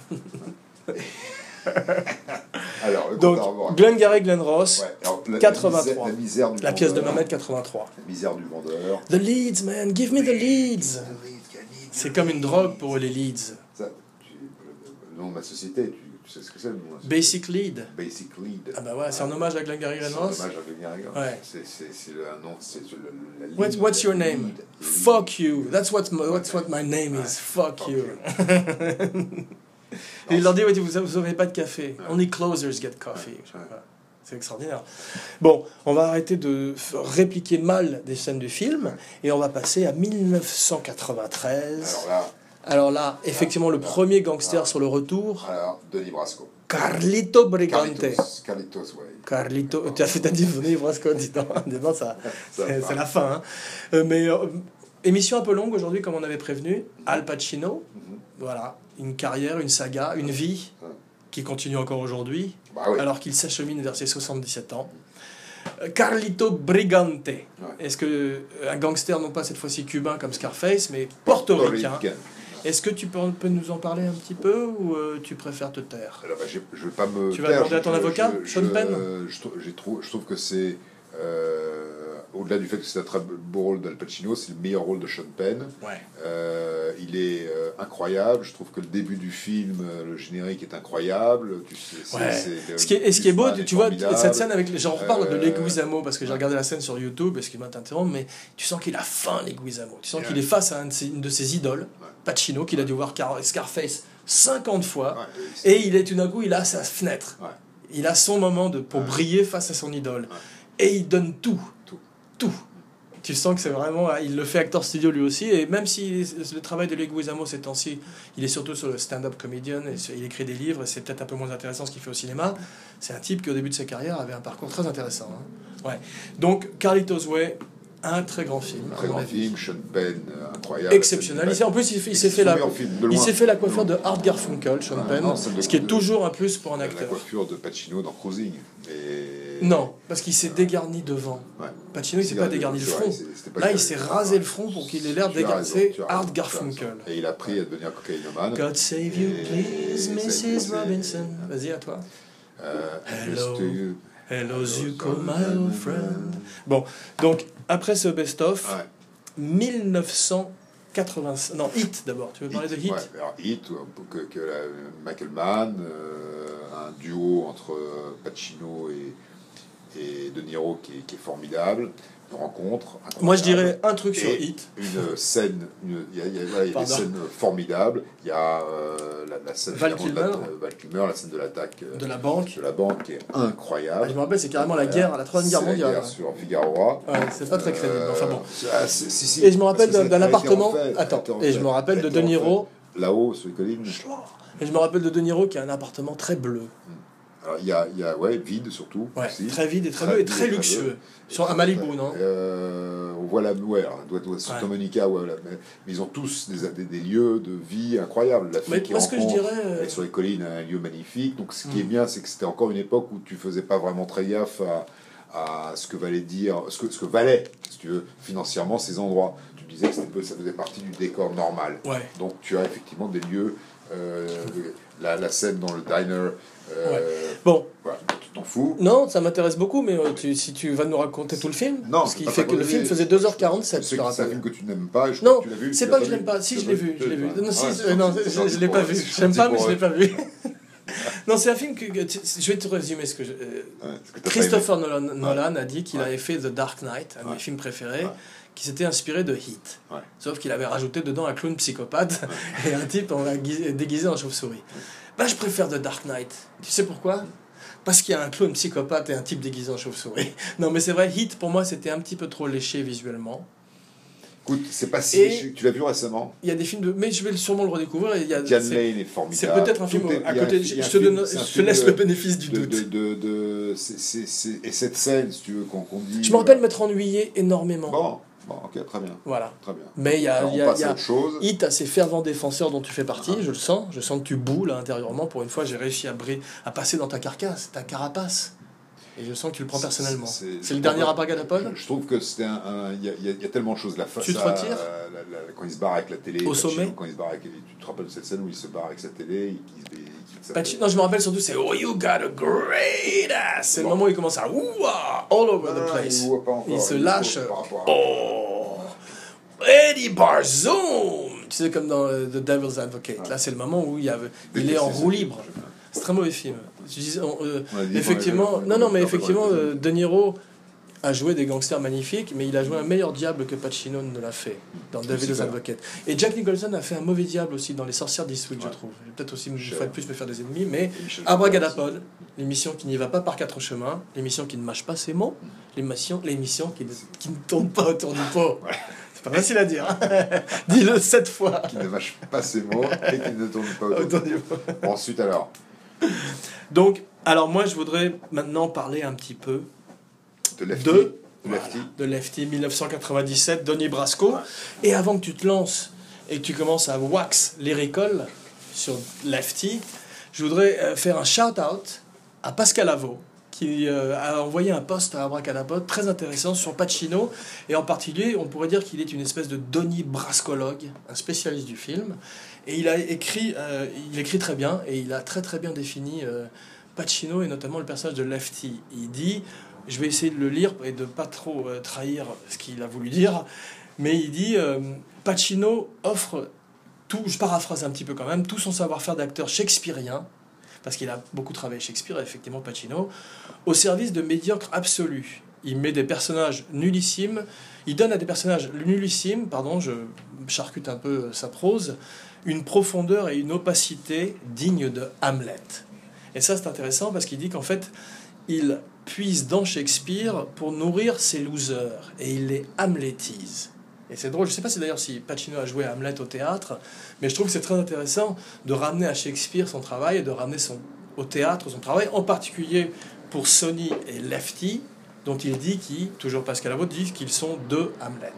sait faire. Alors, le compte à rebours. Donc, Glengarry Glen Ross, Ouais, alors, la, quatre-vingt-trois. La misère, la misère du la pièce de vendeur. Mamet quatre-vingt-trois. La misère du vendeur. The leads, man, give me the leads. C'est comme une drogue pour eux, les leads. Ça, tu- le nom de ma société, tu, tu sais ce que c'est le nom de ma société. Basic lead. Basic Lead. Ah bah ouais, c'est en hommage à Glengarry Glen C'est Ross. un hommage à Glengarry Glen Ross. Ouais. C'est, c'est, c'est le, un nom, c'est le, la lead, What, what's your la name? lead, lead. Fuck you. That's what, my, that's what my name is. Fuck Fuck you. you. Et il leur dit, ouais, vous vous n'avez pas de café. Only closers get coffee. Je sais Ouais. pas. C'est extraordinaire. Bon, on va arrêter de f- répliquer mal des scènes du film et on va passer à mille neuf cent quatre-vingt-treize. Alors là, Alors là, effectivement, le premier gangster sur le retour, alors, Denis Brasco. Carlito Brigante. Carlitos, Carlitos, ouais. Carlito, tu as fait ta dit Denis Brasco, dis donc, dis donc, ça, Ça c'est, va. c'est la fin. Hein. Euh, mais euh, émission un peu longue aujourd'hui, comme on avait prévenu. Al Pacino, Mhm. voilà, une carrière, une saga, une vie Ouais. qui continue encore aujourd'hui, Bah oui. alors qu'il s'achemine vers ses soixante-dix-sept ans. Euh, Carlito Brigante. Est-ce que euh, un gangster, non pas cette fois-ci cubain comme Scarface, mais portoricain. Portoricain. Est-ce que tu peux, peux nous en parler un petit peu ou euh, tu préfères te taire? Alors, bah, j'ai- je ne vais pas me. Tu vas taire, demander à ton je- avocat, je- Sean je- Penn je, trou- j'ai trou- je trouve que c'est. euh, au-delà du fait que c'est un très beau rôle d'Al Pacino, c'est le meilleur rôle de Sean Penn. Ouais. Euh, il est euh, incroyable. Je trouve que le début du film, euh, le générique est incroyable. Tu sais, c'est, Ouais. c'est- Ce qui est, et ce qui est beau, Guzman tu vois, formidable. cette scène avec les. J'en reparle de Euh, Leguizamo parce que j'ai ouais. regardé la scène sur YouTube, excuse-moi de t'interrompre, mais tu sens qu'il a faim, Leguizamo. Tu sens Ouais. qu'il est face à un de ses- une de ses idoles, Ouais. Pacino, qu'il a dû voir Car- Scarface cinquante fois. Ouais, c'est- Et il est tout d'un coup, il a sa fenêtre. Ouais. Il a son moment de, pour Ouais. briller face à son idole. Ouais. Et il donne tout. Tout. Tout. Tu sens que c'est vraiment. Il le fait acteur studio lui aussi. Et même si le travail de Leguizamo ces temps-ci, il est surtout sur le stand-up comedian, et sur- il écrit des livres, et c'est peut-être un peu moins intéressant ce qu'il fait au cinéma. C'est un type qui, au début de sa carrière, avait un parcours très intéressant. Hein. Ouais. Donc, Carlitos Way, un très grand film. Un à très mon grand avis. film, Sean Penn, euh, incroyable. Exceptionnel. Il s'est- en plus, il, fait- il s'est fait la, Son meilleur film, de il loin. s'est fait la coiffure de Art Garfunkel, Sean Ah, Penn, non, celle de- ce qui est de- toujours un plus pour un La acteur. coiffure de Pacino dans Cruising. Et... Non, parce qu'il s'est dégarni devant. Ouais. Pacino, il s'est pas dégarni le C'est vrai, front. c'est- c'était pas Là, il dégarni. s'est rasé le front pour qu'il ait l'air Tu as dégarni. raison, C'est tu as Art raison, tu as Garfunkel. raison. Et il a pris à devenir cocaïnomane. God save you, Et- please, et ça a missus été- Robinson. Vas-y, à toi. Euh, Hello. just to you. Hello, Zuko, my old friend. Bon, donc, après ce best-of, Ouais. mille neuf cent quatre-vingt-cinq. Non, Hit d'abord. Tu veux parler de Hit? Ouais, alors Hit, que, que la, Michael Mann, euh, un duo entre euh, Pacino et, et De Niro qui est, qui est formidable, une rencontre. Moi, je incroyable. dirais un truc sur Et Hit. Une scène, une- il y a, il y a- voilà, il y a des Pardon. scènes formidables. Il y a euh, la, la scène Val évidemment, de la- Kilmer. euh, Val Kilmer, la scène de l'attaque euh, De la banque. de la banque qui est incroyable. Ah, je me rappelle, c'est carrément la guerre, la troisième guerre C'est la mondiale. guerre sur Figueroa. Ouais, c'est pas très crédible. Enfin bon. Ah, c'est- si, si, Et je me rappelle parce que d'un ça a d'un été appartement. refait, ça a Attends, été et je refait, me rappelle ça a de été De refait. Niro. Là-haut, sur les collines. Et je me rappelle de De Niro qui a un appartement très bleu. Alors, il y a, il y a ouais, vide surtout. Ouais, aussi. très vide et très bleu et vide très bleu. luxueux. Sur un Malibu, non? euh, On voit la. Ouais, alors, doit, doit, Santa Ouais. Monica, ouais, voilà, mais, mais ils ont tous des, des, des lieux de vie incroyables. La fille Mais qui moi, ce que je rencontre, dirais, euh, elle est sur les collines, un lieu magnifique. Donc, ce qui est Mm. bien, c'est que c'était encore une époque où tu faisais pas vraiment très gaffe à, à ce que valait dire, ce que, ce que valait, si tu veux, financièrement ces endroits. Tu disais que c'était- ça faisait partie du décor normal. Ouais. Donc, tu as effectivement des lieux. Euh, la, la scène dans le diner. Euh, Ouais. Bon. Voilà, tu t'en fous. Non, ça m'intéresse beaucoup, mais euh, tu, si tu vas nous raconter tout le film, Non, parce je qu'il peux fait pas que le raconter. film faisait deux heures quarante-sept, Je je sais te que c'est un rappelle. film que tu n'aimes pas. Et je Non, crois que tu l'as vu. c'est tu pas l'as que je l'aime pas. Si, Tu je l'as l'ai vu, je l'ai vu. Ah, Non, si, c'est euh, non, parti, je, je l'ai pour- pas vu. c'est J'aime parti pas, mais pour- je l'ai pas vu. Non, c'est un film que, que tu- je vais te résumer ce que je. euh, Ouais, ce que t'as pas Christopher Nolan, Nolan a dit qu'il Ouais. avait fait The Dark Knight, un de Ouais. mes films préférés, Ouais. qui s'était inspiré de Heat. Ouais. Sauf qu'il avait rajouté dedans un clown psychopathe et un type en guisé- déguisé en chauve-souris. Bah, je préfère The Dark Knight. Tu sais pourquoi ? Parce qu'il y a un clown psychopathe et un type déguisé en chauve-souris. Non, mais c'est vrai, Heat, pour moi, c'était un petit peu trop léché visuellement. Écoute, c'est pas si. Et- Tu l'as vu récemment. Il y a des films de. Mais je vais sûrement le redécouvrir. Il y a... Diane c'est- Lane est C'est formidable. peut-être un film Tout est- à il y a un côté. fi- Je il y a un te, film- donne- c'est un je te film laisse de- le bénéfice du de, doute. de, de, de- c'est- c'est- c'est- et cette scène, si tu veux, qu'on qu'on dit. Je me rappelle m'être ennuyé énormément. Bon, bon, ok, très bien, Voilà. très bien. Mais il y a, Alors, il y on a, passe il y à a autre chose. Hit a ses fervents défenseurs dont tu fais partie, je le sens. Je sens que tu boules intérieurement. Pour une fois, j'ai réussi à, bri- à passer dans ta carcasse, ta carapace. Et je sens que tu le prends C'est- personnellement. c'est- C'est je le dernier trouve- Abracadapod. Je trouve que c'était un. un- Il y, a- il y a- il y a tellement de choses. La face Tu te à- retires la- la- Quand il se barre avec la télé. Au Pacino, sommet Quand il se barre avec, tu te rappelles de cette scène où il se barre avec sa télé et qu'il se- qu'il se- Pacino- non, je me rappelle surtout, c'est Oh, you got a great ass. C'est le Bon. moment où il commence à ouah, all over the Ah, place. il voit pas encore, Il se il lâche. voit par rapport à- Oh, Eddie Barzoum. Tu sais, comme dans euh, The Devil's Advocate. Là, c'est le moment où il, y a, il est en roue libre. C'est un très mauvais film. Je disais, on, euh, On a dit, effectivement, on a- on a- non, non, on a- mais on a- effectivement, on a- euh, De Niro a joué des gangsters magnifiques, mais il a joué un meilleur diable que Pacino ne l'a fait dans Devil's Super. Advocate. Et Jack Nicholson a fait un mauvais diable aussi dans Les Sorcières d'Eastwick, Ouais. je trouve. Je vais peut-être aussi une Cher. fois de plus me faire des ennemis, mais Et Michel Abracadapod, l'émission qui n'y va pas par quatre chemins, l'émission qui ne mâche pas ses mots, l'émission, l'émission qui, ne, qui ne tourne pas autour du pot. Ouais. C'est pas facile à dire. Dis-le sept fois. Qui ne mâche pas ses mots et qui ne tourne pas autour. Autour du pot. Bon, ensuite, alors. Donc, alors moi, je voudrais maintenant parler un petit peu De Lefty. de, De voilà, Lefty. de Lefty dix-neuf cent quatre-vingt-dix-sept, Donnie Brasco. Ouais. Et avant que tu te lances et que tu commences à wax les récoles sur Lefty, je voudrais euh, faire un shout-out à Pascal Avaux, qui euh, a envoyé un post à Abracadapod très intéressant sur Pacino, et en particulier, on pourrait dire qu'il est une espèce de Donnie Brascologue, un spécialiste du film, et il a écrit, euh, il écrit très bien, et il a très très bien défini euh, Pacino, et notamment le personnage de Lefty. Il dit, je vais essayer de le lire et de pas trop euh, trahir ce qu'il a voulu dire, mais il dit, euh, Pacino offre tout, je paraphrase un petit peu quand même, tout son savoir-faire d'acteur shakespearien, parce qu'il a beaucoup travaillé Shakespeare, effectivement Pacino, au service de médiocres absolus. Il met des personnages nullissimes, il donne à des personnages nullissimes, pardon, je charcute un peu sa prose, une profondeur et une opacité dignes de Hamlet. Et ça, c'est intéressant parce qu'il dit qu'en fait, il puise dans Shakespeare pour nourrir ses losers, et il les hamletise. Et c'est drôle, je ne sais pas si d'ailleurs si Pacino a joué Hamlet au théâtre, mais je trouve que c'est très intéressant de ramener à Shakespeare son travail et de ramener son, au théâtre son travail, en particulier pour Sonny et Lefty, dont il dit qu'ils, toujours Pascal Avaux, disent qu'ils sont deux Hamlet.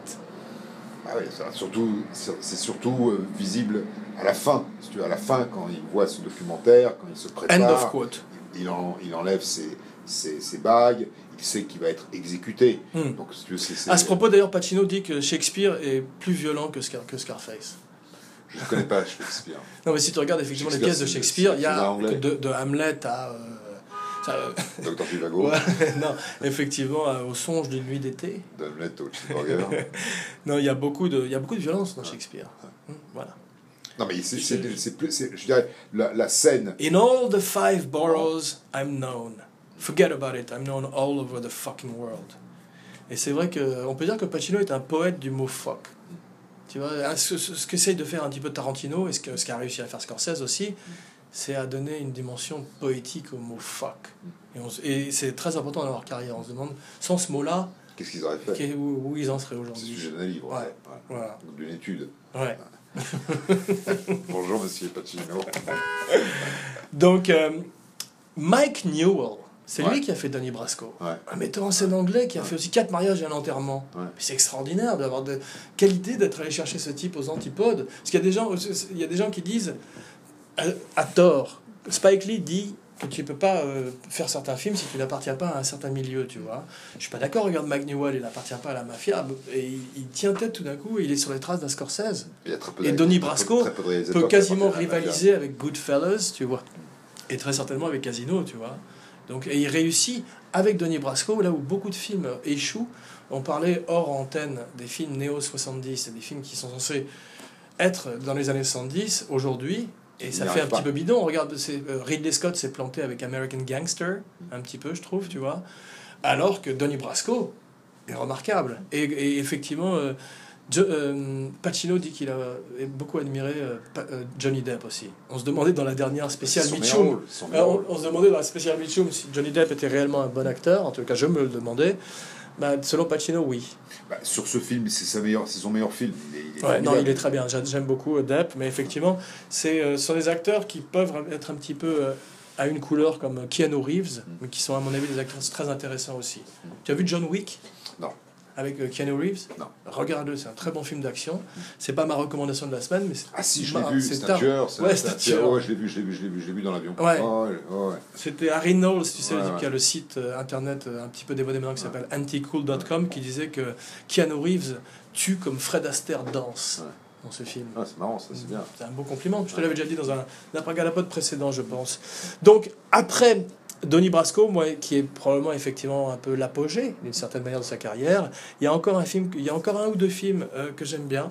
Ah oui, ça, surtout, c'est surtout euh, visible à la fin. Si tu veux, à la fin, quand il voit ce documentaire, quand il se prépare, End of quote. il, en, il enlève ses, ses, ses bagues, il sait qu'il va être exécuté. Hmm. Donc, si tu veux, c'est, c'est... À ce propos, d'ailleurs, Pacino dit que Shakespeare est plus violent que, Scar que Scarface. Je ne connais pas Shakespeare. Non, mais si tu regardes effectivement les Shakespeare, pièces de c'est- Shakespeare, c'est il y a anglais. de, de Hamlet à... euh, ça, euh, Docteur Zhivago, ouais, non, effectivement, euh, au songe d'une nuit d'été. d'Hamlet au cheeseburger. Non, il y a beaucoup de, il y a beaucoup de violence dans Shakespeare. Hum, voilà. Non, mais c'est, c'est, c'est plus... C'est, je dirais, la, la scène... In all the five boroughs, I'm known. Forget about it, I'm known all over the fucking world. Et c'est vrai que on peut dire que Pacino est un poète du mot fuck. Tu vois, ce, ce, ce qu'essaye de faire un petit peu Tarantino, et ce, que, ce qu'a réussi à faire Scorsese aussi, c'est à donner une dimension poétique au mot fuck. Et, on, et c'est très important dans leur carrière. On se demande, sans ce mot-là, Qu'est-ce qu'ils auraient fait? où, où ils en seraient C'est aujourd'hui. le sujet d'un livre, Ouais, ça. Ouais. voilà. Donc, d'une étude. Ouais. Bonjour, monsieur Pacino. Donc, euh, Mike Newell, c'est Ouais. lui qui a fait Donnie Brasco. Ouais. Un metteur en scène anglais qui a Ouais. fait aussi quatre mariages et un enterrement. Ouais. Mais c'est extraordinaire d'avoir de qualité d'être allé chercher ce type aux antipodes. Parce qu'il y a des gens, il y a des gens qui disent, à, à tort, Spike Lee dit que tu peux pas euh, faire certains films si tu n'appartiens pas à un certain milieu, tu vois. Je suis pas d'accord, regarde Mike Newell, il n'appartient pas à la mafia, et il, il tient tête tout d'un coup, et il est sur les traces d'un Scorsese. Il y a très peu Et de- Donnie très peu- Brasco très peu de réalisateurs peut qui quasiment appartiennent à la mafia. rivaliser avec Goodfellas, tu vois. Et très certainement avec Casino, tu vois. Donc, et il réussit avec Donnie Brasco, là où beaucoup de films échouent. On parlait hors antenne des films néo soixante-dix, des films qui sont censés être dans les années soixante-dix, aujourd'hui, et ça Il n'y fait un arrive petit pas. peu bidon. Regarde, c'est, euh, Ridley Scott s'est planté avec American Gangster, un petit peu, je trouve, tu vois. Alors que Donnie Brasco est remarquable. Et, et effectivement, euh, Jo- euh, Pacino dit qu'il a beaucoup admiré euh, Pa- euh, Johnny Depp aussi. On se demandait dans la dernière spéciale Son meilleur Mitchum, rôle, son euh, meilleur on, rôle. on se demandait dans la spéciale Mitchum si Johnny Depp était réellement un bon acteur. En tout cas, je me le demandais. Bah, selon Pacino, oui. Bah, sur ce film, c'est sa meilleure, c'est son meilleur film. Il est, il est Ouais, non, formidable. il est très bien. J'a- J'aime beaucoup euh, Depp, mais effectivement, c'est euh, ce sont des acteurs qui peuvent être un petit peu euh, à une couleur comme euh, Keanu Reeves, mais qui sont à mon avis des acteurs très intéressants aussi. Tu as vu John Wick? Non. Avec euh, Keanu Reeves? Non. Regarde-le, c'est un très bon film d'action. C'est pas ma recommandation de la semaine, mais c'est Ah si, je ma- l'ai vu, c'est c'est ta- un tueur. c'est Ouais, un- c'est c'est un un tueur. tueur. Ouais, je l'ai vu, je l'ai vu, je l'ai vu, je l'ai vu dans l'avion. Ouais. Oh, ouais, ouais, ouais. C'était Harry Knowles, tu sais, Ouais, qui ouais. a le site euh, internet euh, un petit peu démodé maintenant qui s'appelle anticool point com, qui disait que Keanu Reeves tue comme Fred Astaire danse Ouais. dans ce film. Ah, c'est marrant, ça, c'est bien. C'est un beau compliment. Je te l'avais déjà dit dans un Napragalapote précédent, je pense. Donc, après Donnie Brasco, moi, qui est probablement effectivement un peu l'apogée, d'une certaine manière, de sa carrière, il y a encore un film, il y a encore un ou deux films euh, que j'aime bien.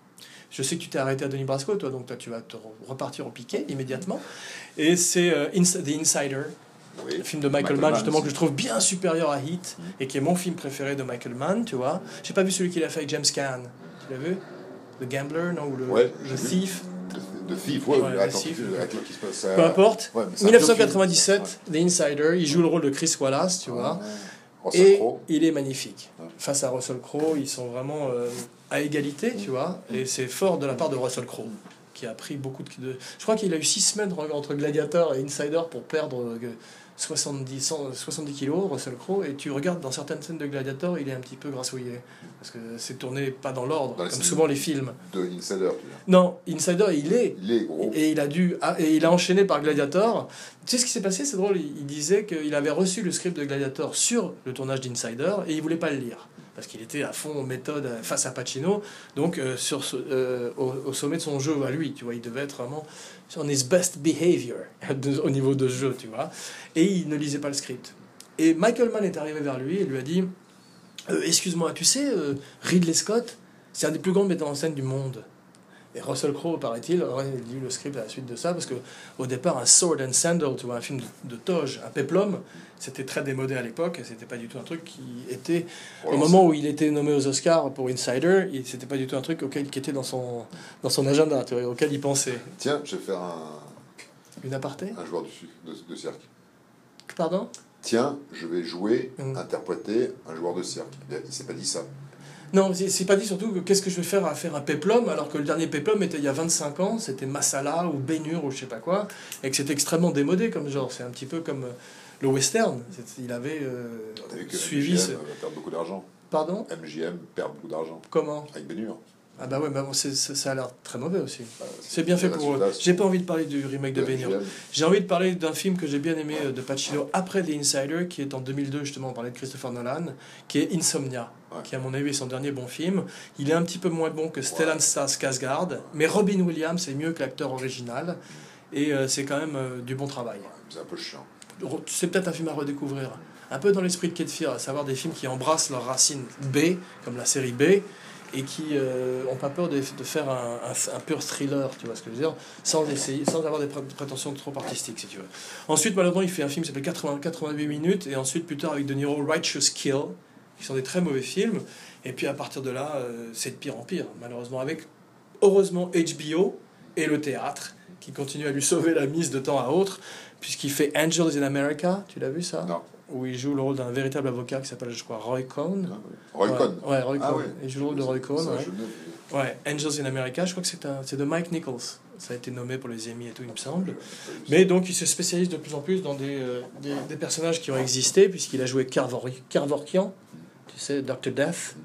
Je sais que tu t'es arrêté à Donnie Brasco, toi, donc toi, tu vas te re- repartir au piquet immédiatement. Et c'est euh, Ins- The Insider, Oui. le film de Michael, Michael Mann, Mann justement, aussi. que je trouve bien supérieur à Heat, Mm. et qui est mon film préféré de Michael Mann, tu vois. J'ai pas vu celui qu'il a fait avec James Caan. Tu l'as vu? The Gambler, non? Ou le, Ouais, le j'ai vu. Thief? De, de Thief, ouais, Ouais, mais The attends, Thief. attends, qui se passe à... Peu importe. Ouais, mais c'est un dix-neuf cent vieux film. quatre-vingt-dix-sept, The Insider, il joue le rôle de Chris Wallace, tu Ouais. vois. Russell Et Crowe. il est magnifique. Ouais. Face à Russell Crowe, ils sont vraiment euh, à égalité, tu vois. Et c'est fort de la part de Russell Crowe, qui a pris beaucoup de... de- Je crois qu'il a eu six semaines entre Gladiator et Insider pour perdre euh, soixante-dix, cent, soixante-dix kilos, Russell Crowe. Et tu regardes dans certaines scènes de Gladiator, il est un petit peu grassouillé. Parce que c'est tourné pas dans l'ordre, Dans les comme scènes souvent les films. De Insider, tu veux dire. Non, Insider, il est... Il est gros. Et il a dû ah, et il a enchaîné par Gladiator. Tu sais ce qui s'est passé? C'est drôle. Il, il disait qu'il avait reçu le script de Gladiator sur le tournage d'Insider et il voulait pas le lire parce qu'il était à fond méthode euh, face à Pacino. Donc euh, sur ce- euh, au, au sommet de son jeu à lui, tu vois, il devait être vraiment on his best behavior de- au niveau de jeu, tu vois. Et il ne lisait pas le script. Et Michael Mann est arrivé vers lui et lui a dit euh, excuse-moi, tu sais, euh, Ridley Scott, c'est un des plus grands metteurs en scène du monde. Et Russell Crowe, paraît-il, aurait lu le script à la suite de ça, parce que au départ, un Sword and Sandal, tu vois, un film de, de toge, un péplum, c'était très démodé à l'époque, et c'était pas du tout un truc qui était... Au moment où il était nommé aux Oscars pour Insider, il- c'était pas du tout un truc auquel, qui était dans son, dans son agenda, tu vois, auquel il pensait. Tiens, je vais faire un, Une aparté? un joueur de, de, de cirque. Pardon? Tiens, je vais jouer, Mm. interpréter un joueur de cirque. Il il s'est pas dit ça. Non, c'est c'est pas dit surtout que qu'est-ce que je vais faire à faire un péplum, alors que le dernier péplum était il y a vingt-cinq ans, c'était Masala ou Bénur ou je sais pas quoi, et que c'était extrêmement démodé comme genre, c'est un petit peu comme euh, le western, C'est- il avait euh, T'as vu que suivi M J ce... M va perdre beaucoup d'argent. Pardon? M J M perd beaucoup d'argent. Comment? Avec Bénur. Ah bah ouais, bah bon, c'est- c'est- ça a l'air très mauvais aussi. Bah, C'est bien fait la pour eux. Sudas, J'ai pas envie de parler du remake de de Bénur. M J M. J'ai envie de parler d'un film que j'ai bien aimé euh, de Pacino après The Insider, qui est en deux mille deux, justement, on parlait de Christopher Nolan, qui est Insomnia, Ouais. qui à mon avis est son dernier bon film. Il est un petit peu moins bon que Stellan Skarsgård, mais Robin Williams est mieux que l'acteur original, et euh, c'est quand même euh, du bon travail. Ouais, c'est un peu chiant. C'est peut-être un film à redécouvrir. Un peu dans l'esprit de Cape Fear, à savoir des films qui embrassent leurs racines B, comme la série B, et qui n'ont pas peur de, de faire un, un, un pur thriller, tu vois ce que je veux dire, sans essayer, sans avoir des pré- prétentions trop artistiques, si tu veux. Ensuite, malheureusement, il fait un film qui s'appelle quatre-vingts, quatre-vingt-huit minutes, et ensuite, plus tard, avec De Niro, Righteous Kill, qui sont des très mauvais films, et puis à partir de là, euh, c'est de pire en pire, malheureusement, avec, heureusement, H B O et le théâtre, qui continuent à lui sauver la mise de temps à autre, puisqu'il fait Angels in America, tu l'as vu ça? Non. Où il joue le rôle d'un véritable avocat qui s'appelle, je crois, Roy Cohn. Ah, oui. Roy Ouais, Cohn. Ouais, Roy Ah Cohn. ouais. Il joue le rôle de Roy Cohn. Ça, Ouais. je ne- Ouais, Angels in America, je crois que c'est un, c'est de Mike Nichols. Ça a été nommé pour les Emmy et tout, il me semble. je- Mais donc, il se spécialise de plus en plus dans des, euh, des, des personnages qui ont existé, puisqu'il a joué Carvor- Carvorkian, tu sais, docteur Death.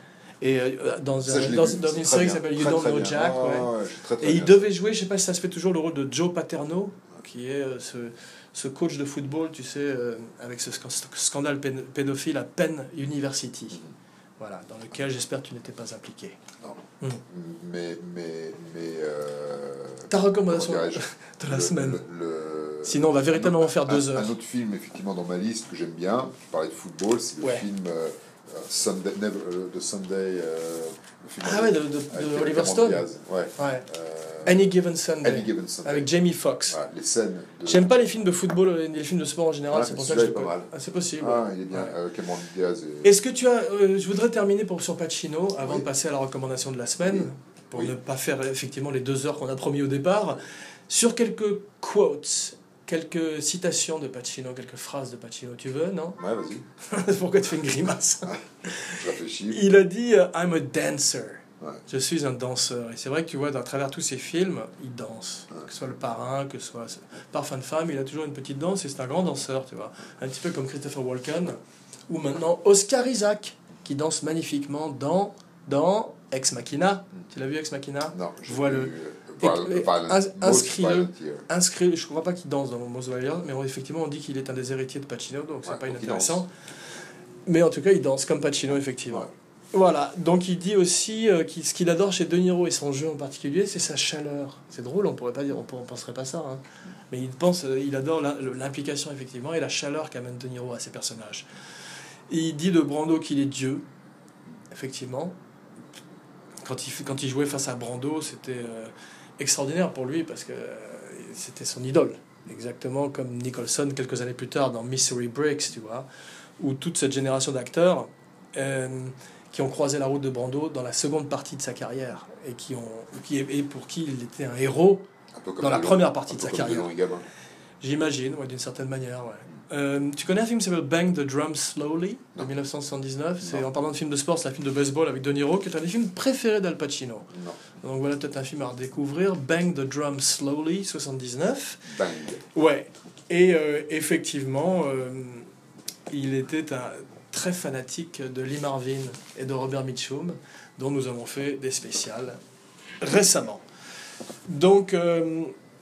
Et euh, dans, Ça, un- je l'ai dans, vu. dans C'est une très série qui bien. s'appelle You Très, Don't très Know bien. Jack. Ah, ouais. ouais, ouais, je suis très, très Et il bien. devait jouer, je sais pas si ça se fait toujours, le rôle de Joe Paterno, qui est euh, ce, ce coach de football, tu sais, euh, avec ce sc- scandale pén- pédophile à Penn University. Mhm. Voilà, dans lequel j'espère que tu n'étais pas impliqué. Non. Mhm. Mais, mais, mais euh, Ta recommandation comment dirais-je, de la le- semaine. le- le- Sinon, on va véritablement en faire deux un, heures. un autre film, effectivement, dans ma liste que j'aime bien, tu parlais de football, c'est le Ouais. film euh, euh, Sunday, Never, euh, de Sunday. euh, le film Ah avec- ouais, de, de- avec de Cameron Oliver Stone. Diaz. Ouais. Ouais. Euh, Any Given Sunday. Any Given Sunday. Avec Jamie Foxx. Voilà, les scènes. De... J'aime pas les films de football et les films de sport en général, Ah, c'est mais pour ça que je celui-là l'ai est pas. pas mal. Ah, c'est possible. Ah, il est bien. Ouais. Euh, Cameron Diaz. Et... Est-ce que tu as. euh, je voudrais terminer pour, sur Pacino avant Oui. de passer à la recommandation de la semaine, Oui. pour Oui. ne pas faire effectivement les deux heures qu'on a promis au départ, sur quelques quotes, quelques citations de Pacino, quelques phrases de Pacino. Tu veux, non? Ouais, vas-y. Pourquoi tu fais une grimace? Je réfléchis. Il a dit euh, I'm a dancer. Ouais. Je suis un danseur. Et c'est vrai que tu vois, à travers tous ses films, il danse. Ouais. Que ce soit Le Parrain, que ce soit Parfum de femme, il a toujours une petite danse et c'est un grand danseur, tu vois. Un petit peu comme Christopher Walken. Ou maintenant Oscar Isaac, qui danse magnifiquement dans, dans Ex Machina. Tu l'as vu, Ex Machina? Non, je Vois-le. vu, euh, Violent- Et- Violent- ins- Most inscris-le. Violent Year. Inscrit, je ne crois pas qu'il danse dans Most Violent, mais on- effectivement, on dit qu'il est un des héritiers de Pacino, donc c'est Ouais, pas donc il inintéressant. Mais en tout cas, il danse comme Pacino, effectivement. Ouais. Voilà, donc il dit aussi euh, qu'il, ce qu'il adore chez De Niro et son jeu en particulier, c'est sa chaleur. C'est drôle, on pourrait pas dire, on ne penserait pas ça, hein. Mais il pense, euh, il adore la- le- l'implication effectivement et la chaleur qu'amène De Niro à ses personnages. Et il dit de Brando qu'il est Dieu, effectivement. Quand il, fait- quand il jouait face à Brando, c'était euh, extraordinaire pour lui parce que euh, c'était son idole. Exactement comme Nicholson quelques années plus tard dans Mystery Breaks, tu vois, où toute cette génération d'acteurs euh, qui ont croisé la route de Brando dans la seconde partie de sa carrière et qui ont qui et pour qui il était un héros Un peu comme dans la Delon- première partie un de peu sa comme carrière. Delon et Gabin. J'imagine, ouais, d'une certaine manière. Ouais. Euh, tu connais un film qui s'appelle Bang the Drum Slowly de Non. mille neuf cent soixante-dix-neuf? C'est Non. en parlant de film de sport, c'est un film de baseball avec De Niro qui est un des films préférés d'Al Pacino. Non. Donc voilà peut-être un film à redécouvrir. Bang the Drum Slowly soixante-dix-neuf. Bang. Ouais. Et euh, effectivement, euh, il était un très fanatique de Lee Marvin et de Robert Mitchum, dont nous avons fait des spéciales récemment. Donc, euh,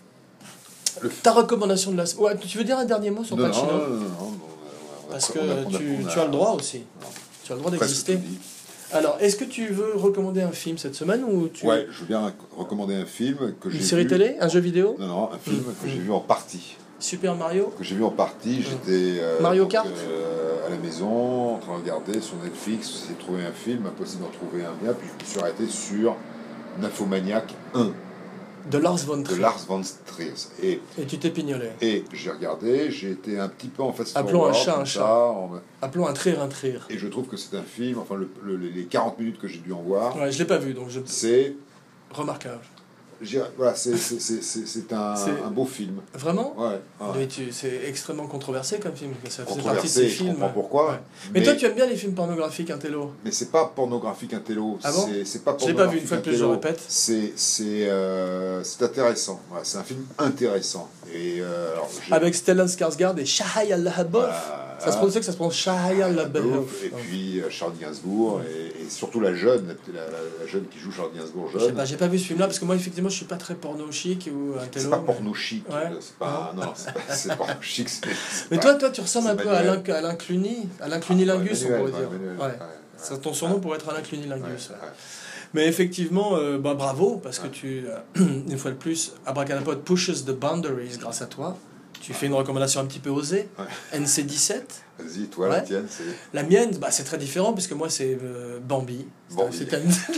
Le ta recommandation de la... Ouais, tu veux dire un dernier mot sur Non, non, Pacino? non, non, non, non, on a- Parce que on a- on a- tu, on a- tu as le droit aussi. Non. Tu as le droit Presque d'exister. tout dit. Alors, est-ce que tu veux recommander un film cette semaine ou tu... Ouais, je veux bien recommander un film que j'ai Une série vu- télé? Un jeu vidéo? Non, non, un film Mm. que j'ai vu en partie. Super Mario? Que j'ai vu en partie. J'étais euh, Mario donc, Kart euh, à la maison, en train de regarder sur Netflix, j'ai trouvé un film, impossible d'en trouver un bien, puis je me suis arrêté sur Nymphomaniac un De Lars von de Trier. Lars von Trier. Et, Et tu t'es pignolé. et j'ai regardé, j'ai été un petit peu en face Appelons un chat un chat. en- Appelons un trir un trir. Et je trouve que c'est un film, enfin le- le- les quarante minutes que j'ai dû en voir, Ouais, je l'ai pas vu, donc je... c'est Remarquable. j'ai- voilà, c'est c'est- c'est- c'est- c'est un, C'est- un beau film. Vraiment? Ouais, ouais. Mais tu- c'est extrêmement controversé comme film. Ça faisait partie de Controversé, ces je films. comprends pourquoi. Ouais. Mais, toi, tu aimes bien les films pornographiques, intello? Mais c'est pas pornographique intello. Ah bon c'est, c'est pas Je l'ai pas vu, une pornographique fois de plus, je intello. répète. C'est, c'est, euh, c'est intéressant. Voilà, c'est un film intéressant. Et, euh, alors, j'ai- Avec Stellan Skarsgård et Shahaya LaBeouf. Voilà. Ça se prononce que ça se prononce Shahaya LaBeouf. Et puis euh, Charles Gainsbourg, et, et surtout la jeune, la, la- la jeune qui joue Charles Gainsbourg Je sais jeune. pas, j'ai pas vu ce film-là parce que moi, effectivement, je suis pas très porno chic ou intello. C'est pas mais- porno chic. Ouais. C'est pas, non, c'est pas c'est porno chic. c'est- c'est Mais pas- toi, toi, tu ressembles c'est un peu à Manuel. Alain, Alain Cluny. Alain Cluny-Lingus, on Manuel, pourrait dire. ouais, Manuel, Ouais. ouais, C'est ton surnom pour être Alain Cluny-Lingus. ouais, ouais. ouais. Mais effectivement, euh, bah, bravo, parce que Ouais. tu, euh, une fois de plus, Abracadapod pushes the boundaries grâce à toi. Tu fais une recommandation un petit peu osée. Ouais. N C dix-sept. Vas-y, toi, la Ouais. tienne, c'est. La mienne, bah, c'est très différent, puisque moi, c'est euh, Bambi. C'est un- Bambi. c'est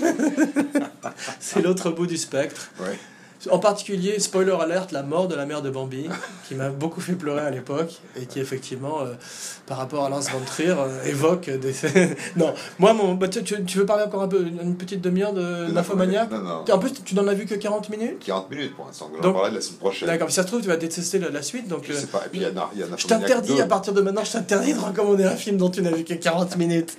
un- c'est l'autre bout du spectre. Ouais. En particulier, spoiler alert, la mort de la mère de Bambi, qui m'a beaucoup fait pleurer à l'époque, et qui effectivement, euh, par rapport à Lars von Trier, euh, évoque des... non, moi, mon... bah, tu, tu- tu veux parler encore un peu, une petite demi-heure de Nymphomaniac? Non, non. En plus, tu n'en as vu que quarante minutes? quarante minutes pour l'instant. On en Donc- parlera de la semaine prochaine. D'accord, si ça se trouve, tu vas détester la, la suite, donc... Je euh, sais pas. Et puis il y en a, il y en a je t'interdis, à partir de maintenant, je t'interdis de recommander un film dont tu n'as vu que quarante minutes.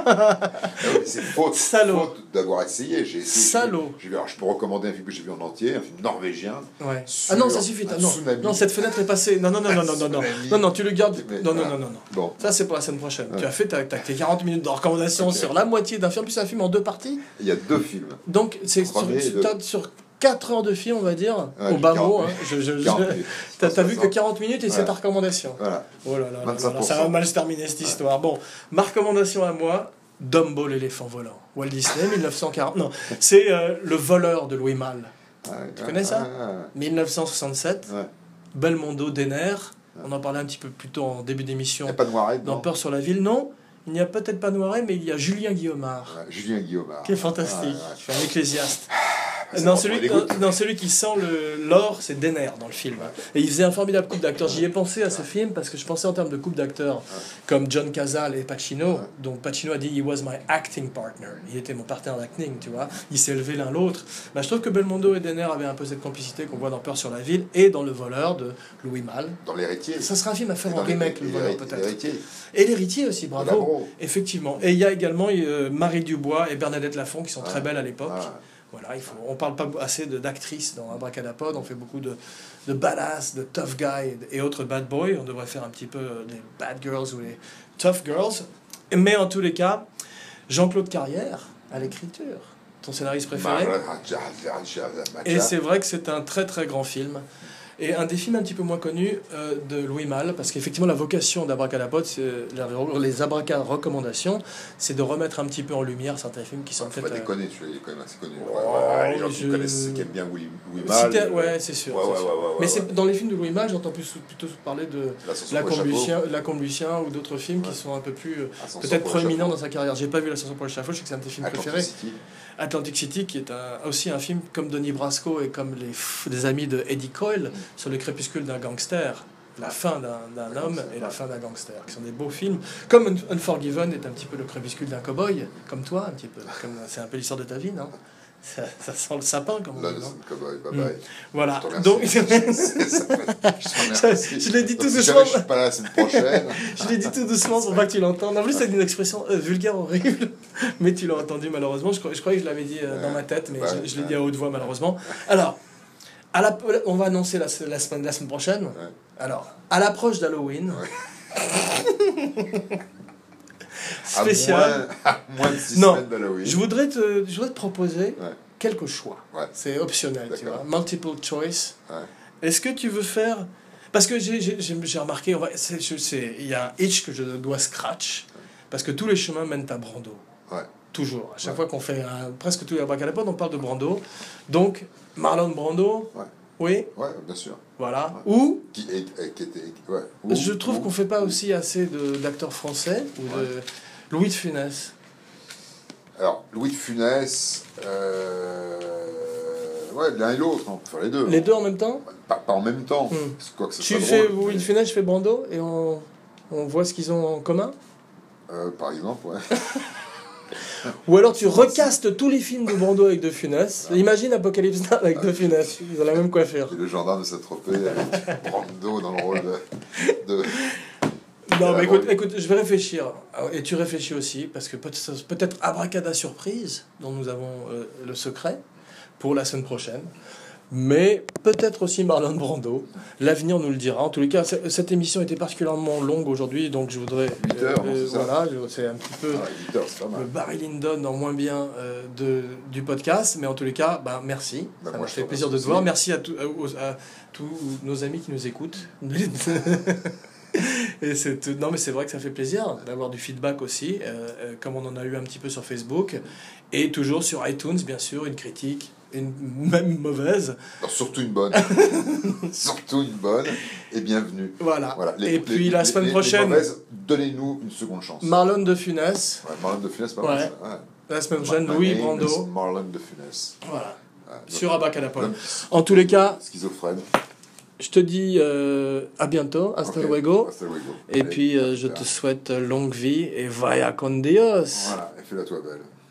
C'est faute, Salaud. faute d'avoir essayé. J'ai essayé. Salaud. J'ai vu- alors, je peux recommander un film que j'ai vu en entier, un film norvégien. Ouais. Sur Ah non, ça suffit. un Non, tsunami. non, cette fenêtre est passée. Non, non, non, non, non, non, non. tsunami. Non, non, tu le gardes. Mais Non, non, voilà. non, non, non. Bon, Ça, c'est pour la semaine prochaine. Ouais. Tu as fait ta, ta- tes quarante minutes de recommandation Ok. sur la moitié d'un film. En plus, c'est un film en deux parties. il y a deux films. Donc, c'est sur, Premier et sur- deux. t'as- sur quatre heures de film, on va dire, Ouais, au bas quarante mot. Hein. Je, je, je, quarante t'as, t'as vu que quarante minutes et Ouais. c'est ta recommandation. Voilà. Oh là là, là, là, vingt-cinq pour cent. ça va mal se terminer cette histoire. Bon, ma recommandation à moi, Dumbo l'éléphant volant. Walt Disney, mille neuf cent quarante. Non, c'est euh, Le voleur de Louis Malle. Ouais, Tu ouais, connais ça ouais, ouais. mille neuf cent soixante-sept. Ouais. Belmondo, Denner. On en parlait un petit peu plus tôt en début Il d'émission. n'y a pas de Noiret Dans dedans. Peur sur la ville, non. Il n'y a peut-être pas Noiret, mais il y a Julien Guillaumard. Ouais, Julien Guillaumard. Qui est fantastique. Ouais, ouais. Qui fait un ecclésiaste. Ah, ça Non va celui, trouver des non, gouttes. non, celui qui sent le- l'or, c'est Denner dans le film. Et il faisait un formidable couple d'acteurs. J'y ai pensé à ce film parce que je pensais en termes de couple d'acteurs comme John Cazale et Pacino. Donc Pacino a dit « He was my acting partner ». Il était mon partenaire d'acting, tu vois. Ils s'élevaient l'un l'autre. Bah, je trouve que Belmondo et Denner avaient un peu cette complicité qu'on voit dans Peur sur la ville et dans Le voleur de Louis Malle. Dans l'héritier. Ça sera un film à faire Dans en remake, les- Le voleur, les- peut-être. L'héritier. Et L'héritier aussi, bravo. Labro. Effectivement. Et il y a également euh, Marie Dubois et Bernadette Lafont qui sont Ah. très belles à l'époque. Ah. Voilà, il faut, on parle pas assez de- d'actrices dans Abracadapod, on fait beaucoup de, de badass, de tough guy et autres bad boys. On devrait faire un petit peu des bad girls ou les tough girls. Mais en tous les cas, Jean-Claude Carrière à l'écriture, ton scénariste préféré. Et c'est vrai que c'est un très très grand film. Et un des films un petit peu moins connus euh, de Louis Malle, parce qu'effectivement la vocation d'Abracadapod, c'est la- les abracad recommandations, c'est de remettre un petit peu en lumière certains films qui sont Faut peut-être... pas euh, déconner, tu es quand même assez connu. Oh, Ouais, ouais, ouais, les gens je- qui connaissent, qui aiment bien Louis, Louis Si Malle. t'es- euh, ouais, c'est sûr. ouais, c'est ouais, sûr. ouais, ouais, Mais ouais. c'est, dans les films de Louis Malle, j'entends plus, plutôt parler de L'Ascension La pour le Combe chapeau. Lucien, La Combe Lucien ou d'autres films Ouais. qui sont un peu plus euh, Ascension peut-être pour le proéminents chapeau. dans sa carrière. J'ai pas vu L'Ascension pour le chapeau, je sais que c'est un de tes films Atlantic préférés. City. Atlantic City, qui est un- aussi un film comme Donnie Brasco et comme les f- des amis de Eddie Coyle sur le crépuscule d'un gangster. La fin d'un, d'un Un homme gangster, et la ouais. fin d'un gangster, qui sont des beaux films. Comme Un- Unforgiven est un petit peu le crépuscule d'un cow-boy, comme toi, un petit peu. Comme, c'est un peu l'histoire de ta vie, non ça, ça sent le sapin, comme on Là, dit, le non son cowboy, bye Mm. bye. Voilà. Je te Donc, remercie. Ça fait- je te remercie. je l'ai dit Donc, tout si doucement. jamais je suis pas là la semaine prochaine. Je l'ai dit tout doucement pour pas que tu l'entendes. En plus, c'est une expression euh, vulgaire, horrible. Mais tu l'as entendu malheureusement. Je, crois- je croyais que je l'avais dit euh, dans ma tête, mais Ouais, je, je l'ai ouais. dit à haute voix malheureusement. Alors, à la, on va annoncer la, la, semaine, la semaine prochaine. Ouais. Alors, à l'approche d'Halloween, À spécial, moins, à moins de six Non, semaines d'Halloween. je voudrais, te, je voudrais te proposer Ouais. quelques choix. Ouais. C'est optionnel, tu vois. D'accord. Multiple choice. Ouais. Est-ce que tu veux faire... Parce que j'ai, j'ai, j'ai j'ai remarqué, on va- c'est- je- c'est- il y a un hitch que je dois scratch, parce que tous les chemins mènent à Brando. Ouais. Toujours. À chaque Ouais. fois qu'on fait un- presque tous les abracadapod, on parle de Brando. Donc, Marlon Brando, Ouais. oui, Ouais, bien sûr. voilà. Ouais. Ou, Qui, est, est- qui était, ouais. Ou- je trouve ou- qu'on fait pas aussi assez de, d'acteurs français, ou de Louis de Funès. Alors, Louis de Funès, euh, ouais, l'un et l'autre, on peut faire les deux. Les deux en même temps. Pas, pas en même temps, Hmm. parce que quoi que ce Tu soit fais drôle, Louis de mais, Funès, je fais Brando, et on, on voit ce qu'ils ont en commun. euh, par exemple, ouais. Ou alors tu recastes tous les films de Brando avec De Funès. Imagine Apocalypse Now avec De Funès. Ils ont la même coiffure. Et le gendarme de Saint-Tropez avec Brando dans le rôle de... de- Non, Euh, mais écoute, bon. écoute, je vais réfléchir. Et tu réfléchis aussi, parce que peut-être, peut-être Abracada Surprise, dont nous avons euh, le secret, pour la semaine prochaine. Mais peut-être aussi Marlon Brando. L'avenir nous le dira. En tous les cas, c- cette émission était particulièrement longue aujourd'hui, donc je voudrais... huit heures, non, c'est ça voilà, je- c'est un petit peu... Ah, huit heures, c'est pas le mal. Barry Lyndon en moins bien euh, de, du podcast, mais en tous les cas, bah, merci. Bah, ça moi, m'a je fait te plaisir de remercie te voir. aussi. Merci à, tout- à- aux- à tous nos amis qui nous écoutent. Et c'est tout- non, mais c'est vrai que ça fait plaisir d'avoir du feedback aussi, euh, euh, comme on en a eu un petit peu sur Facebook. Et toujours sur iTunes, bien sûr, une critique, une même mauvaise. Alors, surtout une bonne. Surtout une bonne. Et bienvenue. Voilà. Voilà. Et puis la semaine les- prochaine, Les mauvaises, donnez-nous une seconde chance. Marlon de Funès. Ouais, Marlon de Funès, c'est pas Ouais. mal ça. Ouais. La semaine prochaine, My Louis name is Brando. Marlon de Funès. Voilà. Ouais, Sur donc, Abracadapod. l'homme En tous les cas, schizophrène. je te dis euh, à bientôt, hasta Ok. luego. Hasta luego. Et Allez, puis euh, je super. te souhaite longue vie et vaya con Dios. Voilà, et fais-la toi belle.